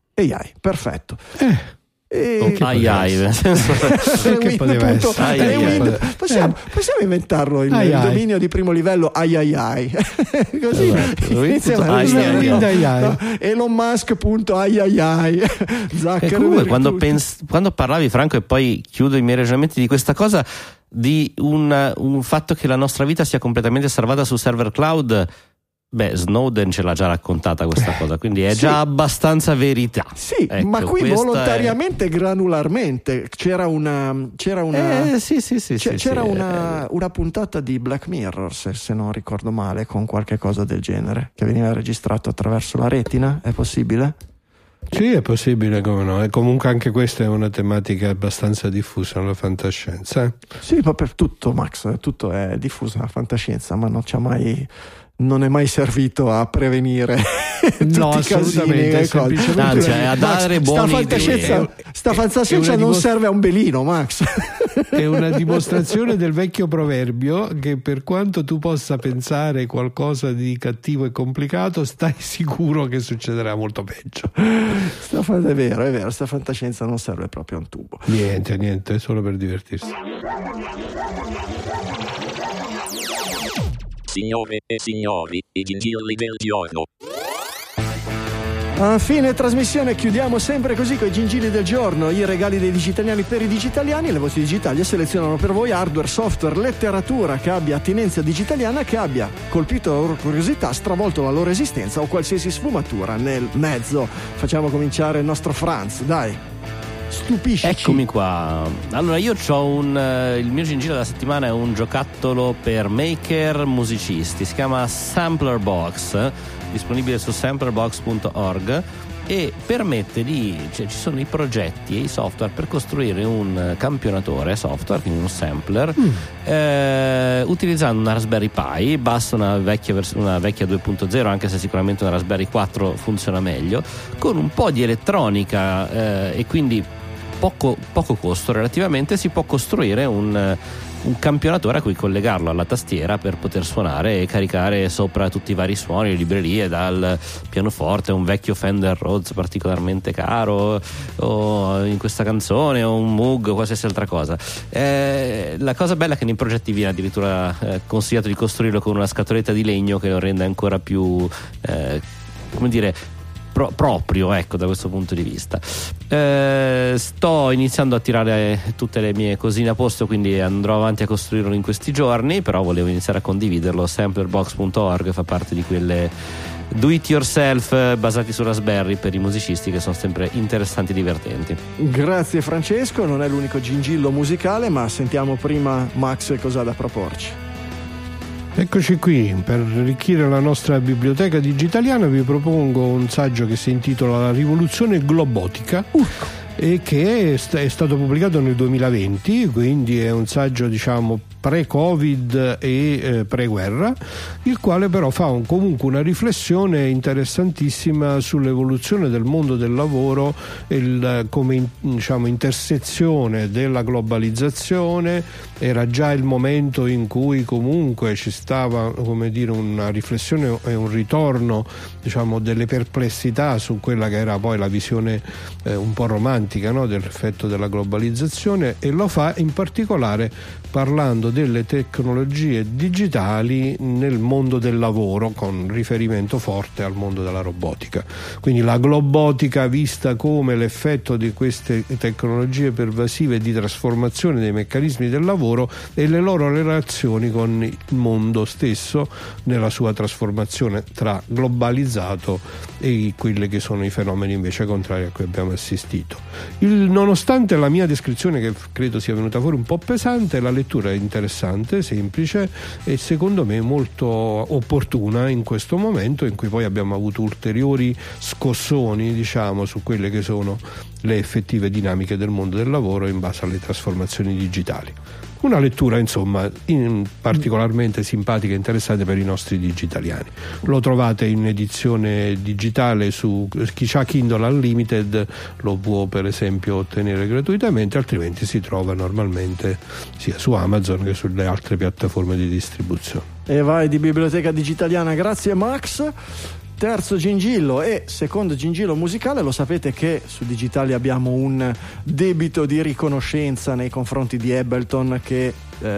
I, perfetto. Eh. E... ai ai, nel senso che poteva essere. Ai ai ai. Possiamo, possiamo inventarlo il, ai il ai. dominio di primo livello ai ai ai così esatto. inizia ai ai ai. ai. No? Elon Musk punto ai ai ai. Comunque quando, pens- quando parlavi, Franco, e poi chiudo i miei ragionamenti di questa cosa, di un, un fatto che la nostra vita sia completamente salvata su server cloud, Beh, Snowden ce l'ha già raccontata questa cosa, quindi è sì. già abbastanza verità. Sì, ecco, ma qui volontariamente, è... granularmente, c'era una c'era una eh, sì, sì, sì, c'era, sì, c'era sì, una, eh. una puntata di Black Mirror, se, se non ricordo male, con qualche cosa del genere, che veniva registrato attraverso la retina, è possibile? Sì, è possibile, come no. E comunque anche questa è una tematica abbastanza diffusa nella fantascienza. Eh? Sì, ma per tutto, Max, tutto è diffuso nella fantascienza, ma non c'è mai... non è mai servito a prevenire tutti no, i casini e cose. Anzi, a dare Max, buoni sta fantascienza, sta fantascienza non dimostra- serve a un belino, Max. È una dimostrazione del vecchio proverbio che per quanto tu possa pensare qualcosa di cattivo e complicato, stai sicuro che succederà molto peggio. Sta, è vero, è vero, sta fantascienza non serve proprio a un tubo. Niente, niente, è solo per divertirsi. Signore e signori, i gingilli del giorno. A fine trasmissione chiudiamo sempre così con i gingilli del giorno, i regali dei digitaliani per i digitaliani. Le voci digitali selezionano per voi hardware, software, letteratura che abbia attinenza digitaliana, che abbia colpito la loro curiosità, stravolto la loro esistenza o qualsiasi sfumatura nel mezzo. Facciamo cominciare il nostro Franz, dai. Stupisci. Eccomi qua. Allora, io c'ho un uh, il mio gingillo della settimana è un giocattolo per maker musicisti, si chiama Sampler Box, disponibile su sampler box punto org, e permette di, cioè, ci sono i progetti e i software per costruire un campionatore software, quindi un sampler, mm. eh, utilizzando una Raspberry Pi. Basta una vecchia, vers- una vecchia due punto zero, anche se sicuramente una Raspberry quattro funziona meglio, con un po' di elettronica eh, e quindi poco, poco costo relativamente. Si può costruire un un campionatore a cui collegarlo alla tastiera per poter suonare e caricare sopra tutti i vari suoni, le librerie, dal pianoforte, un vecchio Fender Rhodes particolarmente caro, o in questa canzone, o un Moog o qualsiasi altra cosa. Eh, la cosa bella è che nei progetti viene addirittura eh, consigliato di costruirlo con una scatoletta di legno, che lo rende ancora più eh, come dire Pro- proprio, ecco, da questo punto di vista. Eh, sto iniziando a tirare tutte le mie cosine a posto, quindi andrò avanti a costruirlo in questi giorni, però volevo iniziare a condividerlo. sampler box punto org fa parte di quelle do it yourself basati su Raspberry per i musicisti, che sono sempre interessanti e divertenti. Grazie Francesco, non è l'unico gingillo musicale, ma sentiamo prima Max cosa ha da proporci. Eccoci qui, per arricchire la nostra biblioteca digitaliana vi propongo un saggio che si intitola La rivoluzione globotica uh. e che è, st- è stato pubblicato nel duemilaventi, quindi è un saggio, diciamo, pre-Covid e eh, pre-guerra, il quale però fa un, comunque una riflessione interessantissima sull'evoluzione del mondo del lavoro, il, come in, diciamo, intersezione della globalizzazione. Era già il momento in cui comunque ci stava, come dire, una riflessione e un ritorno, diciamo, delle perplessità su quella che era poi la visione eh, un po' romantica, no, dell'effetto della globalizzazione, e lo fa in particolare parlando delle tecnologie digitali nel mondo del lavoro, con riferimento forte al mondo della robotica. Quindi la globotica vista come l'effetto di queste tecnologie pervasive di trasformazione dei meccanismi del lavoro e le loro relazioni con il mondo stesso nella sua trasformazione tra globalizzato e quelli che sono i fenomeni invece contrari a cui abbiamo assistito. Il, nonostante la mia descrizione, che credo sia venuta fuori un po' pesante, la lettura è interessante, semplice e secondo me molto opportuna in questo momento in cui poi abbiamo avuto ulteriori scossoni, diciamo, su quelle che sono le effettive dinamiche del mondo del lavoro in base alle trasformazioni digitali. Una lettura, insomma, in particolarmente simpatica e interessante per i nostri digitaliani. Lo trovate in edizione digitale su chi ha Kindle Unlimited, lo può per esempio ottenere gratuitamente, altrimenti si trova normalmente sia su Amazon che sulle altre piattaforme di distribuzione. E vai di biblioteca digitaliana, grazie Max. Terzo gingillo e secondo gingillo musicale. Lo sapete che su Digitali abbiamo un debito di riconoscenza nei confronti di Ableton, che eh,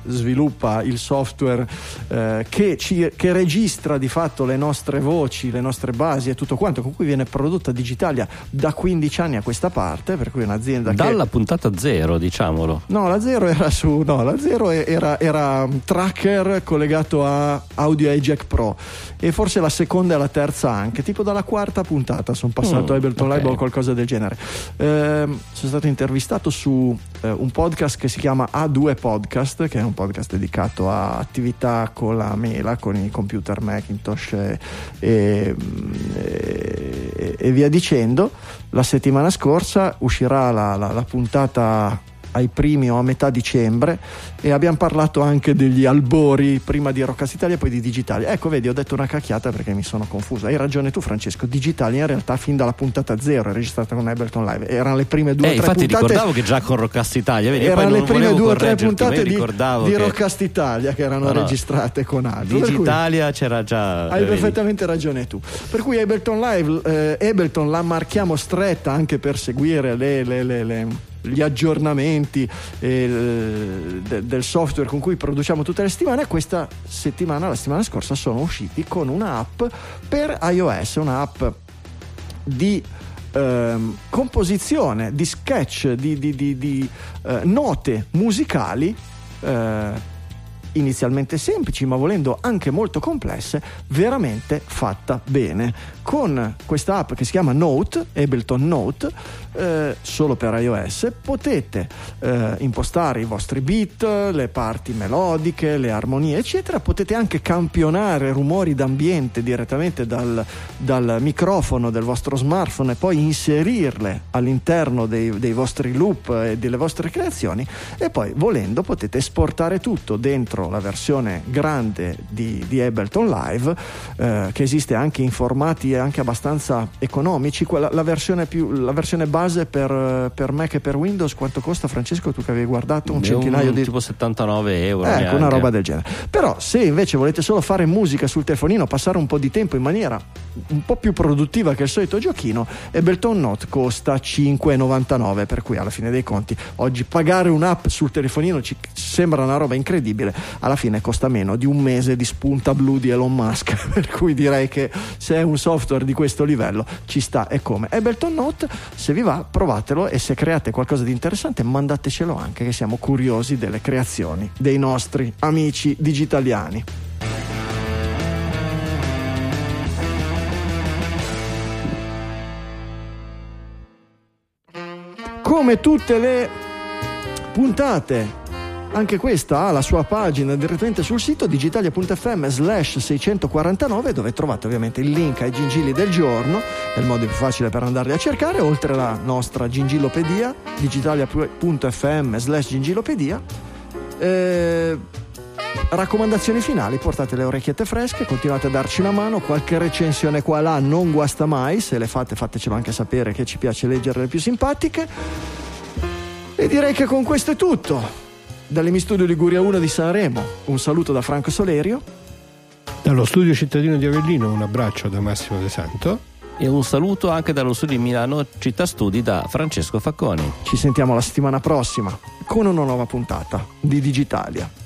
sviluppa il software eh, che, ci, che registra di fatto le nostre voci, le nostre basi e tutto quanto, con cui viene prodotta Digitalia da quindici anni a questa parte, per cui è un'azienda dalla che... puntata zero, diciamolo. No, la zero era su no, la zero era, era un tracker collegato a Audio Hijack Pro, e forse la seconda e la terza anche, tipo dalla quarta puntata sono passato mm, a Ableton okay. Live o qualcosa del genere. Eh, sono stato intervistato su eh, un podcast che si chiama A due Podcast, che è un podcast dedicato a attività con la mela, con i computer Macintosh e, e, e, e via dicendo. La settimana scorsa uscirà la, la, la puntata ai primi o a metà dicembre, e abbiamo parlato anche degli albori, prima di Rockcast Italia e poi di Digitalia. Ecco, vedi, ho detto una cacchiata perché mi sono confuso. Hai ragione tu, Francesco, Digitalia in realtà fin dalla puntata zero è registrata con Ableton Live, erano le prime due o eh, tre infatti puntate. Ricordavo che già con Rockcast Italia, vedi, erano poi le prime due o tre puntate di, di che... Rockcast Italia che erano no, no. registrate con altro. Digitalia cui, c'era già. Hai vedi. perfettamente ragione tu. Per cui Ableton Live, eh, Ableton la marchiamo stretta anche per seguire le, le, le, le gli aggiornamenti eh, de, del software con cui produciamo tutte le settimane. Questa settimana, la settimana scorsa, sono usciti con una app per iOS, una app di ehm, composizione, di sketch, di, di, di, di eh, note musicali eh, inizialmente semplici, ma volendo anche molto complesse, veramente fatta bene. Con questa app che si chiama Note, Ableton Note, eh, solo per iOS, potete eh, impostare i vostri beat, le parti melodiche, le armonie, eccetera. Potete anche campionare rumori d'ambiente direttamente dal, dal microfono del vostro smartphone e poi inserirle all'interno dei, dei vostri loop e delle vostre creazioni, e poi volendo potete esportare tutto dentro la versione grande di, di Ableton Live, eh, che esiste anche in formati anche abbastanza economici. Quella, la versione più la versione base per, per Mac e per Windows quanto costa, Francesco, tu che avevi guardato? Un centinaio un, di tipo settantanove euro, ecco, neanche. Una roba del genere. Però se invece volete solo fare musica sul telefonino, passare un po' di tempo in maniera un po' più produttiva che il solito giochino, Ableton Note costa cinque e novantanove, per cui alla fine dei conti oggi pagare un'app sul telefonino ci sembra una roba incredibile, alla fine costa meno di un mese di spunta blu di Elon Musk, per cui direi che se è un software di questo livello ci sta e come. Ableton Note, se vi va, provatelo, e se create qualcosa di interessante mandatecelo anche, che siamo curiosi delle creazioni dei nostri amici digitaliani. Come tutte le puntate, anche questa ha la sua pagina direttamente sul sito digitalia.fm slash seicentoquarantanove, dove trovate ovviamente il link ai gingilli del giorno, è il modo più facile per andarli a cercare, oltre alla nostra gingillopedia, digitalia.fm slash gingillopedia. Eh, raccomandazioni finali: portate le orecchiette fresche, continuate a darci una mano, qualche recensione qua e là non guasta mai, se le fate fatecelo anche sapere, che ci piace leggere le più simpatiche. E direi che con questo è tutto. Dall'Emi Studio Liguria uno di Sanremo un saluto da Franco Solerio, dallo studio cittadino di Avellino un abbraccio da Massimo De Santo, e un saluto anche dallo studio di Milano Città Studi da Francesco Facconi. Ci sentiamo la settimana prossima con una nuova puntata di Digitalia.